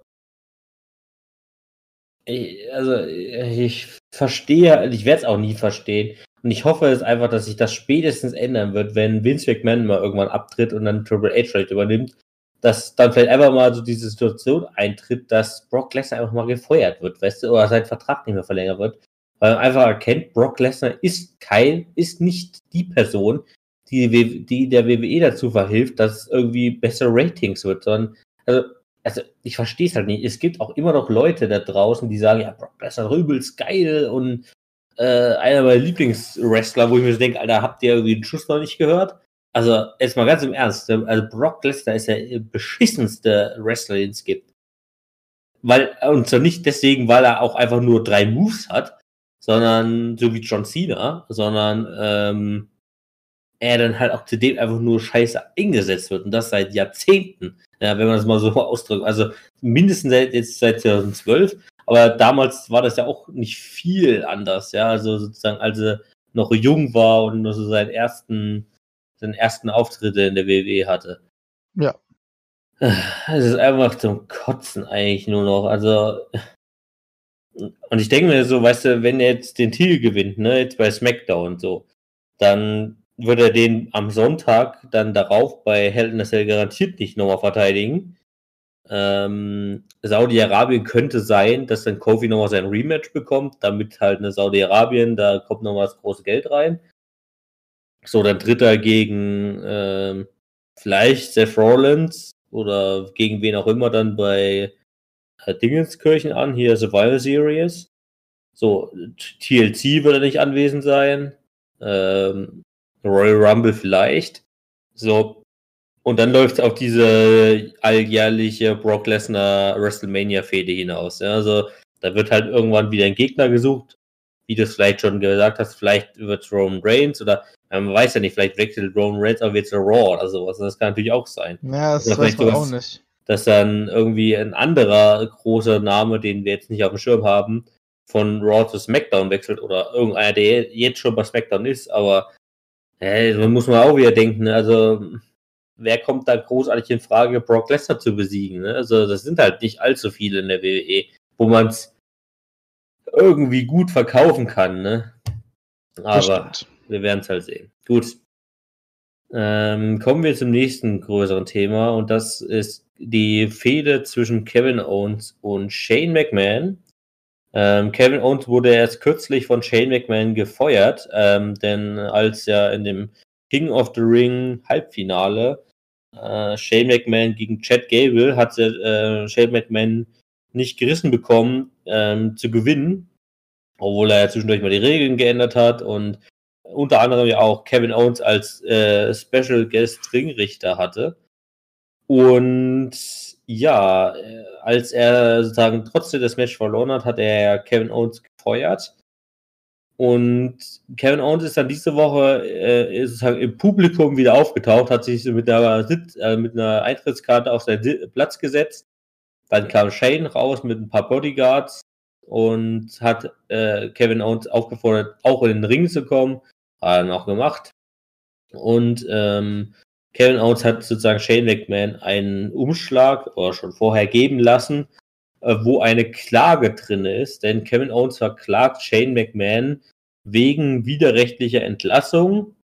ich, also ich verstehe, ich werde es auch nie verstehen. Und ich hoffe es einfach, dass sich das spätestens ändern wird, wenn Vince McMahon mal irgendwann abtritt und dann Triple H vielleicht übernimmt, dass dann vielleicht einfach mal so diese Situation eintritt, dass Brock Lesnar einfach mal gefeuert wird, weißt du, oder sein Vertrag nicht mehr verlängert wird, weil man einfach erkennt, Brock Lesnar ist kein, ist nicht die Person, die, die der W W E dazu verhilft, dass es irgendwie bessere Ratings wird, sondern, also, also ich verstehe es halt nicht. Es gibt auch immer noch Leute da draußen, die sagen, ja, Brock Lesnar übelst geil und äh, einer meiner Lieblingswrestler, wo ich mir so denke, Alter, habt ihr irgendwie den Schuss noch nicht gehört? Also, jetzt mal ganz im Ernst, also Brock Lesnar ist der beschissenste Wrestler, den es gibt. Weil, und zwar nicht deswegen, weil er auch einfach nur drei Moves hat, sondern, so wie John Cena, sondern ähm, er dann halt auch zudem einfach nur scheiße eingesetzt wird und das seit Jahrzehnten, ja, wenn man das mal so ausdrückt. Also mindestens seit, jetzt seit zweitausendzwölf, aber damals war das ja auch nicht viel anders, ja, also sozusagen, als er noch jung war und nur so seinen ersten, seinen ersten Auftritte in der W W E hatte. Ja. Es ist einfach zum Kotzen eigentlich nur noch, also und ich denke mir so, weißt du, wenn er jetzt den Titel gewinnt, ne, jetzt bei SmackDown so, dann wird er den am Sonntag dann darauf bei Hell in a Cell garantiert nicht nochmal verteidigen. Ähm, Saudi-Arabien könnte sein, dass dann Kofi nochmal sein Rematch bekommt, damit halt eine Saudi-Arabien, da kommt nochmal das große Geld rein. So, dann tritt er gegen ähm, vielleicht Seth Rollins oder gegen wen auch immer dann bei äh, Dingenskirchen an, hier Survivor Series. So, T L C wird er nicht anwesend sein. Ähm, Royal Rumble vielleicht. So. Und dann läuft es auf diese alljährliche Brock Lesnar WrestleMania-Fehde hinaus. Ja? Also, da wird halt irgendwann wieder ein Gegner gesucht. Wie du es vielleicht schon gesagt hast, vielleicht wird es Roman Reigns oder man weiß ja nicht, vielleicht wechselt Roman Reigns, aber wird es Raw oder sowas. Das kann natürlich auch sein. Ja, das oder weiß man sowas, auch nicht. Dass dann irgendwie ein anderer großer Name, den wir jetzt nicht auf dem Schirm haben, von Raw zu SmackDown wechselt oder irgendeiner, der jetzt schon bei SmackDown ist, aber äh, man muss man auch wieder denken, ne? Also wer kommt da großartig in Frage, Brock Lesnar zu besiegen? Ne? Also das sind halt nicht allzu viele in der W W E, wo man es irgendwie gut verkaufen kann, ne? Aber wir werden es halt sehen. Gut. Ähm, kommen wir zum nächsten größeren Thema und das ist die Fehde zwischen Kevin Owens und Shane McMahon. Ähm, Kevin Owens wurde erst kürzlich von Shane McMahon gefeuert, ähm, denn als ja in dem King of the Ring Halbfinale äh, Shane McMahon gegen Chad Gable hat äh, Shane McMahon nicht gerissen bekommen, ähm, zu gewinnen, obwohl er ja zwischendurch mal die Regeln geändert hat und unter anderem ja auch Kevin Owens als äh, Special Guest Ringrichter hatte. Und ja, als er sozusagen trotzdem das Match verloren hat, hat er Kevin Owens gefeuert. Und Kevin Owens ist dann diese Woche äh, sozusagen im Publikum wieder aufgetaucht, hat sich mit einer, Sitz, äh, mit einer Eintrittskarte auf seinen Platz gesetzt. Dann kam Shane raus mit ein paar Bodyguards und hat äh, Kevin Owens aufgefordert, auch in den Ring zu kommen. Hat er dann auch gemacht. Und ähm, Kevin Owens hat sozusagen Shane McMahon einen Umschlag oder schon vorher geben lassen, äh, wo eine Klage drin ist. Denn Kevin Owens verklagt Shane McMahon wegen widerrechtlicher Entlassung,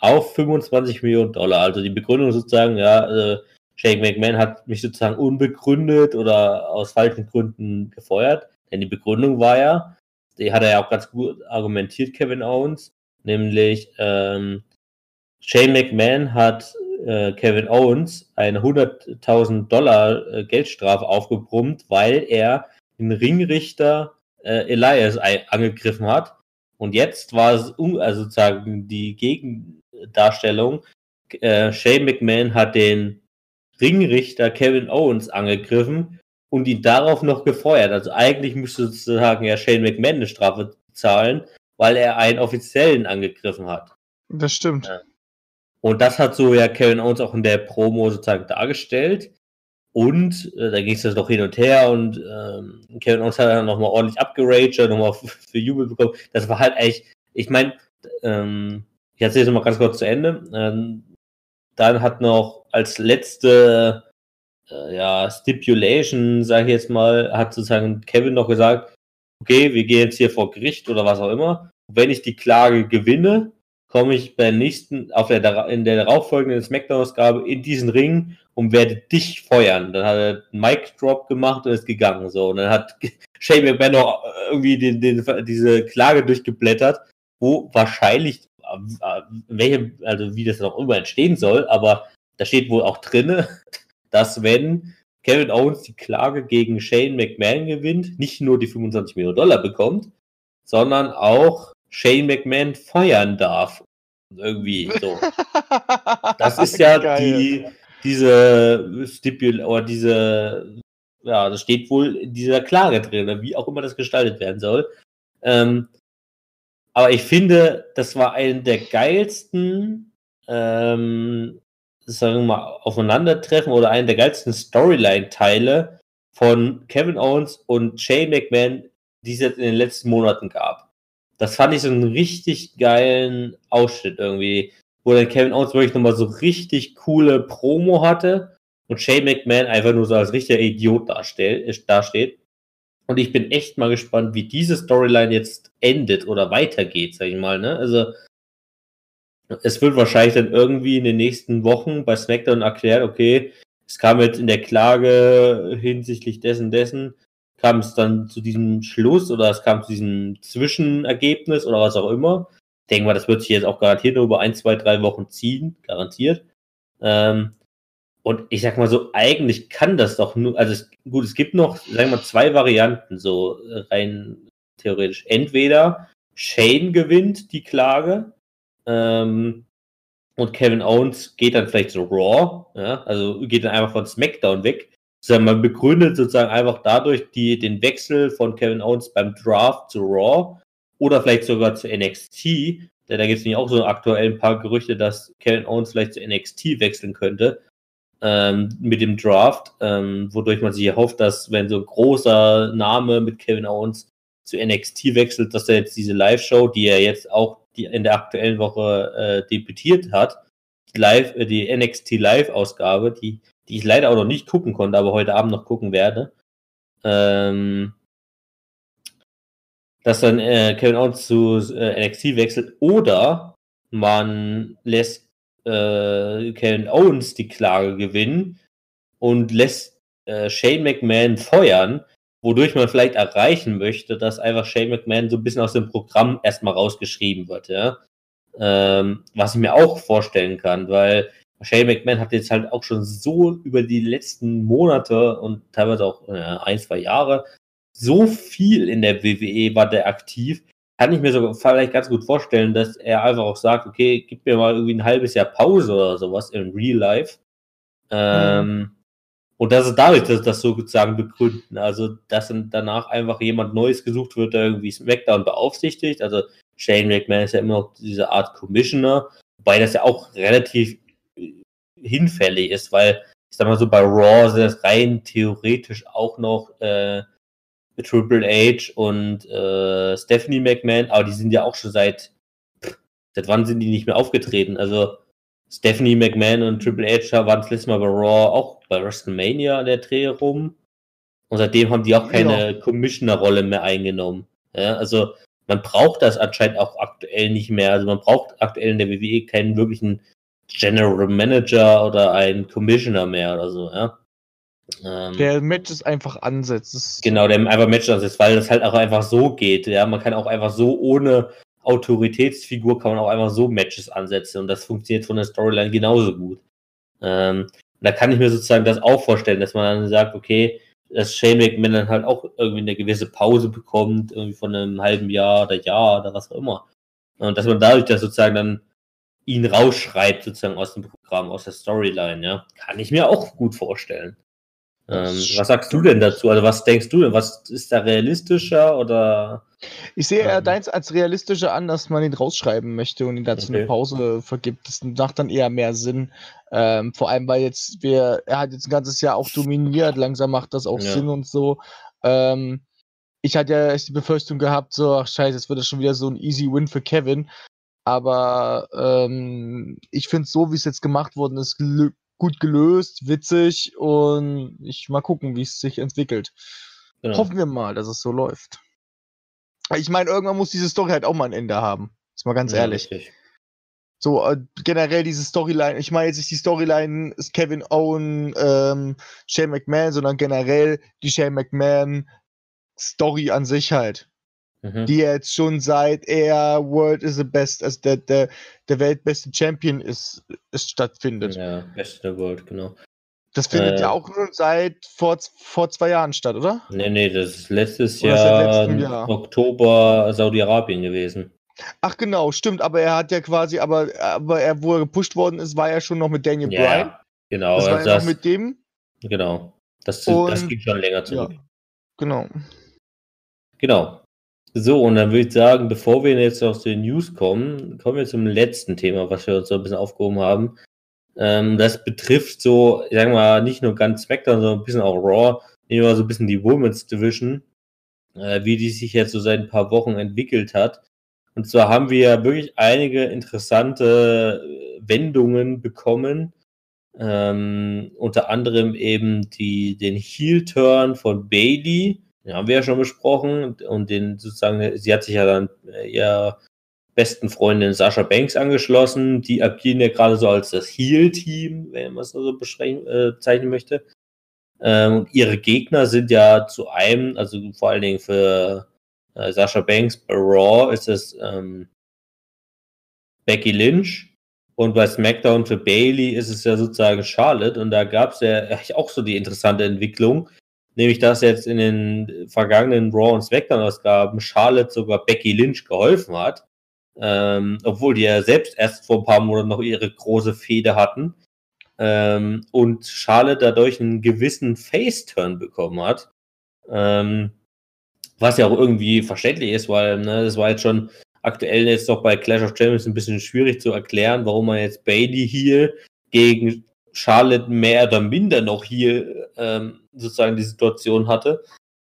auf fünfundzwanzig Millionen Dollar. Also die Begründung sozusagen, ja, äh, Shane McMahon hat mich sozusagen unbegründet oder aus falschen Gründen gefeuert. Denn die Begründung war ja, die hat er ja auch ganz gut argumentiert, Kevin Owens, nämlich ähm, Shane McMahon hat äh, Kevin Owens eine hunderttausend Dollar äh, Geldstrafe aufgebrummt, weil er den Ringrichter äh, Elias ein- angegriffen hat. Und jetzt war es um, also sozusagen die Gegendarstellung. Äh, Shane McMahon hat den Ringrichter Kevin Owens angegriffen und ihn darauf noch gefeuert. Also eigentlich müsste sozusagen ja Shane McMahon eine Strafe zahlen, weil er einen Offiziellen angegriffen hat. Das stimmt. Ja. Und das hat so ja Kevin Owens auch in der Promo sozusagen dargestellt. Und äh, da ging es das noch hin und her und ähm, Kevin Owens hat dann nochmal ordentlich abgeraged, nochmal für Jubel bekommen. Das war halt echt, ich meine, ähm, ich erzähle es mal ganz kurz zu Ende. Ähm, dann hat noch als letzte äh, ja, Stipulation, sage ich jetzt mal, hat sozusagen Kevin noch gesagt, okay, wir gehen jetzt hier vor Gericht oder was auch immer. Wenn ich die Klage gewinne, komme ich bei der nächsten, auf der, in der darauffolgenden Smackdown-Ausgabe in diesen Ring und werde dich feuern. Dann hat er einen Mic-Drop gemacht und ist gegangen. So. Und dann hat Shane McMahon noch irgendwie den, den, diese Klage durchgeblättert, wo wahrscheinlich, welche, also wie das noch immer entstehen soll, aber da steht wohl auch drin, dass wenn Kevin Owens die Klage gegen Shane McMahon gewinnt, nicht nur die fünfundzwanzig Millionen Dollar bekommt, sondern auch Shane McMahon feuern darf. Irgendwie so. Das ist ja Geil. die, diese Stipul oder diese, ja, das steht wohl in dieser Klage drin, wie auch immer das gestaltet werden soll. Ähm, aber ich finde, das war ein der geilsten, ähm, sagen wir mal, Aufeinandertreffen oder einen der geilsten Storyline-Teile von Kevin Owens und Shane McMahon, die es jetzt in den letzten Monaten gab. Das fand ich so einen richtig geilen Ausschnitt irgendwie, wo dann Kevin Owens wirklich nochmal so richtig coole Promo hatte und Shane McMahon einfach nur so als richtiger Idiot darstellt, dasteht. Und ich bin echt mal gespannt, wie diese Storyline jetzt endet oder weitergeht, sag ich mal, ne? Also, es wird wahrscheinlich dann irgendwie in den nächsten Wochen bei SmackDown erklärt, okay, es kam jetzt in der Klage hinsichtlich dessen, dessen, kam es dann zu diesem Schluss oder es kam zu diesem Zwischenergebnis oder was auch immer. Ich denke mal, das wird sich jetzt auch garantiert nur über ein, zwei, drei Wochen ziehen, garantiert. Ähm, und ich sag mal so, eigentlich kann das doch nur, also es, gut, es gibt noch, sagen wir mal, zwei Varianten, so rein theoretisch. Entweder Shane gewinnt die Klage, ähm, und Kevin Owens geht dann vielleicht so Raw, ja, also geht dann einfach von SmackDown weg. Sozusagen, man begründet sozusagen einfach dadurch die, den Wechsel von Kevin Owens beim Draft zu Raw oder vielleicht sogar zu N X T. Denn da gibt es nämlich auch so aktuell ein paar Gerüchte, dass Kevin Owens vielleicht zu N X T wechseln könnte ähm, mit dem Draft, ähm, wodurch man sich erhofft, dass wenn so ein großer Name mit Kevin Owens zu N X T wechselt, dass er jetzt diese Live-Show, die er jetzt auch die in der aktuellen Woche äh, debütiert hat, die, Live, äh, die N X T Live-Ausgabe, die, die ich leider auch noch nicht gucken konnte, aber heute Abend noch gucken werde, ähm, dass dann äh, Kevin Owens zu äh, N X T wechselt oder man lässt äh, Kevin Owens die Klage gewinnen und lässt äh, Shane McMahon feuern, wodurch man vielleicht erreichen möchte, dass einfach Shane McMahon so ein bisschen aus dem Programm erstmal rausgeschrieben wird, ja. Ähm, was ich mir auch vorstellen kann, weil Shane McMahon hat jetzt halt auch schon so über die letzten Monate und teilweise auch äh, ein, zwei Jahre so viel in der W W E war der aktiv, kann ich mir sogar vielleicht ganz gut vorstellen, dass er einfach auch sagt, okay, gib mir mal irgendwie ein halbes Jahr Pause oder sowas im Real Life. Ähm, mhm. Und das ist dadurch, dass das sozusagen begründen. Also, dass dann danach einfach jemand Neues gesucht wird, der irgendwie SmackDown beaufsichtigt. Also, Shane McMahon ist ja immer noch diese Art Commissioner, wobei das ja auch relativ hinfällig ist, weil, ich sag mal so, bei Raw sind das rein theoretisch auch noch äh, Triple H und äh, Stephanie McMahon, aber die sind ja auch schon seit, seit wann sind die nicht mehr aufgetreten? Also, Stephanie McMahon und Triple H waren das letzte Mal bei Raw auch bei WrestleMania an der Dreh rum. Und seitdem haben die auch keine ja. Commissioner-Rolle mehr eingenommen. Ja, also man braucht das anscheinend auch aktuell nicht mehr. Also man braucht aktuell in der W W E keinen wirklichen General Manager oder einen Commissioner mehr oder so, ja. Ähm, Der Matches einfach ansetzt. Das genau, der einfach Matches ansetzt, weil das halt auch einfach so geht, ja. Man kann auch einfach so ohne Autoritätsfigur kann man auch einfach so Matches ansetzen und das funktioniert von der Storyline genauso gut. Ähm, da kann ich mir sozusagen das auch vorstellen, dass man dann sagt, okay, dass Shane McMahon dann halt auch irgendwie eine gewisse Pause bekommt, irgendwie von einem halben Jahr oder Jahr oder was auch immer. Und dass man dadurch das sozusagen dann ihn rausschreibt, sozusagen aus dem Programm, aus der Storyline, ja. Kann ich mir auch gut vorstellen. Ähm, was sagst du denn dazu? Also was denkst du denn? Was ist da realistischer oder? Ich sehe eher Ähm. deins als realistischer an, dass man ihn rausschreiben möchte und ihn dazu Okay. eine Pause vergibt. Das macht dann eher mehr Sinn. Ähm, vor allem, weil jetzt wir, er hat jetzt ein ganzes Jahr auch dominiert, langsam macht das auch Ja. Sinn und so. Ähm, ich hatte ja echt die Befürchtung gehabt, so, ach scheiße, jetzt wird das schon wieder so ein easy Win für Kevin. Aber ähm, ich finde es so, wie es jetzt gemacht worden ist, gelö- gut gelöst, witzig und ich mal gucken, wie es sich entwickelt. Genau. Hoffen wir mal, dass es so läuft. Ich meine, irgendwann muss diese Story halt auch mal ein Ende haben. Ist mal ganz Ja, ehrlich. richtig. So, äh, generell diese Storyline, ich meine jetzt nicht die Storyline ist Kevin Owen, ähm, Shane McMahon, sondern generell die Shane McMahon Story an sich halt. Mhm. Die jetzt schon seit er World is the Best, also der, der, der weltbeste Champion ist, ist stattfindet. Ja, Best in the World, genau. Das findet Äh, ja auch nur seit vor, vor zwei Jahren statt, oder? Nee, nee, das ist letztes Oder seit Jahr letztem Jahr. Oktober Saudi-Arabien gewesen. Ach genau, stimmt, aber er hat ja quasi, aber, aber er, wo er gepusht worden ist, war ja schon noch mit Daniel Ja, Bryan. ja, genau. Das war also ja das, noch mit dem. genau. Das, das Und ging schon länger zurück. ja, genau. Genau. So, und dann würde ich sagen, bevor wir jetzt aus den News kommen, kommen wir zum letzten Thema, was wir uns so ein bisschen aufgehoben haben. Ähm, das betrifft so, ich sag mal, nicht nur ganz SmackDown, sondern ein bisschen auch Raw, nehmen wir so ein bisschen die Women's Division, äh, wie die sich jetzt so seit ein paar Wochen entwickelt hat. Und zwar haben wir ja wirklich einige interessante äh, Wendungen bekommen. Ähm, unter anderem eben die, den Heel-Turn von Bayley, den haben wir ja schon besprochen, und, und den sozusagen, sie hat sich ja dann äh, ihrer besten Freundin Sasha Banks angeschlossen, die agieren ja gerade so als das Heel-Team, wenn man es so beschränken, äh, bezeichnen möchte. Ähm, und ihre Gegner sind ja zu einem, also vor allen Dingen für äh, Sasha Banks bei Raw ist es ähm, Becky Lynch. Und bei SmackDown für Bayley ist es ja sozusagen Charlotte. Und da gab es ja auch so die interessante Entwicklung. Nämlich, dass jetzt in den vergangenen Raw- und SmackDown-Ausgaben Charlotte sogar Becky Lynch geholfen hat. Ähm, obwohl die ja selbst erst vor ein paar Monaten noch ihre große Fehde hatten. Ähm, und Charlotte dadurch einen gewissen Face-Turn bekommen hat. Ähm, was ja auch irgendwie verständlich ist, weil ne, das war jetzt schon aktuell jetzt doch bei Clash of Champions ein bisschen schwierig zu erklären, warum man jetzt Bayley hier gegen Charlotte mehr oder minder noch hier ähm, sozusagen die Situation hatte.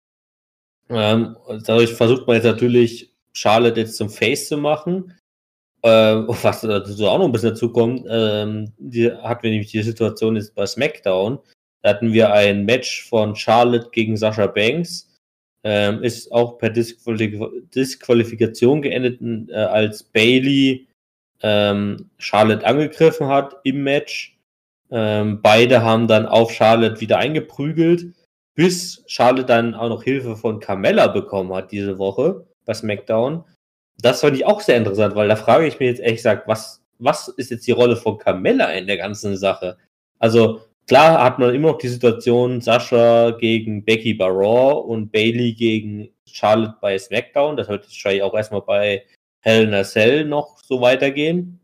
Ähm, dadurch versucht man jetzt natürlich Charlotte jetzt zum Face zu machen. Äh, was dazu auch noch ein bisschen dazu kommt, ähm, die, hatten wir nämlich die Situation jetzt bei SmackDown. Da hatten wir ein Match von Charlotte gegen Sasha Banks. Ähm, ist auch per Disqualif Disqualifikation geendet, äh, als Bayley ähm, Charlotte angegriffen hat im Match. Ähm, beide haben dann auf Charlotte wieder eingeprügelt, bis Charlotte dann auch noch Hilfe von Carmella bekommen hat diese Woche bei SmackDown. Das fand ich auch sehr interessant, weil da frage ich mich jetzt ehrlich gesagt, was, was ist jetzt die Rolle von Carmella in der ganzen Sache? Also klar hat man immer noch die Situation Sasha gegen Becky bei Raw und Bayley gegen Charlotte bei SmackDown. Das wird wahrscheinlich auch erstmal bei Hell in a Cell noch so weitergehen.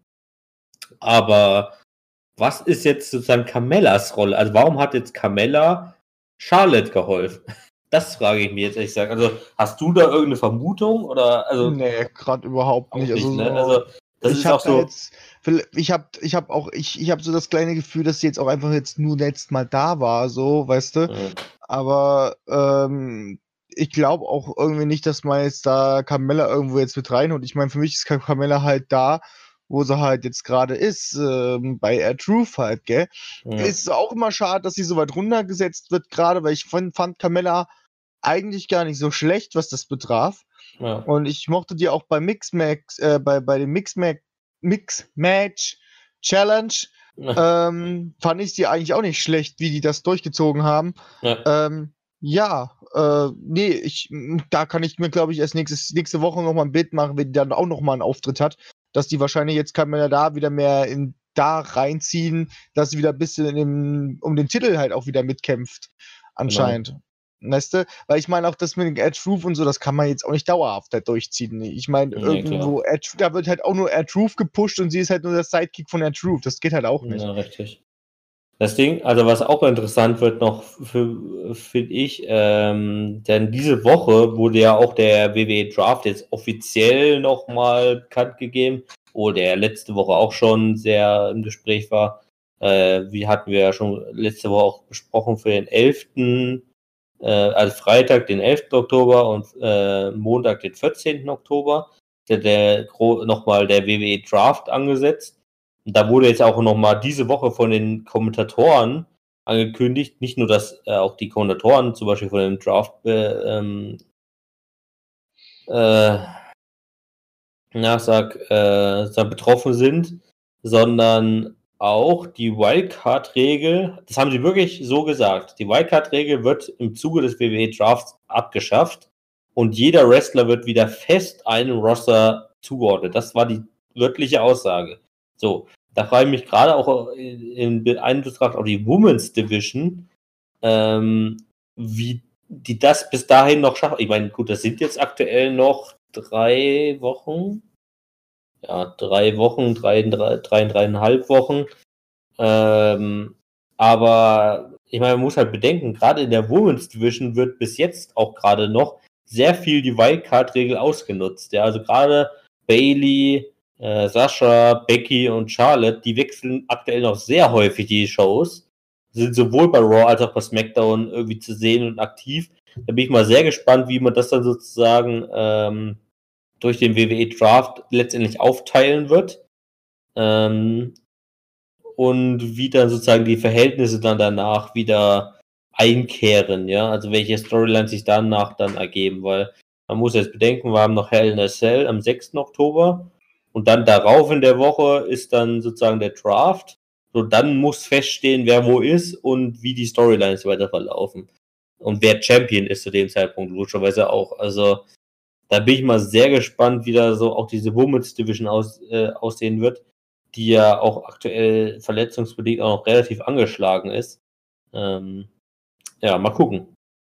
Aber was ist jetzt sozusagen Carmellas Rolle? Also warum hat jetzt Carmella Charlotte geholfen? Das frage ich mich jetzt ehrlich gesagt. Also hast du da irgendeine Vermutung? Oder, also, nee, gerade überhaupt nicht. nicht Also, ne? so, also das ich ist habe auch da so. jetzt, ich habe, ich habe auch, ich, ich habe so das kleine Gefühl, dass sie jetzt auch einfach jetzt nur letztes Mal da war, so, weißt du. Ja. Aber ähm, ich glaube auch irgendwie nicht, dass man jetzt da Carmella irgendwo jetzt mit reinholt. Ich meine, für mich ist Carmella halt da, wo sie halt jetzt gerade ist, ähm, bei Air Truth halt, gell. Ja. Es ist auch immer schade, dass sie so weit runtergesetzt wird, gerade, weil ich fand, fand Carmella eigentlich gar nicht so schlecht, was das betraf. Ja. Und ich mochte die auch bei Mixmax, äh, bei, bei dem Mixmax, Mix-Match Challenge, Ja. ähm, fand ich die eigentlich auch nicht schlecht, wie die das durchgezogen haben. Ja. Ähm, ja, äh, nee, ich, m, da kann ich mir, glaube ich, erst nächstes, nächste Woche noch mal ein Bild machen, wenn die dann auch noch mal einen Auftritt hat, dass die wahrscheinlich jetzt kann man ja da wieder mehr in da reinziehen, dass sie wieder ein bisschen in dem, um den Titel halt auch wieder mitkämpft, anscheinend. Weißt du? Weil ich meine auch das mit dem Edge Roof und so, das kann man jetzt auch nicht dauerhaft da durchziehen. Ich meine, Nee, irgendwo klar. Edge, da wird halt auch nur Edge Roof gepusht und sie ist halt nur der Sidekick von Edge Roof. Das geht halt auch nicht. Ja, richtig. Das Ding, also was auch interessant wird noch, für, finde ich, ähm, denn diese Woche wurde ja auch der W W E Draft jetzt offiziell nochmal bekannt gegeben, wo der letzte Woche auch schon sehr im Gespräch war. Äh, wie hatten wir ja schon letzte Woche auch besprochen für den elften Äh, also Freitag, den elften Oktober und äh, Montag, den vierzehnten Oktober, der, der nochmal der W W E Draft angesetzt. Und da wurde jetzt auch nochmal diese Woche von den Kommentatoren angekündigt, nicht nur, dass äh, auch die Kommentatoren zum Beispiel von dem Draft äh, ähm, äh, na, sag, äh, sag, betroffen sind, sondern auch die Wildcard-Regel, das haben sie wirklich so gesagt, die Wildcard-Regel wird im Zuge des W W E Drafts abgeschafft und jeder Wrestler wird wieder fest einem Roster zugeordnet. Das war die wörtliche Aussage. So, da frage ich mich gerade auch in, in Anbetracht auf die Women's Division, ähm, wie die das bis dahin noch schaffen. Ich meine, gut, das sind jetzt aktuell noch drei Wochen. Ja, drei Wochen, drei, drei, drei, dreieinhalb Wochen. Ähm, aber ich meine, man muss halt bedenken, gerade in der Women's Division wird bis jetzt auch gerade noch sehr viel die Wildcard-Regel ausgenutzt. Ja, also gerade Bayley, äh, Sascha, Becky und Charlotte, die wechseln aktuell noch sehr häufig die Shows. Sind sowohl bei Raw als auch bei SmackDown irgendwie zu sehen und aktiv. Da bin ich mal sehr gespannt, wie man das dann sozusagen ähm, durch den W W E Draft letztendlich aufteilen wird. Ähm, und wie dann sozusagen die Verhältnisse dann danach wieder einkehren, ja, also welche Storylines sich danach dann ergeben, weil man muss jetzt bedenken, wir haben noch Hell in a Cell am sechsten Oktober und dann darauf in der Woche ist dann sozusagen der Draft, so dann muss feststehen, wer wo ist und wie die Storylines weiter verlaufen und wer Champion ist zu dem Zeitpunkt, logischerweise auch, also da bin ich mal sehr gespannt, wie da so auch diese Women's Division aus, äh, aussehen wird, die ja auch aktuell verletzungsbedingt auch noch relativ angeschlagen ist. Ähm, ja, mal gucken.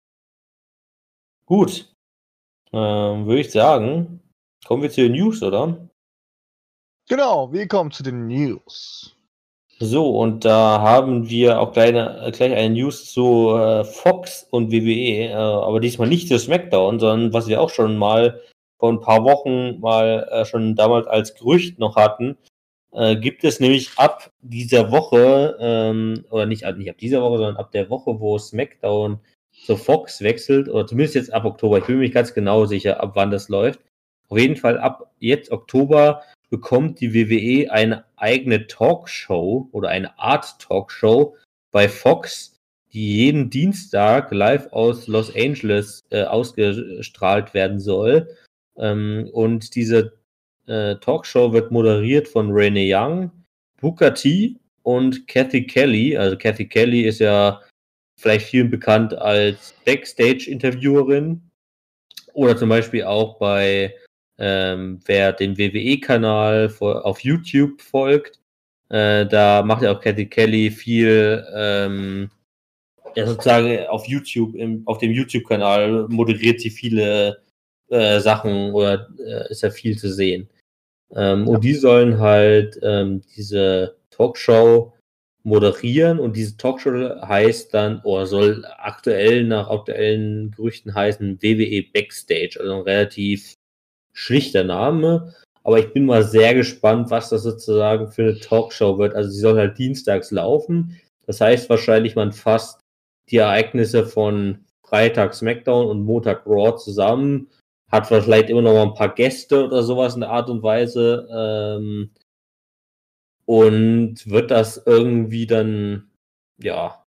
Gut. Ähm, würde ich sagen, kommen wir zu den News, oder? Genau, willkommen zu den News. So, und da haben wir auch gleich eine, gleich eine News zu äh, Fox und W W E, äh, aber diesmal nicht zu SmackDown, sondern was wir auch schon mal vor ein paar Wochen mal äh, schon damals als Gerücht noch hatten, äh, gibt es nämlich ab dieser Woche, ähm, oder nicht, nicht ab dieser Woche, sondern ab der Woche, wo SmackDown zu Fox wechselt, oder zumindest jetzt ab Oktober, ich bin mir nicht ganz genau sicher, ab wann das läuft. Auf jeden Fall ab jetzt Oktober bekommt die W W E eine eigene Talkshow oder eine Art Talkshow bei Fox, die jeden Dienstag live aus Los Angeles äh, ausgestrahlt werden soll. Ähm, und diese äh, Talkshow wird moderiert von Renee Young, Booker T und Kathy Kelly. Also Kathy Kelly ist ja vielleicht vielen bekannt als Backstage-Interviewerin oder zum Beispiel auch bei ähm, wer den W W E-Kanal auf YouTube folgt, äh, da macht ja auch Kathy Kelly viel, ähm, ja sozusagen auf YouTube, im, auf dem YouTube-Kanal moderiert sie viele äh, Sachen oder äh, ist ja viel zu sehen. Ähm, ja. Und die sollen halt ähm, diese Talkshow moderieren und diese Talkshow heißt dann, oder soll aktuell nach aktuellen Gerüchten heißen W W E Backstage, also ein relativ schlichter Name, aber ich bin mal sehr gespannt, was das sozusagen für eine Talkshow wird. Also sie soll halt dienstags laufen, das heißt wahrscheinlich man fasst die Ereignisse von Freitag SmackDown und Montag Raw zusammen, hat vielleicht immer noch mal ein paar Gäste oder sowas in der Art und Weise ähm, und wird das irgendwie dann, ja,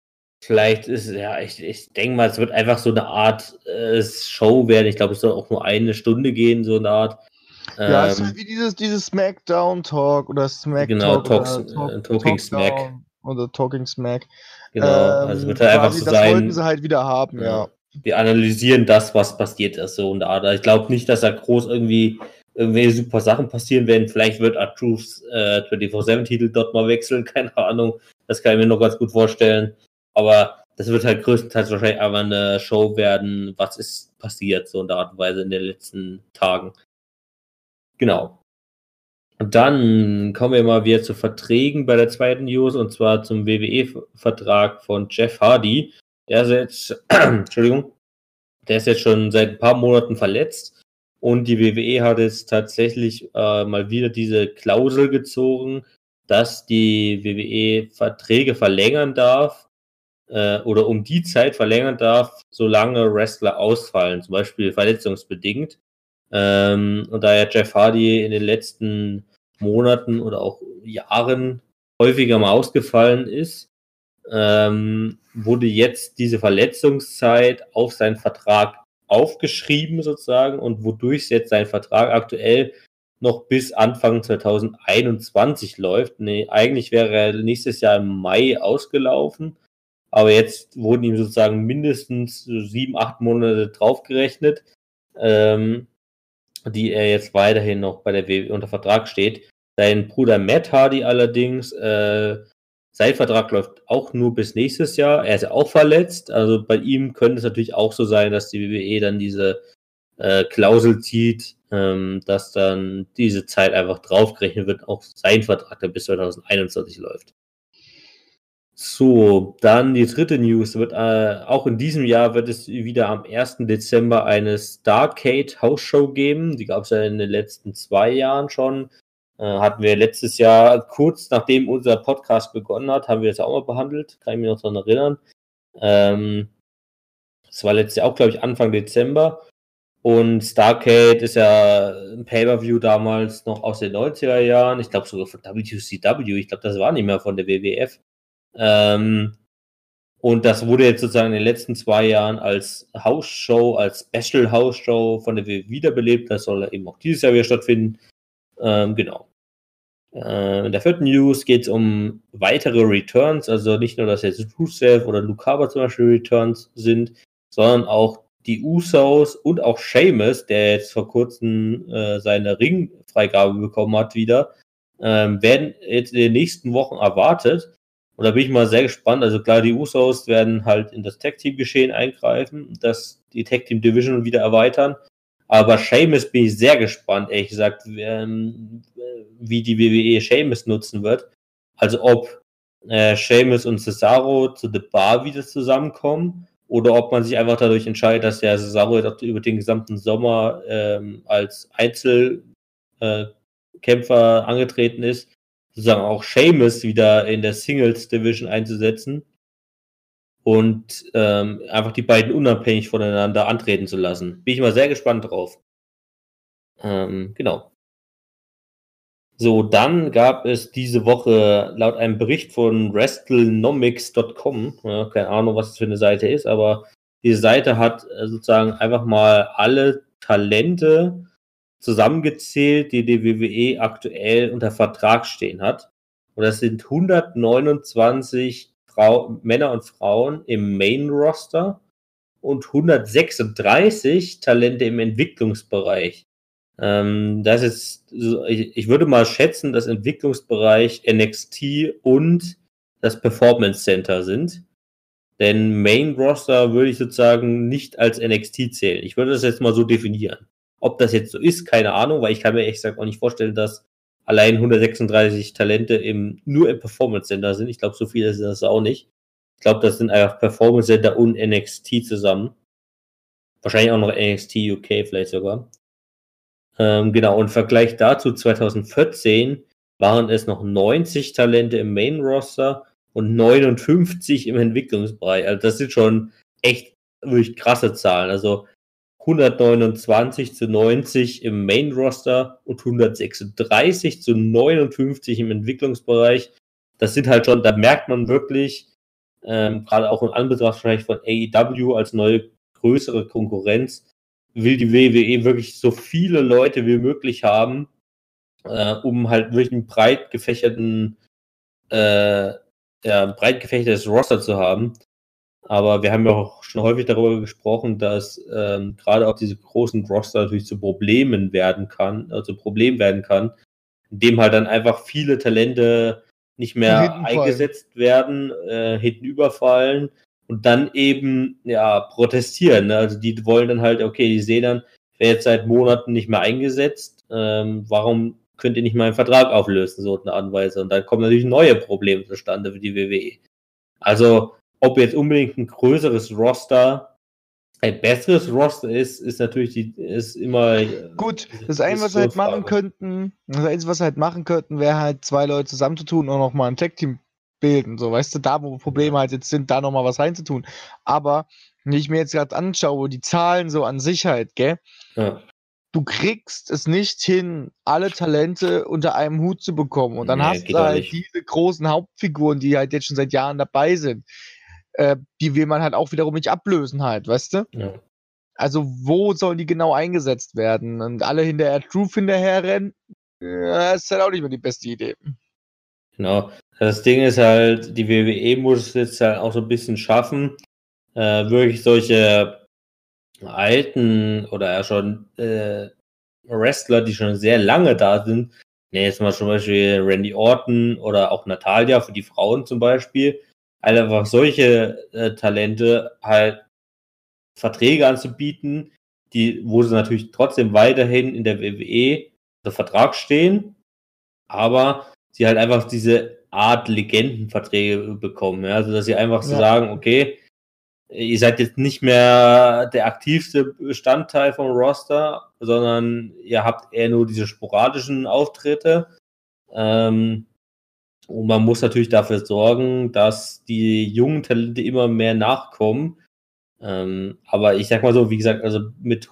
Vielleicht ist, ja, ich, ich denke mal, es wird einfach so eine Art äh, Show werden. Ich glaube, es soll auch nur eine Stunde gehen, so eine Art. Ja, es ist halt Ähm, wie dieses, dieses Smackdown-Talk oder Smack genau, Talk Talks, oder Talk, äh, Talking Smack. Talkdown oder Talking Smack. Genau, also es wird Ähm, halt einfach quasi, so das wollten sein, sie halt wieder haben, ja. ja, wir analysieren das, was passiert ist, so in der Art. Ich glaube nicht, dass da groß irgendwie irgendwelche super Sachen passieren werden. Vielleicht wird R-Truths äh, vierundzwanzig sieben Titel dort mal wechseln, keine Ahnung. Das kann ich mir noch ganz gut vorstellen. Aber das wird halt größtenteils wahrscheinlich einfach eine Show werden, was ist passiert, so in der Art und Weise in den letzten Tagen. Genau. Und dann kommen wir mal wieder zu Verträgen bei der zweiten News, und zwar zum W W E-Vertrag von Jeff Hardy. Der ist jetzt, Entschuldigung, der ist jetzt schon seit ein paar Monaten verletzt, und die W W E hat jetzt tatsächlich äh, mal wieder diese Klausel gezogen, dass die W W E Verträge verlängern darf äh, oder um die Zeit verlängern darf, solange Wrestler ausfallen, zum Beispiel verletzungsbedingt. Ähm, und da ja Jeff Hardy in den letzten Monaten oder auch Jahren häufiger mal ausgefallen ist, ähm, wurde jetzt diese Verletzungszeit auf seinen Vertrag aufgeschrieben sozusagen, und wodurch jetzt sein Vertrag aktuell noch bis Anfang zwanzig einundzwanzig läuft. Nee, eigentlich wäre er nächstes Jahr im Mai ausgelaufen, aber jetzt wurden ihm sozusagen mindestens sieben, acht Monate draufgerechnet, ähm, die er jetzt weiterhin noch bei der W W E unter Vertrag steht. Sein Bruder Matt Hardy allerdings, äh, sein Vertrag läuft auch nur bis nächstes Jahr. Er ist ja auch verletzt. Also bei ihm könnte es natürlich auch so sein, dass die W W E dann diese äh, Klausel zieht, ähm, dass dann diese Zeit einfach draufgerechnet wird, auch sein Vertrag, der bis zwanzig einundzwanzig läuft. So, dann die dritte News. Wird, äh, auch in diesem Jahr wird es wieder am ersten Dezember eine Starcade Hausshow geben. Die gab es ja in den letzten zwei Jahren schon. Äh, hatten wir letztes Jahr, kurz nachdem unser Podcast begonnen hat, haben wir das auch mal behandelt. Kann ich mich noch daran erinnern. Ähm, das war letztes Jahr auch, glaube ich, Anfang Dezember. Und Starcade ist ja ein Pay-Per-View damals noch aus den neunziger Jahren. Ich glaube sogar von W C W. Ich glaube, das war nicht mehr von der W W F. Ähm, und das wurde jetzt sozusagen in den letzten zwei Jahren als Hausshow, als Special Hausshow von der W W E wiederbelebt. Das soll eben auch dieses Jahr wieder stattfinden. Ähm, genau. Äh, in der vierten News geht es um weitere Returns. Also nicht nur, dass jetzt Rusev oder Luke Harper zum Beispiel Returns sind, sondern auch die Usos und auch Sheamus, der jetzt vor kurzem äh, seine Ringfreigabe bekommen hat wieder, ähm, werden jetzt in den nächsten Wochen erwartet. Und da bin ich mal sehr gespannt. Also klar, die Usos werden halt in das Tag-Team-Geschehen eingreifen, dass die Tag-Team-Division wieder erweitern. Aber Sheamus bin ich sehr gespannt, ehrlich gesagt, ähm, wie die W W E Sheamus nutzen wird. Also ob äh, Sheamus und Cesaro zu The Bar wieder zusammenkommen, oder ob man sich einfach dadurch entscheidet, dass der Cesaro jetzt auch über den gesamten Sommer ähm, als Einzelkämpfer äh, angetreten ist, sozusagen auch Sheamus wieder in der Singles Division einzusetzen und ähm, einfach die beiden unabhängig voneinander antreten zu lassen. Bin ich mal sehr gespannt drauf. Ähm, genau. So, dann gab es diese Woche laut einem Bericht von Wrestlenomics Punkt com, ja, keine Ahnung, was das für eine Seite ist, aber diese Seite hat äh, sozusagen einfach mal alle Talente zusammengezählt, die die W W E aktuell unter Vertrag stehen hat. Und das sind hundertneunundzwanzig Frau, Männer und Frauen im Main-Roster und hundertsechsunddreißig Talente im Entwicklungsbereich. Ähm, das ist, ich, ich würde mal schätzen, dass Entwicklungsbereich N X T und das Performance Center sind. Denn Main Roster würde ich sozusagen nicht als N X T zählen. Ich würde das jetzt mal so definieren. Ob das jetzt so ist, keine Ahnung, weil ich kann mir ehrlich gesagt auch nicht vorstellen, dass allein hundertsechsunddreißig Talente im, nur im Performance Center sind. Ich glaube, so viele sind das auch nicht. Ich glaube, das sind einfach Performance Center und N X T zusammen. Wahrscheinlich auch noch N X T U K vielleicht sogar. Ähm, genau, und im Vergleich dazu zwanzig vierzehn waren es noch neunzig Talente im Main Roster und neunundfünfzig im Entwicklungsbereich. Also das sind schon echt wirklich krasse Zahlen. Also hundertneunundzwanzig zu neunzig im Main Roster und hundertsechsunddreißig zu neunundfünfzig im Entwicklungsbereich. Das sind halt schon, da merkt man wirklich, ähm, gerade auch in Anbetracht vielleicht von A E W als neue größere Konkurrenz, will die W W E wirklich so viele Leute wie möglich haben, äh, um halt wirklich einen breit gefächerten, äh, ja, breit gefächertes Roster zu haben. Aber wir haben ja auch schon häufig darüber gesprochen, dass ähm, gerade auch diese großen Roster natürlich zu Problemen werden kann, also Problem werden kann, indem halt dann einfach viele Talente nicht mehr Hinten eingesetzt werden, äh, hinten überfallen und dann eben ja protestieren. Ne? Also die wollen dann halt, okay, die sehen dann, ich werde jetzt seit Monaten nicht mehr eingesetzt, ähm, warum könnt ihr nicht meinen Vertrag auflösen, so eine Anweise. Und dann kommen natürlich neue Probleme zustande für die W W E. Also ob jetzt unbedingt ein größeres Roster ein besseres Roster ist, ist natürlich die, ist immer. Gut, ist, das Einzige, was sie halt so machen könnten, das Einzige, was sie halt machen könnten, wäre halt zwei Leute zusammenzutun und nochmal ein Tag-Team bilden. So, weißt du, da wo Probleme ja. halt jetzt sind, da nochmal was reinzutun. Aber wenn ich mir jetzt gerade anschaue, die Zahlen so an sich halt, gell? Ja. Du kriegst es nicht hin, alle Talente unter einem Hut zu bekommen. Und dann nee, hast du halt diese großen Hauptfiguren, die halt jetzt schon seit Jahren dabei sind. Äh, die will man halt auch wiederum nicht ablösen halt, weißt du? Ja. Also wo sollen die genau eingesetzt werden? Und alle hinterher Truth hinterherrennen, das ist halt auch nicht mehr die beste Idee. Genau. Das Ding ist halt, die W W E muss es jetzt halt auch so ein bisschen schaffen, äh, wirklich solche alten oder ja schon äh, Wrestler, die schon sehr lange da sind, ne, jetzt mal zum Beispiel Randy Orton oder auch Natalia für die Frauen zum Beispiel, halt einfach solche äh, Talente halt Verträge anzubieten, die, wo sie natürlich trotzdem weiterhin in der W W E unter Vertrag stehen, aber sie halt einfach diese Art Legendenverträge bekommen, ja, also dass sie einfach so Ja. sagen, okay, ihr seid jetzt nicht mehr der aktivste Bestandteil vom Roster, sondern ihr habt eher nur diese sporadischen Auftritte. Ähm, und man muss natürlich dafür sorgen, dass die jungen Talente immer mehr nachkommen. Ähm, aber ich sag mal so, wie gesagt, also mit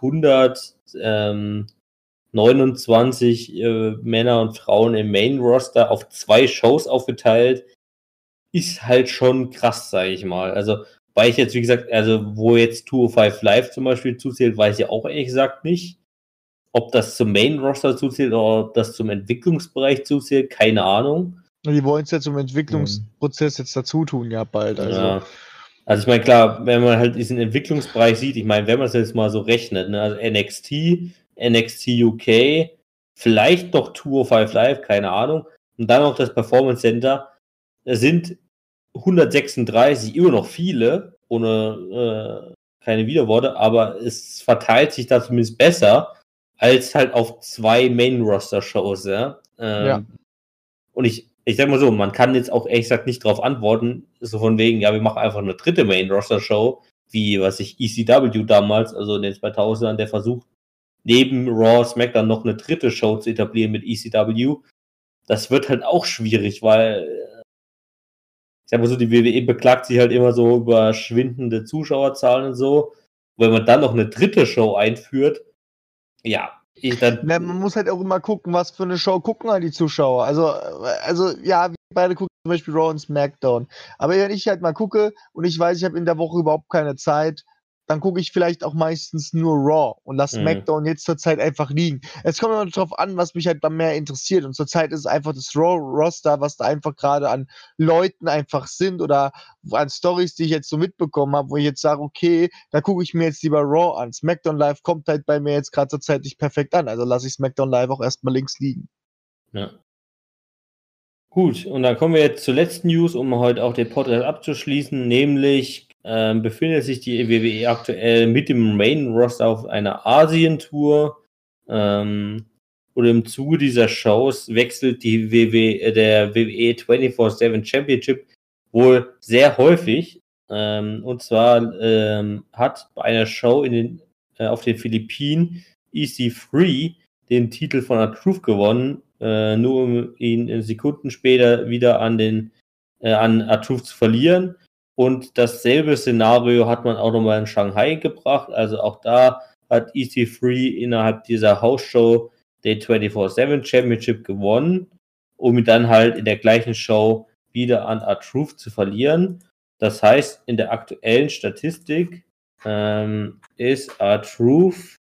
hundertneunundzwanzig äh, Männer und Frauen im Main-Roster auf zwei Shows aufgeteilt, ist halt schon krass, sage ich mal. Also, weil ich jetzt, wie gesagt, also wo jetzt zweihundertfünf Live zum Beispiel zuzählt, weiß ich auch ehrlich gesagt nicht. Ob das zum Main-Roster zuzählt oder ob das zum Entwicklungsbereich zuzählt, keine Ahnung. Die wollen es ja zum Entwicklungsprozess jetzt dazu tun, ja, bald. Also. Ja. Also ich meine, klar, wenn man halt diesen Entwicklungsbereich sieht, ich meine, wenn man es jetzt mal so rechnet, ne, also N X T, N X T U K, vielleicht noch zweihundertfünf Live, keine Ahnung, und dann noch das Performance Center, es sind hundertsechsunddreißig, immer noch viele, ohne äh, keine Widerworte, aber es verteilt sich da zumindest besser, als halt auf zwei Main-Roster-Shows, ja. Ähm, ja. Und ich Ich sag mal so, man kann jetzt auch ehrlich gesagt nicht darauf antworten, so von wegen, ja, wir machen einfach eine dritte Main-Roster-Show, wie, was ich, E C W damals, also in den zweitausendern, der versucht, neben Raw, SmackDown noch eine dritte Show zu etablieren mit E C W. Das wird halt auch schwierig, weil, ich sag mal so, die W W E beklagt sich halt immer so über schwindende Zuschauerzahlen und so. Wenn man dann noch eine dritte Show einführt, ja, ich dann. Na, man muss halt auch immer gucken, was für eine Show gucken halt die Zuschauer. Also, also ja, wir beide gucken zum Beispiel Raw und SmackDown. Aber wenn ich halt mal gucke und ich weiß, ich habe in der Woche überhaupt keine Zeit, dann gucke ich vielleicht auch meistens nur Raw und lasse Mhm. SmackDown jetzt zur Zeit einfach liegen. Es kommt immer darauf an, was mich halt dann mehr interessiert. Und zurzeit ist es einfach das Raw-Roster, was da einfach gerade an Leuten einfach sind oder an Storys, die ich jetzt so mitbekommen habe, wo ich jetzt sage, okay, da gucke ich mir jetzt lieber Raw an. SmackDown Live kommt halt bei mir jetzt gerade zur Zeit nicht perfekt an. Also lasse ich SmackDown Live auch erstmal links liegen. Ja. Gut, und dann kommen wir jetzt zur letzten News, um heute auch den Podcast abzuschließen, nämlich ähm, befindet sich die W W E aktuell mit dem Main-Roster auf einer Asien-Tour. Ähm, und im Zuge dieser Shows wechselt die W W, äh, der W W E vierundzwanzig sieben Championship wohl sehr häufig. Ähm, und zwar ähm, hat bei einer Show in den, äh, auf den Philippinen E C drei den Titel von R-Truth gewonnen, äh, nur um ihn Sekunden später wieder an den äh, an R-Truth zu verlieren. Und dasselbe Szenario hat man auch nochmal in Shanghai gebracht. Also auch da hat E C drei innerhalb dieser Hausshow den vierundzwanzig sieben Championship gewonnen, um ihn dann halt in der gleichen Show wieder an R-Truth zu verlieren. Das heißt, in der aktuellen Statistik ähm, ist R-Truth,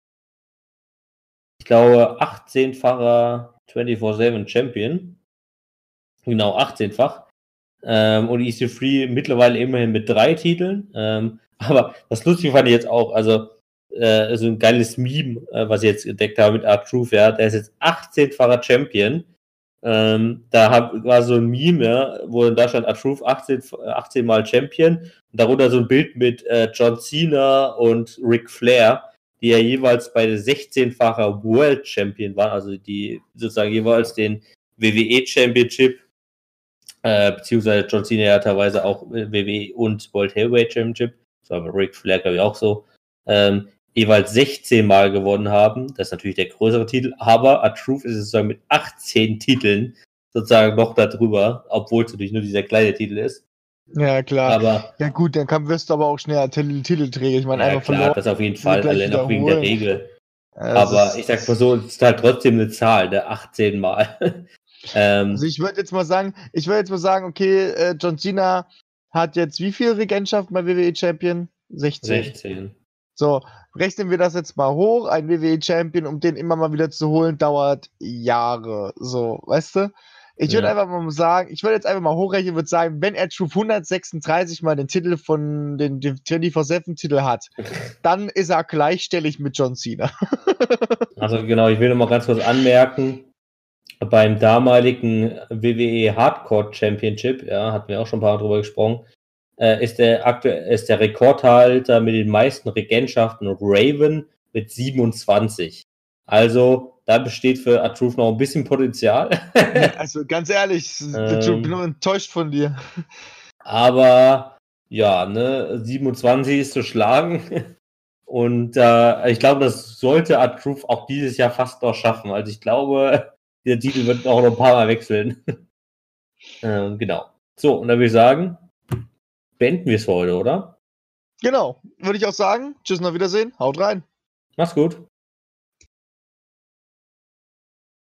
ich glaube, achtzehnfacher vierundzwanzig sieben Champion. Genau, achtzehnfach. Ähm, und E C drei mittlerweile immerhin mit drei Titeln. Ähm, aber das Lustige fand ich jetzt auch, also äh, so ein geiles Meme, äh, was ich jetzt entdeckt habe mit R-Truth, ja, der ist jetzt achtzehnfacher Champion. Ähm, da hab, war so ein Meme, ja, wo da stand R-Truth achtzehn, achtzehn Mal Champion. Und darunter so ein Bild mit äh, John Cena und Ric Flair, die ja jeweils beide sechzehnfacher World Champion waren, also die sozusagen jeweils den W W E Championship, äh, beziehungsweise John Cena ja teilweise auch W W E und World Heavyweight Championship, das war bei Ric Flair, glaube ich, auch so, ähm, jeweils sechzehn Mal gewonnen haben. Das ist natürlich der größere Titel, aber R-Truth ist sozusagen mit achtzehn Titeln sozusagen noch darüber, obwohl es natürlich nur dieser kleine Titel ist. Ja, klar. Aber ja gut, dann kann, wirst du aber auch schnell Titel, Titelträger. Ich meine, ja, einmal klar, verloren. das auf jeden sie Fall, gleich allein auch wegen der wiederholen. Regel. Das Aber ist- ich sag mal so, es ist halt trotzdem eine Zahl, der achtzehn Mal. ähm, Also ich würde jetzt mal sagen, ich würde jetzt mal sagen, okay, äh, John Cena hat jetzt wie viel Regentschaften bei W W E Champion? sechzehn. sechzehn. So, rechnen wir das jetzt mal hoch. Ein W W E Champion, um den immer mal wieder zu holen, dauert Jahre. So, weißt du? Ich würde Ja. einfach mal sagen, ich würde jetzt einfach mal hochrechnen und würde sagen, wenn er Truth hundertsechsunddreißig mal den Titel von den, den vierundzwanzig sieben Titel hat, dann ist er gleichstellig mit John Cena. Also genau, ich will noch mal ganz kurz anmerken, beim damaligen W W E Hardcore Championship, ja, hatten wir auch schon ein paar Mal drüber gesprochen, äh, ist der aktuell ist der Rekordhalter mit den meisten Regentschaften Raven mit siebenundzwanzig. Also da besteht für R-Truth noch ein bisschen Potenzial. Also ganz ehrlich, Ähm. ich bin nur enttäuscht von dir. Aber ja, ne, siebenundzwanzig ist zu schlagen. Und äh, ich glaube, das sollte R-Truth auch dieses Jahr fast noch schaffen. Also ich glaube, der Titel wird auch noch ein paar Mal wechseln. ähm, genau. So, und dann würde ich sagen, beenden wir es für heute, oder? Genau, würde ich auch sagen. Tschüss, auf Wiedersehen. Haut rein. Mach's gut.